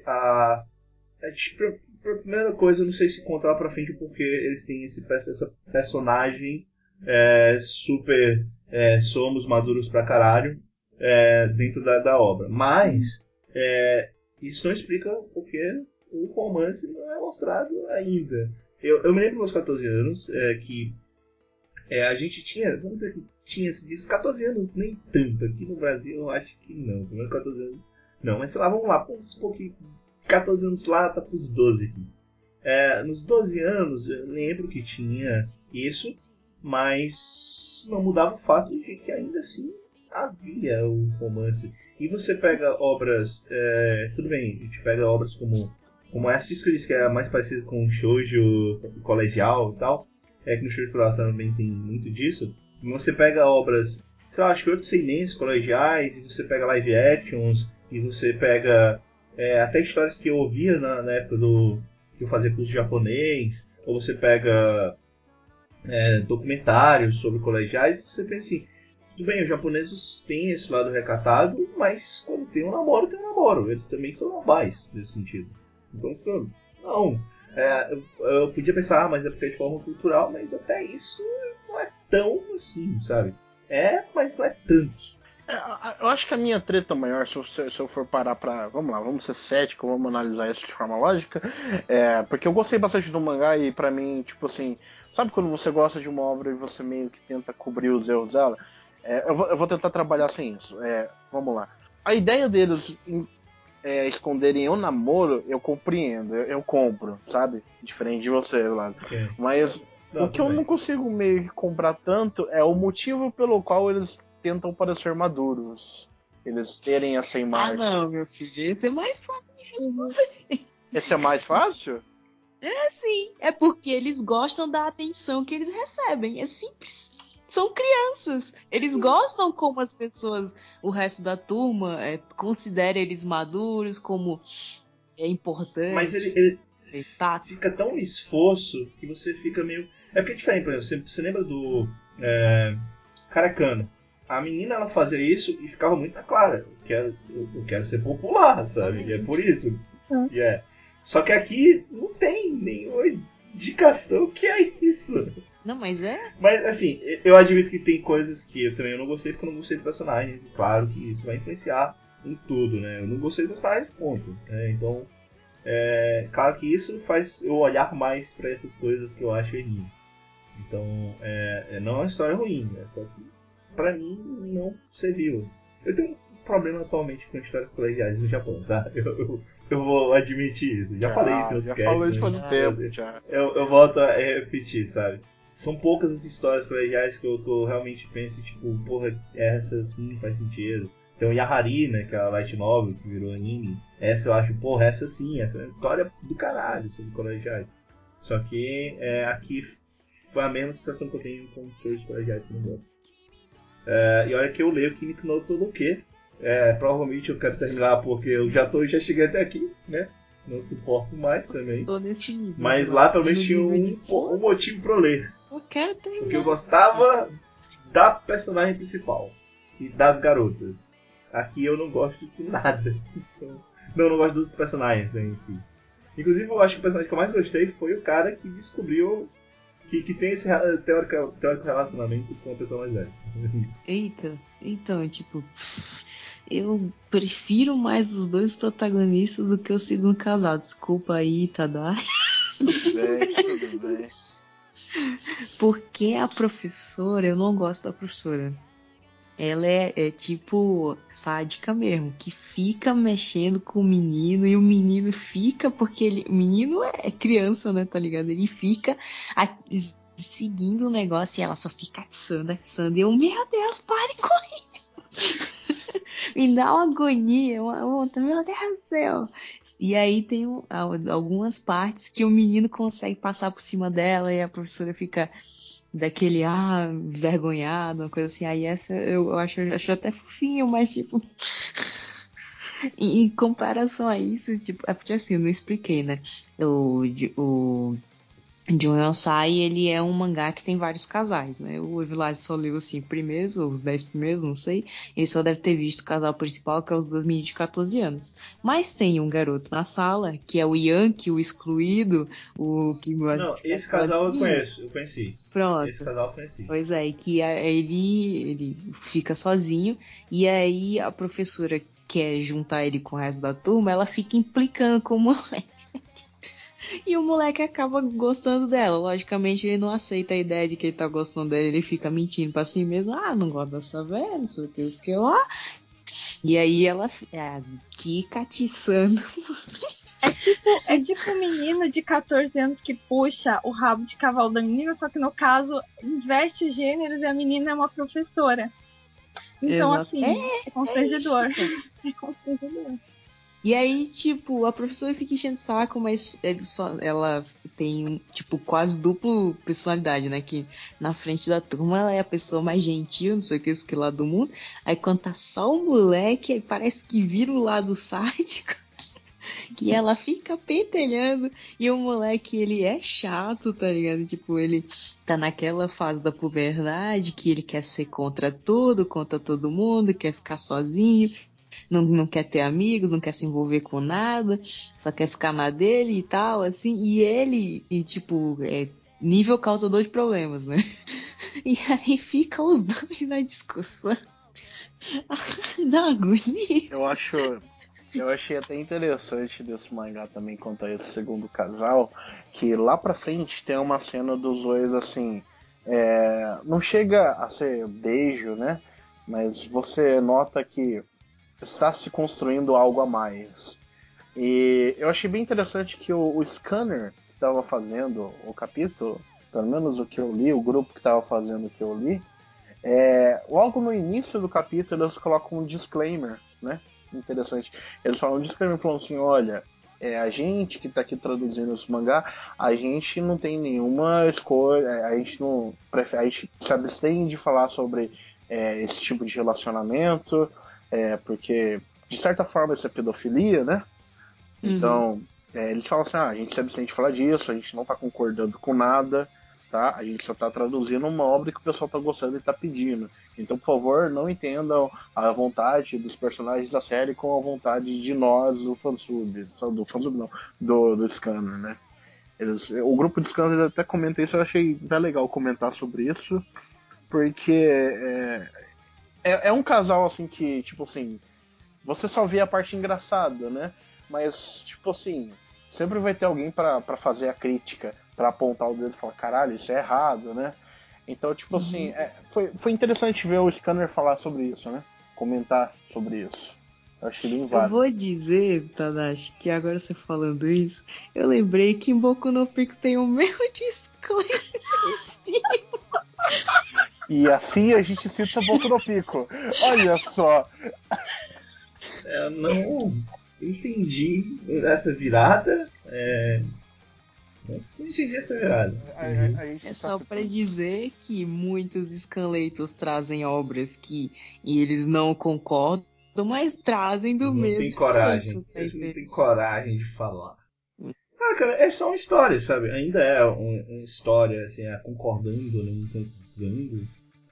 a primeira coisa, eu não sei se contar pra frente porque eles têm essa personagem super somos maduros pra caralho dentro da obra. Mas isso não explica porque o romance não é mostrado ainda. Eu me lembro dos meus 14 anos que a gente tinha, vamos dizer que tinha se diz 14 anos, nem tanto. Aqui no Brasil eu acho que não. Primeiro 14 anos. Não, mas sei lá, vamos lá, uns pouquinho. 14 anos lá, tá pros 12 aqui. Nos 12 anos eu lembro que tinha isso, mas não mudava o fato de que ainda assim havia o romance. E você pega obras. Tudo bem, a gente pega obras como como essa que eu disse que é mais parecido com o shoujo colegial e tal, é que no shoujo colegial também tem muito disso. E você pega obras, sei lá, acho que outros seinens colegiais, e você pega live actions, e você pega até histórias que eu ouvia na época que eu fazia curso de japonês, ou você pega documentários sobre colegiais, e você pensa assim, tudo bem, os japoneses têm esse lado recatado, mas quando tem um namoro, tem um namoro. Eles também são normais nesse sentido. Então, não. Eu podia pensar, mas é porque é de forma cultural, mas até isso não é tão assim, sabe? Mas não é tanto. Eu acho que a minha treta maior, se eu for parar pra. Vamos lá, vamos ser cético, vamos analisar isso de forma lógica. Porque eu gostei bastante do mangá e pra mim, tipo assim. Sabe quando você gosta de uma obra e você meio que tenta cobrir os erros dela? Eu vou tentar trabalhar sem isso. Vamos lá. A ideia deles esconderem o namoro, eu compreendo, eu compro, sabe? Diferente de você, Vlad. Okay. Mas o que eu não consigo meio que comprar tanto é o motivo pelo qual eles tentam parecer maduros. Eles terem essa imagem. Ah, não, meu filho, esse é mais fácil. Esse é mais fácil? Sim, é porque eles gostam da atenção que eles recebem. É simples. São crianças. Eles gostam como as pessoas, o resto da turma, considera eles maduros, como é importante. Mas ele status. Fica tão no esforço que você fica meio. É porque é diferente, por exemplo, você lembra do Karakana? A menina ela fazia isso e ficava muito na clara. Eu quero ser popular, sabe? E é por isso. Só que aqui não tem nenhuma indicação que é isso. Não, mas Mas assim, eu admito que tem coisas que eu também não gostei porque eu não gostei dos personagens. E claro que isso vai influenciar em tudo, né? Eu não gostei dos personagens, ponto. Então, claro que isso faz eu olhar mais para essas coisas que eu acho ruins. Então, não é uma história ruim, só que pra mim não serviu. Eu tenho um problema atualmente com histórias colegiais no Japão, tá? Eu vou admitir isso. Já falei isso em outros casts. Falou isso faz um tempo, já. Eu volto a repetir, sabe? São poucas as histórias colegiais que eu realmente penso, tipo, porra, essa sim faz sentido. Tem o Yahari, né, que é a light novel que virou anime. Essa eu acho, porra, essa sim, essa é uma história do caralho sobre colegiais. Só que aqui foi a mesma sensação que eu tenho com os colegiais que eu não gosto. E olha que eu leio Kimi no Todoke. Provavelmente eu quero terminar porque eu já cheguei até aqui, né? Não suporto mais também. tô nesse nível. Mas lá pelo menos tinha um motivo pra eu ler. Só quero terminar. Porque eu gostava da personagem principal e das garotas. Aqui eu não gosto de nada. Não gosto dos personagens em si. Inclusive eu acho que o personagem que eu mais gostei foi o cara que descobriu que tem esse teórico relacionamento com a pessoa mais velha. Eita, então, tipo, eu prefiro mais os dois protagonistas do que o segundo casal. Desculpa aí, Tadá. Tudo bem. Porque a professora, eu não gosto da professora. Ela é tipo sádica mesmo, que fica mexendo com o menino e o menino fica, porque o menino é criança, né, tá ligado? Ele fica seguindo o negócio e ela só fica atiçando. E eu, meu Deus, pare com isso! Me dá uma agonia, meu Deus do céu! E aí tem algumas partes que o menino consegue passar por cima dela e a professora fica daquele vergonhado, uma coisa assim. Aí essa eu acho até fofinho, mas tipo em comparação a isso, tipo, é porque assim, eu não expliquei, né? O Jun Yonsai, ele é um mangá que tem vários casais, né? O Evilage só leu os 5 primeiros, ou os 10 primeiros, não sei. Ele só deve ter visto o casal principal, que é os 2 meninos de 14 anos. Mas tem um garoto na sala, que é o Yankee, o excluído, o que gosta Não, de ficar esse casal sozinho. eu conheci. Pronto. Esse casal eu conheci. Pois é, que ele fica sozinho, e aí a professora quer juntar ele com o resto da turma, ela fica implicando com o moleque. E o moleque acaba gostando dela. Logicamente, ele não aceita a ideia de que ele tá gostando dela. Ele fica mentindo pra si mesmo. Não gosto dessa velha, não sei o que, isso que lá. E aí ela fica atiçando. É tipo um menino de 14 anos que puxa o rabo de cavalo da menina, só que no caso inverte os gêneros e a menina é uma professora. Então, Exato. assim, é constrangedor. Isso, É constrangedor. E aí, tipo, a professora fica enchendo o saco, mas ela tem, tipo, quase duplo personalidade, né? Que na frente da turma ela é a pessoa mais gentil, não sei o que, isso que lá do mundo. Aí quando tá só o moleque, aí parece que vira o lado sádico, que ela fica pentelhando. E o moleque, ele é chato, tá ligado? Tipo, ele tá naquela fase da puberdade que ele quer ser contra tudo, contra todo mundo, quer ficar sozinho. Não quer ter amigos, não quer se envolver com nada, só quer ficar na dele e tal, assim, tipo, nível causador de problemas, né? E aí fica os dois na discussão. Dá agonia. Eu achei até interessante desse mangá também quanto a esse segundo casal, que lá pra frente tem uma cena dos dois assim, não chega a ser beijo, né? Mas você nota que está se construindo algo a mais. E eu achei bem interessante que o Scanner que estava fazendo o capítulo, pelo menos o que eu li, o grupo que estava fazendo o que eu li, logo no início do capítulo eles colocam um disclaimer, né? Interessante. Eles falam um disclaimer falando assim, olha, a gente que está aqui traduzindo esse mangá, a gente não tem nenhuma escolha, a gente não prefere, a gente se abstém de falar sobre esse tipo de relacionamento, porque de certa forma isso é pedofilia, né? Uhum. Então, eles falam assim, a gente se abstém de falar disso, a gente não está concordando com nada, tá? A gente só está traduzindo uma obra que o pessoal está gostando e está pedindo. Então, por favor, não entendam a vontade dos personagens da série com a vontade de nós, do fansub, só do fansub não, do Scanner, né? O grupo de Scanner até comenta isso, eu achei até legal comentar sobre isso, porque é um casal assim que, tipo assim, você só vê a parte engraçada, né? Mas, tipo assim, sempre vai ter alguém pra fazer a crítica, pra apontar o dedo e falar, caralho, isso é errado, né? Então, tipo assim, Uhum. foi interessante ver o Scanner falar sobre isso, né? Comentar sobre isso. Eu achei bem Eu válido. vou dizer, Tadashi, que agora você falando isso, eu lembrei que em Boku no Pico tem o meu disclaimer. E assim a gente cita Boku no Pico. Olha só. Eu não entendi essa virada. Não entendi essa virada. Entendi. A gente É tá só pra citando. dizer que muitos scanleitos trazem obras que eles não concordam, mas trazem do Eles não têm mesmo coragem. jeito, tá Eles não entendendo? têm coragem de falar. Ah, cara, é só uma história, sabe? Ainda é uma história, assim, concordando, não concordando.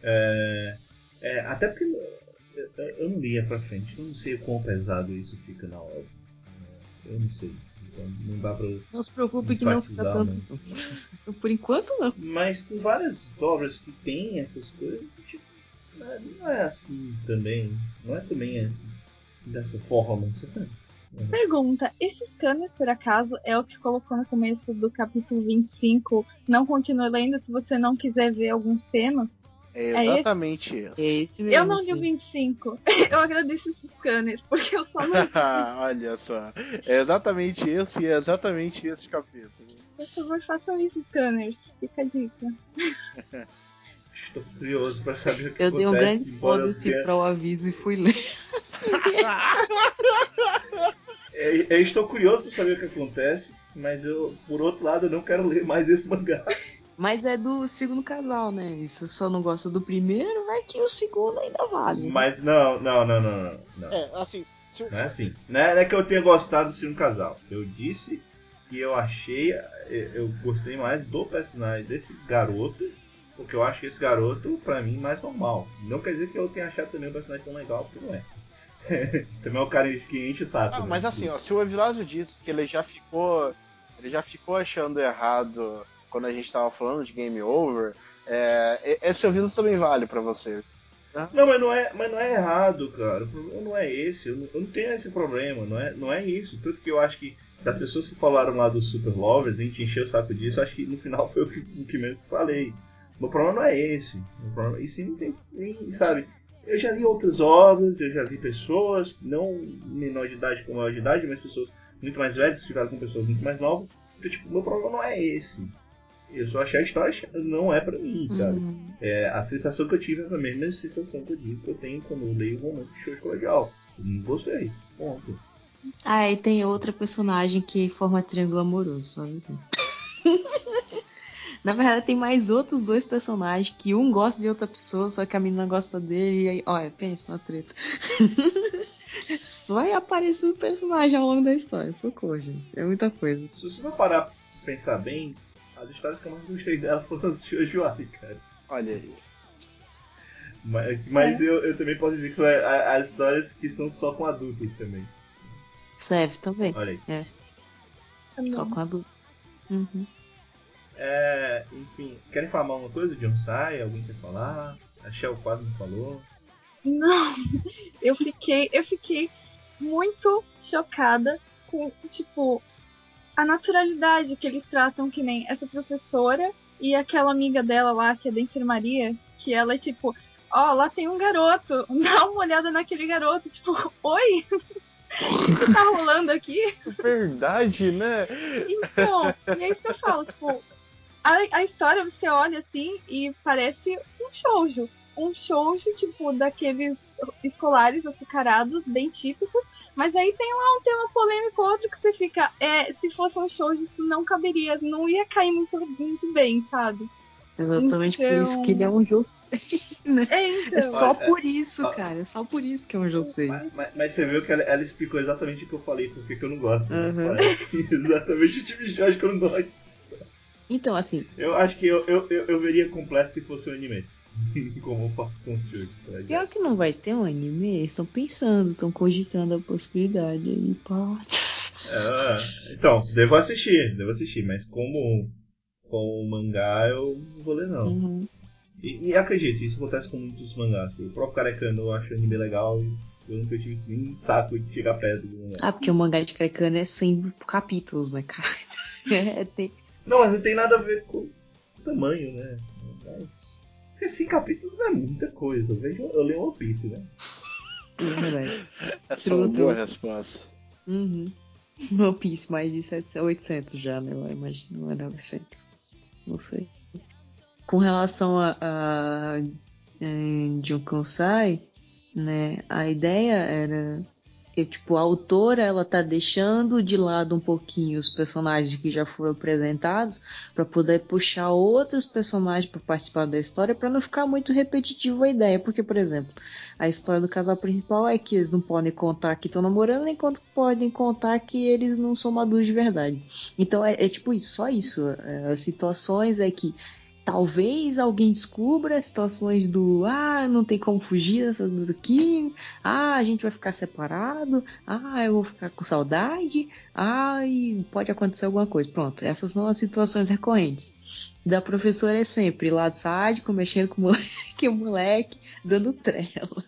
Até porque eu não lia pra frente. Eu não sei o quão pesado isso fica na obra. Eu não sei. Então não dá pra eu Não se preocupe que não fica enfatizar tanto. muito. Por enquanto, não. Mas tem várias obras que tem essas coisas e, tipo, não é assim também. Não é também dessa forma, sabe? Pergunta: esse scanner, por acaso, é o que colocou no começo do capítulo 25? Não continue lendo se você não quiser ver alguns temas? É É esse? exatamente É isso. esse Eu mesmo, não li o sim. 25. Eu agradeço esses scanners, porque eu só não li. Olha só. É exatamente esse e é exatamente esse capítulo. Por favor, façam isso, scanners. Fica a dica. Estou curioso pra saber o que Eu dei um grande acontece, embora eu foda-se tenha. para o aviso e fui ler. Eu estou curioso pra saber o que acontece, mas eu, por outro lado, eu não quero ler mais esse mangá. Mas é do segundo casal, né? E se você só não gosta do primeiro, vai que o segundo ainda vale, né? Mas não. Assim, Não é assim. Não é que eu tenha gostado do segundo casal. Eu disse que eu achei. Eu gostei mais do personagem desse garoto. Porque eu acho que esse garoto, pra mim, mais normal. Não quer dizer que eu tenha achado também o personagem tão legal, porque não é. Também é o cara que enche o saco, né? mas assim, ó, se o Evilásio disse que ele já ficou achando errado quando a gente tava falando de Game Over, esse aviso também vale pra você. Tá? Não, mas não é errado, cara. O problema não é esse. Eu não tenho esse problema. Não é isso. Tanto que eu acho que das pessoas que falaram lá do Super Lovers, a gente encheu o saco disso, eu acho que no final foi o que menos falei. O meu problema não é esse. O problema, e sim, sabe? Eu já li outras obras, eu já vi pessoas, não menor de idade com maior de idade, mas pessoas muito mais velhas que ficaram com pessoas muito mais novas. Então, tipo, o meu problema não é esse. Eu só achei a história não é pra mim, sabe? Uhum. A sensação que eu tive é a mesma sensação que eu digo que eu tenho quando eu leio romance de show de colegial. Eu não gostei. Ponto. Ah, e tem outra personagem que forma triângulo amoroso, só assim. Na verdade, tem mais outros dois personagens que um gosta de outra pessoa, só que a menina gosta dele, e aí, olha, pensa na treta. Só vai aparecendo personagem ao longo da história, socorro, gente. É muita coisa. Se você for parar pra pensar bem, as histórias que eu mais gostei dela foram as de Shoujo Ai, cara. Olha aí. Mas eu também posso dizer que as histórias que são só com adultos também. Serve também. Olha isso. É, Também. só com adulto. Uhum. Enfim, querem falar alguma coisa de Onsai? Alguém quer falar? A Shell quase não falou. Não, eu fiquei muito chocada com, tipo, a naturalidade que eles tratam, que nem essa professora e aquela amiga dela lá, que é da enfermaria, que ela é tipo, ó, lá tem um garoto, dá uma olhada naquele garoto, tipo, oi, o que tá rolando aqui? Verdade, né? Então, e é isso que eu falo, tipo, a história você olha assim e parece um shoujo. Um shoujo, tipo, daqueles escolares açucarados, bem típicos, mas aí tem lá um tema polêmico, outro que você fica, se fosse um shoujo, isso não caberia, não ia cair muito bem, sabe? Exatamente por isso que ele é Então. um josei, né? É Então. só Olha, por isso, cara. É só por isso que é um josei. mas você viu que ela explicou exatamente o que eu falei, porque que eu não gosto, né? Uhum. Parece exatamente o tipo de Jorge que eu não gosto. Então, assim, Eu acho que eu veria completo se fosse um anime. Como eu faço com os jogos, tá ligado? pior que não vai ter um anime, eles estão pensando, estão cogitando a possibilidade aí, pá. Então, devo assistir, mas como mangá eu não vou ler não. Uhum. E acredite, isso acontece com muitos mangás. O próprio Karekano eu acho anime legal e eu nunca tive nem saco de chegar perto do mangá. Ah, porque o mangá de Karekano é 100 capítulos, né, cara? Tem... Não, mas não tem nada a ver com o tamanho, né? Mas. Porque 5 capítulos não é muita coisa. Eu leio One Piece, né? É verdade. Essa é uma boa resposta. Uhum. One Piece, mais de 700, 800 já, né? Eu imagino, não é 900. Não sei. Com relação a Junkonsai, né? A ideia era que, tipo, a autora, ela tá deixando de lado um pouquinho os personagens que já foram apresentados para poder puxar outros personagens para participar da história para não ficar muito repetitivo a ideia. Porque, por exemplo, a história do casal principal é que eles não podem contar que estão namorando, enquanto podem contar que eles não são maduros de verdade. Então é tipo isso, só isso. As situações é que talvez alguém descubra situações do não tem como fugir dessas coisas aqui, a gente vai ficar separado, eu vou ficar com saudade, e pode acontecer alguma coisa. Pronto, essas são as situações recorrentes. Da professora é sempre lado sádico, mexendo com o moleque, dando trela.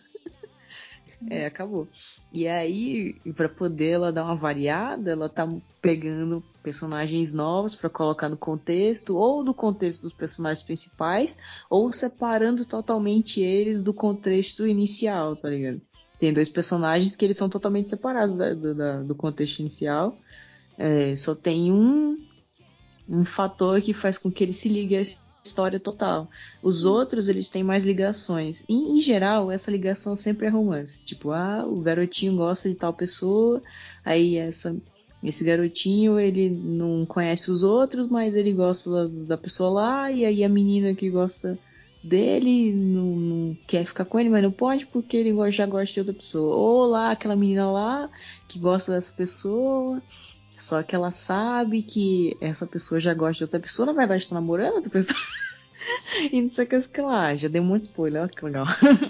Acabou. E aí, pra poder ela dar uma variada, ela tá pegando personagens novos pra colocar no contexto, ou do contexto dos personagens principais, ou separando totalmente eles do contexto inicial, tá ligado? Tem dois personagens que eles são totalmente separados do contexto inicial. Só tem um fator que faz com que ele se ligue à história total. Os outros, eles têm mais ligações. E, em geral, essa ligação sempre é romance. Tipo, o garotinho gosta de tal pessoa, aí esse garotinho, ele não conhece os outros, mas ele gosta da pessoa lá, e aí a menina que gosta dele não quer ficar com ele, mas não pode porque ele já gosta de outra pessoa. Ou lá, aquela menina lá que gosta dessa pessoa, só que ela sabe que essa pessoa já gosta de outra pessoa, na verdade tá namorando outra pessoa. E não sei o que lá. Já dei um monte de spoiler, olha que legal.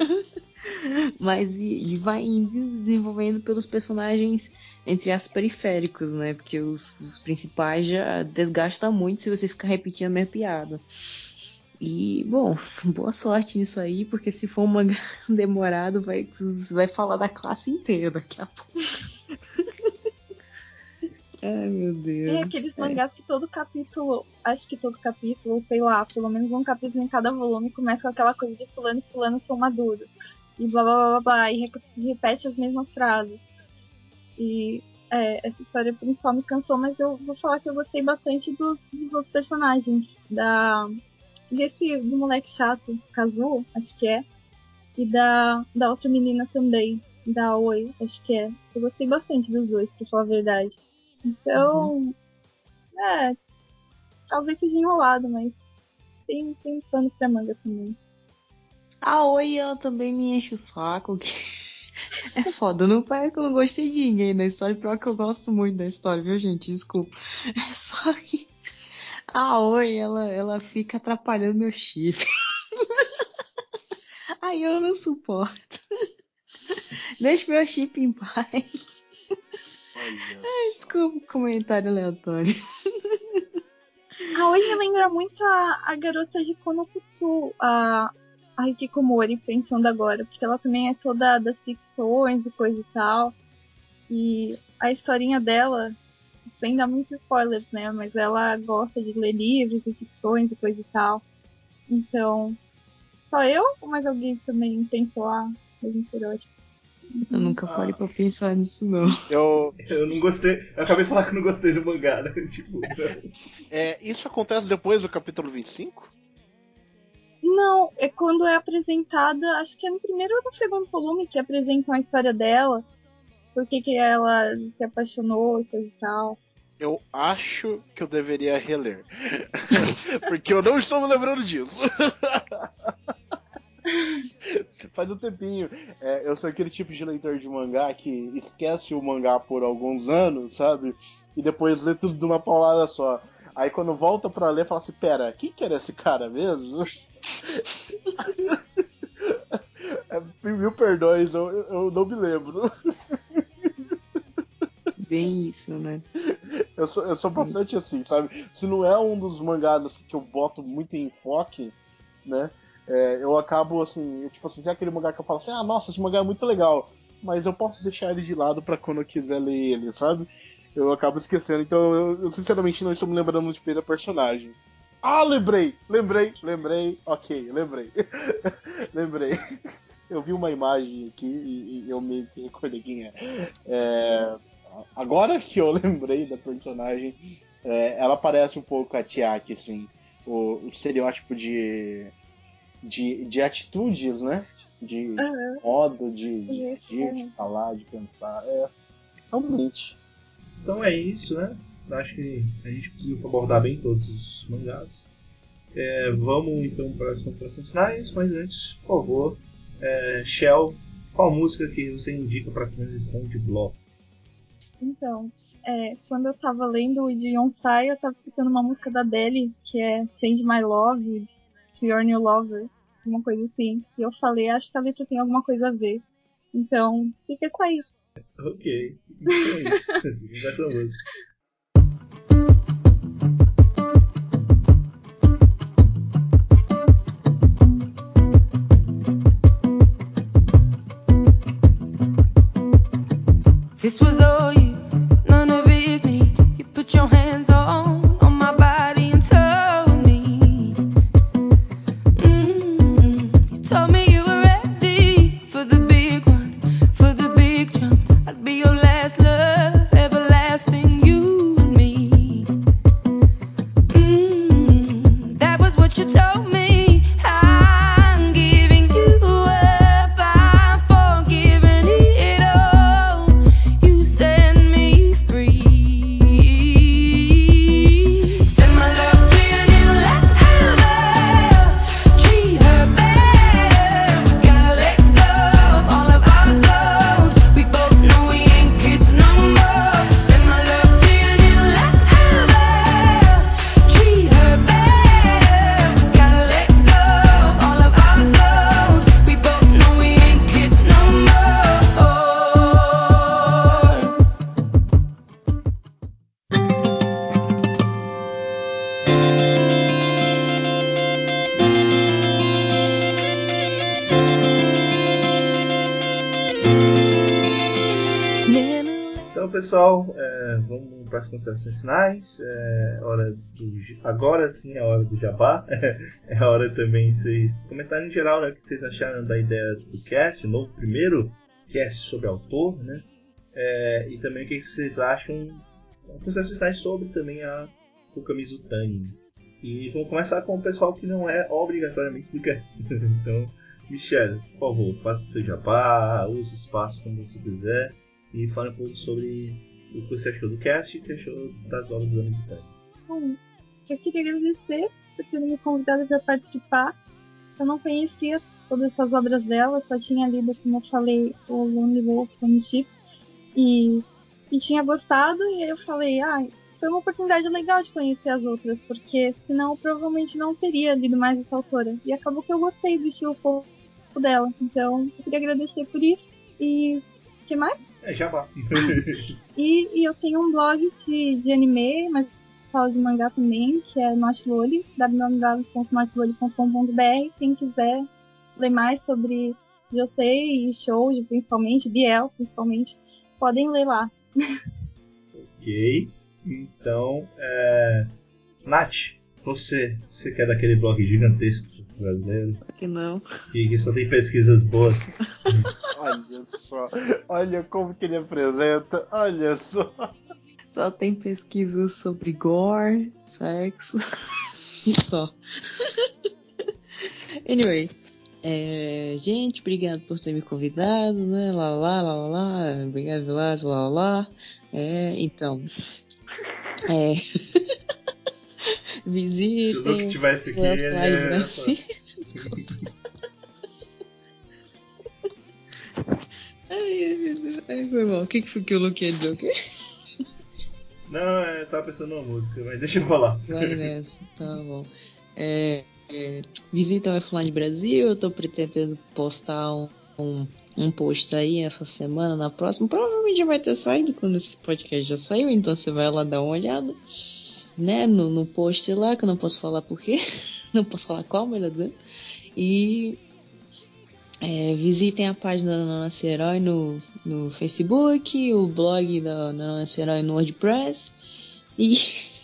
Mas e vai desenvolvendo pelos personagens, entre as periféricos, né? Porque os principais já desgastam muito se você ficar repetindo a mesma piada. E, bom, boa sorte nisso aí, porque se for um mangá demorado, vai falar da classe inteira daqui a pouco. Ai, meu É Deus. aqueles mangás que todo capítulo, acho que todo capítulo, sei lá, pelo menos um capítulo em cada volume começa com aquela coisa de fulano e fulano são maduros. E blá blá blá blá, blá e repete as mesmas frases. E essa história principal me cansou, mas eu vou falar que eu gostei bastante dos outros personagens. Do moleque chato, Kazuo, acho que é. E da outra menina também. da Aoi, acho que é. Eu gostei bastante dos dois, pra falar a verdade. Então, talvez seja enrolado, mas tem pano pra manga também. A Oi, ela também me enche o saco. Que é foda, não parece que eu não gostei de ninguém da história. Pior que eu gosto muito da história, viu, gente? Desculpa. É só que a Oi, ela fica atrapalhando meu chip. Aí eu não suporto. Deixa meu chip em paz. Olha só. Desculpa o comentário aleatório. A Aoi me lembra muito a garota de Konokutsu, a Hikikomori, pensando agora, porque ela também é toda das ficções e coisa e tal. E a historinha dela, sem dar muitos spoilers, né? Mas ela gosta de ler livros e ficções e coisa e tal. Então, só eu ou mais alguém também pensou mesmo estereótipo? Eu nunca parei pra pensar nisso, não. Eu não gostei. Eu acabei de falar que eu não gostei do mangá, né? Tipo, Isso acontece depois do capítulo 25? Não, é quando é apresentada, acho que é no primeiro ou no segundo volume que apresentam a história dela, por que ela se apaixonou e coisa e tal. Eu acho que eu deveria reler. Porque eu não estou me lembrando disso. Faz um tempinho. Eu sou aquele tipo de leitor de mangá que esquece o mangá por alguns anos, sabe? E depois lê tudo de uma paulada só. Aí quando volta pra ler, fala assim: pera, quem que era esse cara mesmo? Mil perdões, eu não me lembro. Bem isso, né? Eu sou bastante assim, sabe? Se não é um dos mangás assim, que eu boto muito em enfoque, né? Eu acabo assim, tipo assim, se é aquele mangá que eu falo assim, nossa, esse mangá é muito legal, mas eu posso deixar ele de lado pra quando eu quiser ler ele, sabe? Eu acabo esquecendo, então eu sinceramente não estou me lembrando muito bem da personagem. Lembrei, ok, lembrei. Lembrei. Eu vi uma imagem aqui e eu me recordei quem é. Agora que eu lembrei da personagem, ela parece um pouco a Chiaki, assim. O estereótipo de atitudes, né? De Aham, modo de uhum, agir, de falar, de pensar. Realmente. então é isso, né? Acho que a gente conseguiu abordar bem todos os mangás. Vamos então para as considerações finais, mas antes, por favor, Shell, qual música que você indica para transição de bloco? Então, quando eu tava lendo o de Yonsai, eu tava escutando uma música da Adele, que é Send My Love to Your New Lover, uma coisa assim. E eu falei, acho que a letra tem alguma coisa a ver. Então, fica com aí. Ok, então é isso. Fica com essa música. This was all you, none of it me. You put your hands on my body and told me. You told me you were ready for the big one, for the big jump. I'd be your last love, everlasting, you and me. That was what you told me. I'm giving you up, I'm forgiving it all. You set me free. Send my love to your new lover. Treat her better. We gotta let go of all of our goals. We both know we ain't kids no more. Send my love to your new lover. Treat her better. We gotta let go of all of our goals. We both know we ain't kids no more. Então, pessoal, vamos para as considerações finais. Agora sim é a hora do jabá. É a hora também de vocês comentarem em geral, né, o que vocês acharam da ideia do cast, o novo primeiro cast sobre autor, né? E também o que vocês acham, considerações finais sobre também a Fukamizu Tani. E vamos começar com o pessoal que não é obrigatoriamente do cast. Então, Michelle, por favor, faça seu jabá, use o espaço como você quiser e fale um pouco sobre o que você achou do cast e o que achou das obras da Mizutani. Bom, eu queria agradecer por terem me convidado para participar. Eu não conhecia todas essas obras dela, só tinha lido, como eu falei, o Lone Wolf Friendship e tinha gostado, e aí eu falei, foi uma oportunidade legal de conhecer as outras, porque senão eu provavelmente não teria lido mais essa autora. E acabou que eu gostei do estilo fofo dela, então eu queria agradecer por isso. E o que mais? Jabá. E eu tenho um blog de anime, mas falo de mangá também, que é Notloli, www.notloli.com.br. Quem quiser ler mais sobre Josei e Shoujo, principalmente, Biel, principalmente, podem ler lá. Ok. Então, Nath, você que é daquele blog gigantesco brasileiro, Que não. que só tem pesquisas boas. Olha só, olha como que ele apresenta, olha só. Só tem pesquisas sobre gore, sexo e só. Anyway, gente, obrigado por ter me convidado, né? Lá. Obrigado, Vilas, lá. Então, Se o Luke visitem tivesse o aqui, ele Elflight ia falar. Brasil. Ai, meu Deus. Ai, foi mal. O que foi que o Luke ia dizer? O quê? Não, eu tava pensando numa música, mas deixa eu falar. Vai nessa, tá bom. Visita o Offline Brasil, eu tô pretendendo postar um post aí essa semana, na próxima. Provavelmente já vai ter saído quando esse podcast já saiu, então você vai lá dar uma olhada, né, no post lá, que eu não posso falar por quê, não posso falar qual, melhor dizendo. E visitem a página da Nossa Herói no Facebook, o blog da Nossa Herói no WordPress e...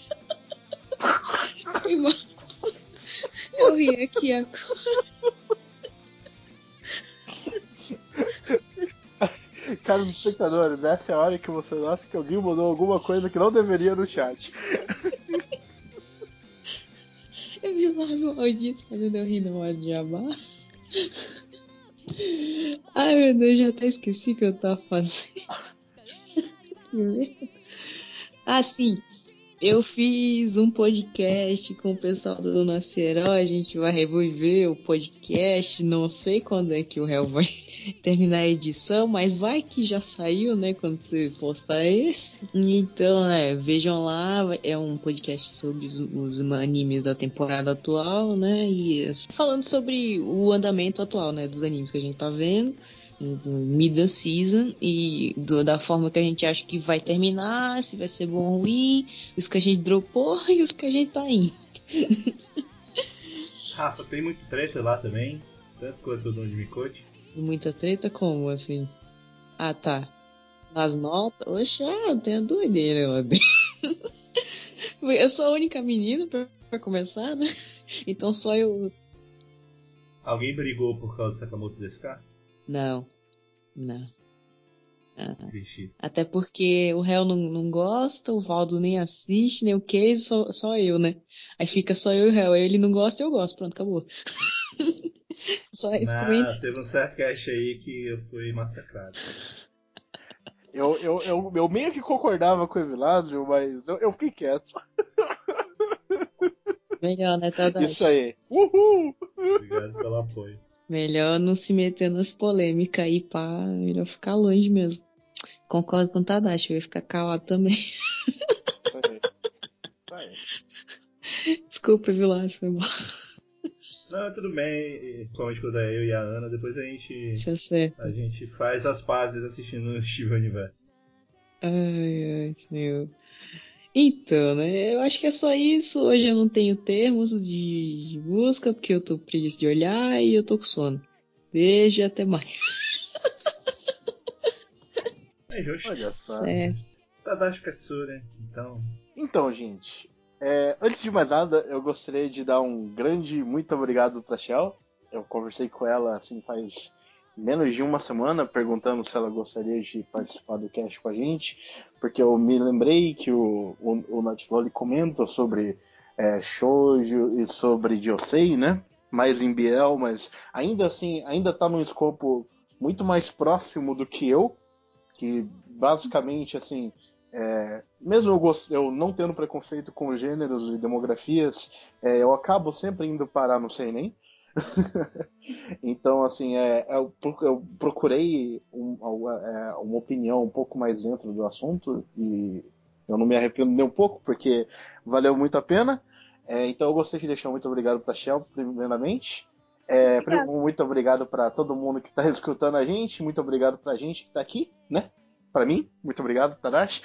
Eu ri aqui agora. Caros espectadores, essa é a hora que você nota que alguém mandou alguma coisa que não deveria no chat. Eu vi lá no maldito fazendo eu rir na hora de jabá. Ai meu Deus, já até esqueci o que eu tava fazendo. Que merda. Ah, sim. Eu fiz um podcast com o pessoal do Nosso Herói. A gente vai reviver o podcast. Não sei quando é que o réu vai terminar a edição, mas vai que já saiu, né? Quando você postar esse. Então, vejam lá. É um podcast sobre os animes da temporada atual, né? E falando sobre o andamento atual, né? Dos animes que a gente tá vendo. Mid-season e da forma que a gente acha que vai terminar, se vai ser bom ou ruim, os que a gente dropou e os que a gente tá indo. Rafa, tem muito treta lá também, tanto quanto o Donde Me Coach. E muita treta, como assim? Ah, tá. Nas notas? Oxe, eu tenho doideira lá dentro. Eu sou a única menina pra começar, né? Então só eu. Alguém brigou por causa do Sakamoto DSK? Não, não. Triste. Até porque o réu não gosta, o Valdo nem assiste, nem o Case, só eu, né? Aí fica só eu e o réu. Ele não gosta, eu gosto. Pronto, acabou. Só isso também. Não, teve um certo cast aí que eu fui massacrado. Eu meio que concordava com o Evilásio, mas eu fiquei quieto. Melhor, né, Isso Tadashi? aí. Uhul! Obrigado pelo apoio. Melhor não se meter nas polêmicas aí, pá. Melhor ficar longe mesmo. Concordo com o Tadashi, eu ia ficar calado também. Isso aí. Desculpa, Vilas, foi mal. Não, tudo bem, principalmente quando é eu e a Ana, depois a gente Isso. faz as pazes assistindo o Steven Universo. Ai, senhor. Então, né? Eu acho que é só isso. Hoje eu não tenho termos de busca, porque eu tô preguiça de olhar e eu tô com sono. Beijo e até mais. É justo. Olha só. Certo. Tadashi Katsura, então. Então, gente, antes de mais nada, eu gostaria de dar um grande muito obrigado pra Shell. Eu conversei com ela assim faz menos de uma semana, perguntando se ela gostaria de participar do cast com a gente, porque eu me lembrei que o Natloli comenta sobre shoujo e sobre Josei, né? mais em Biel, mas ainda assim, ainda tá num escopo muito mais próximo do que eu, que basicamente, assim, mesmo eu não tendo preconceito com gêneros e demografias, eu acabo sempre indo parar no seinen. Então, assim, eu procurei uma opinião um pouco mais dentro do assunto e eu não me arrependo nem um pouco, porque valeu muito a pena. Então, eu gostaria de deixar muito obrigado para a Shell, primeiramente. Obrigada. Muito obrigado para todo mundo que está escutando a gente. Muito obrigado para a gente que está aqui, né? Para mim, muito obrigado, Tadashi.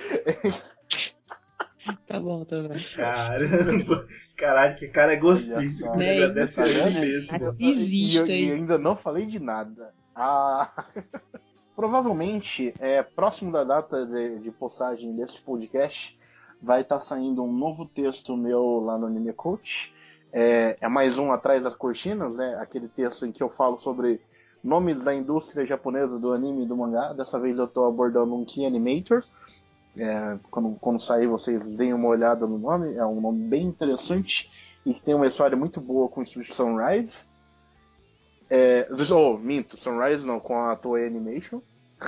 Tá bom, tá bom. Caramba, caralho, que cara Olha egocêntrico, só. ele Né, agradece Tá a ele vendo? mesmo. Desista E aí. ainda não falei de nada. Provavelmente, próximo da data de postagem desse podcast, vai estar saindo um novo texto meu lá no Anime Coach. É mais um atrás das cortinas, né? Aquele texto em que eu falo sobre nomes da indústria japonesa do anime e do mangá. Dessa vez eu estou abordando um Key Animator. Quando sair, vocês deem uma olhada no nome. É um nome bem interessante e que tem uma história muito boa com o estúdio Sunrise. Minto, Sunrise não, com a Toei Animation.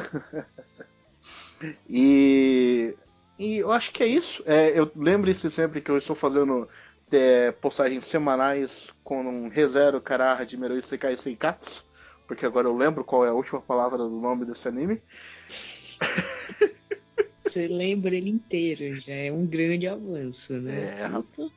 E eu acho que é isso. Eu lembre-se sempre que eu estou fazendo postagens semanais com um ReZero Karaha de Meroi Sekai Seikatsu, porque agora eu lembro qual é a última palavra do nome desse anime. Você lembra ele inteiro, já é um grande avanço, né? Puta.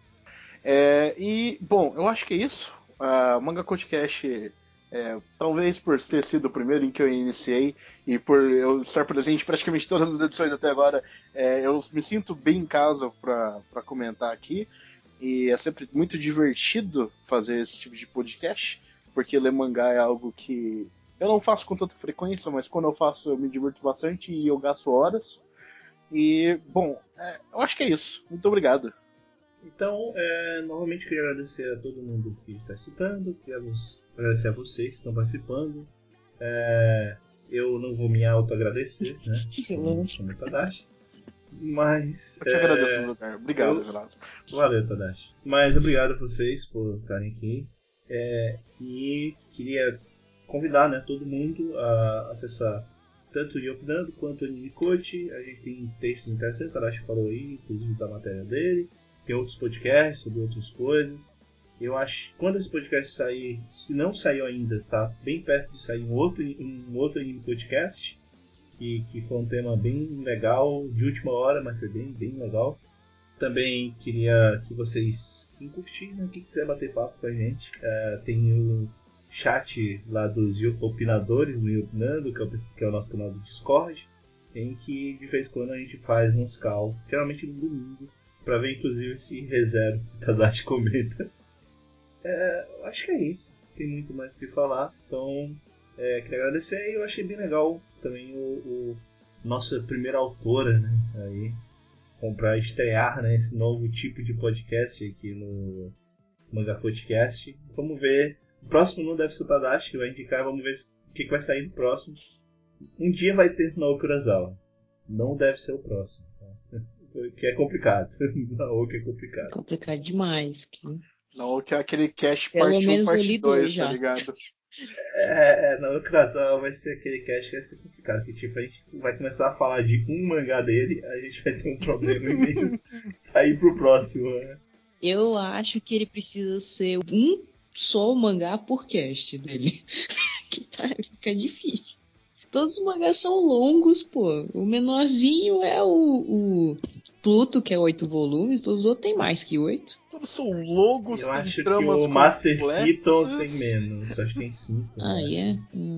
Bom, eu acho que é isso. O Manga Podcast, talvez por ter sido o primeiro em que eu iniciei e por eu estar presente em praticamente todas as edições até agora, eu me sinto bem em casa para comentar aqui. E é sempre muito divertido fazer esse tipo de podcast, porque ler mangá é algo que eu não faço com tanta frequência, mas quando eu faço eu me divirto bastante e eu gasto horas. E, bom, eu acho que é isso. Muito obrigado. Então, novamente queria agradecer a todo mundo que está escutando, agradecer a vocês que estão participando. Eu não vou me auto-agradecer, né? Como Tadashi. Mas. Eu te agradeço no lugar. Obrigado, Geraldo. Valeu, Tadashi. Mas obrigado a vocês por estarem aqui. E queria convidar, né, todo mundo a acessar tanto o Yopdando quanto o Anime Coach. A gente tem textos interessantes, o Tadashi falou aí, inclusive da matéria dele. Tem outros podcasts sobre outras coisas. Eu acho que quando esse podcast sair, se não saiu ainda, tá bem perto de sair um outro Anime Podcast, que foi um tema bem legal, de última hora, mas foi bem, bem legal. Também queria que vocês curtirem, né? Quem quiser bater papo com a gente, tem o chat lá dos opinadores no Yopinando, que é o nosso canal do Discord, em que de vez em quando a gente faz uns call, geralmente no domingo, para ver inclusive esse ReZero que o Tadashi comenta. Acho que é isso, tem muito mais o que falar, então queria agradecer e eu achei bem legal também o nossa primeira autora, né, aí, para estrear, né, esse novo tipo de podcast aqui no Manga Podcast. Vamos ver. O próximo não deve ser o Tadashi que vai indicar. Vamos ver o que vai sair no próximo. Um dia vai ter Naoki Urasawa. Não deve ser o próximo. Tá? Que é complicado. Naoki é complicado. Complicado demais. Não, que é aquele cast Pelo parte 1, menos eu parte li 2, dois tá já. ligado? Naoki Urasawa vai ser aquele cast que vai ser complicado. Que tipo, a gente vai começar a falar de um mangá dele, a gente vai ter um problema imenso. Aí pro próximo, né? Eu acho que ele precisa ser um só mangá por cast dele. Que fica difícil. Todos os mangás são longos, pô. O menorzinho é o Pluto, que é 8 volumes. Todos os outros tem mais que 8. Todos são logos, Eu tem acho que tramas o Master complexas. Keaton tem menos. Acho que tem 5. Ah, é?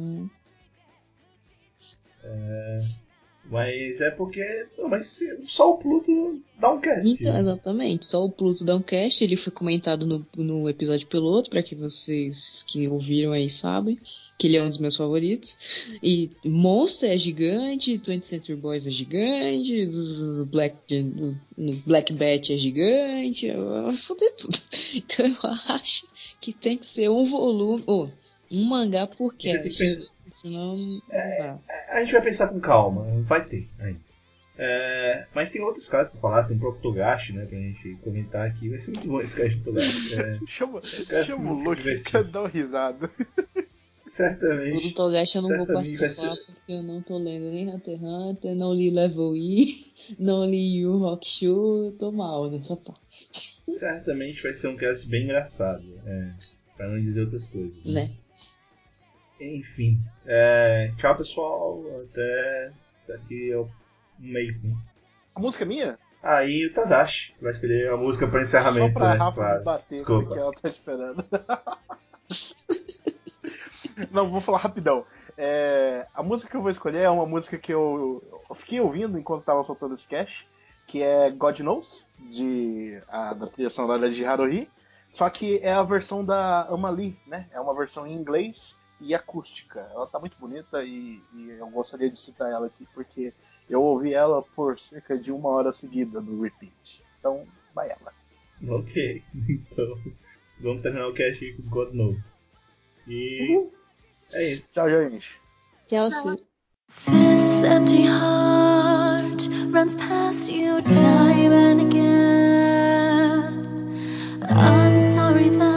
Mas é porque. Não, mas só o Pluto dá um cast. Então, exatamente. Só o Pluto dá um cast. Ele foi comentado no episódio piloto, para que vocês que ouviram aí sabem. Que ele é um dos meus favoritos. E Monster é gigante, 20th Century Boys é gigante, Black Bat é gigante, vai foder tudo. Então eu acho que tem que ser um volume, ou um mangá por cast. Senão não dá. A gente vai pensar com calma, vai ter ainda. Mas tem outros casos pra falar, tem o próprio Togashi, né, pra gente comentar aqui. Vai ser muito bom esse caso do Togashi. Chama o muito Luke divertido. pra dar uma risada. O do Certamente. Togashi eu não vou Certamente vai participar ser. porque eu não tô lendo nem Hunter x Hunter, não li Level E, não li Yu Hakusho, eu tô mal nessa parte. Certamente vai ser um cast bem engraçado. Pra não dizer outras coisas. Né? Enfim. Tchau, pessoal. Até daqui a um mês, né? A música é minha? Aí o Tadashi vai escolher a música para Só encerramento, pra né? Rafa Claro. me bater Desculpa. porque ela tá esperando. Não, vou falar rapidão. A música que eu vou escolher é uma música que eu fiquei ouvindo enquanto tava soltando esse cast, que é God Knows, da trilha sonora de Haruhi. Só que é a versão da Amalie, né? É uma versão em inglês e acústica. Ela tá muito bonita e eu gostaria de citar ela aqui porque eu ouvi ela por cerca de 1 hora seguida no repeat. Então, vai ela. Ok. Então, vamos terminar o cast aí com God Knows. E é isso. Tchau, gente. Tchau, Ciro. This empty heart runs past you time and again. I'm sorry that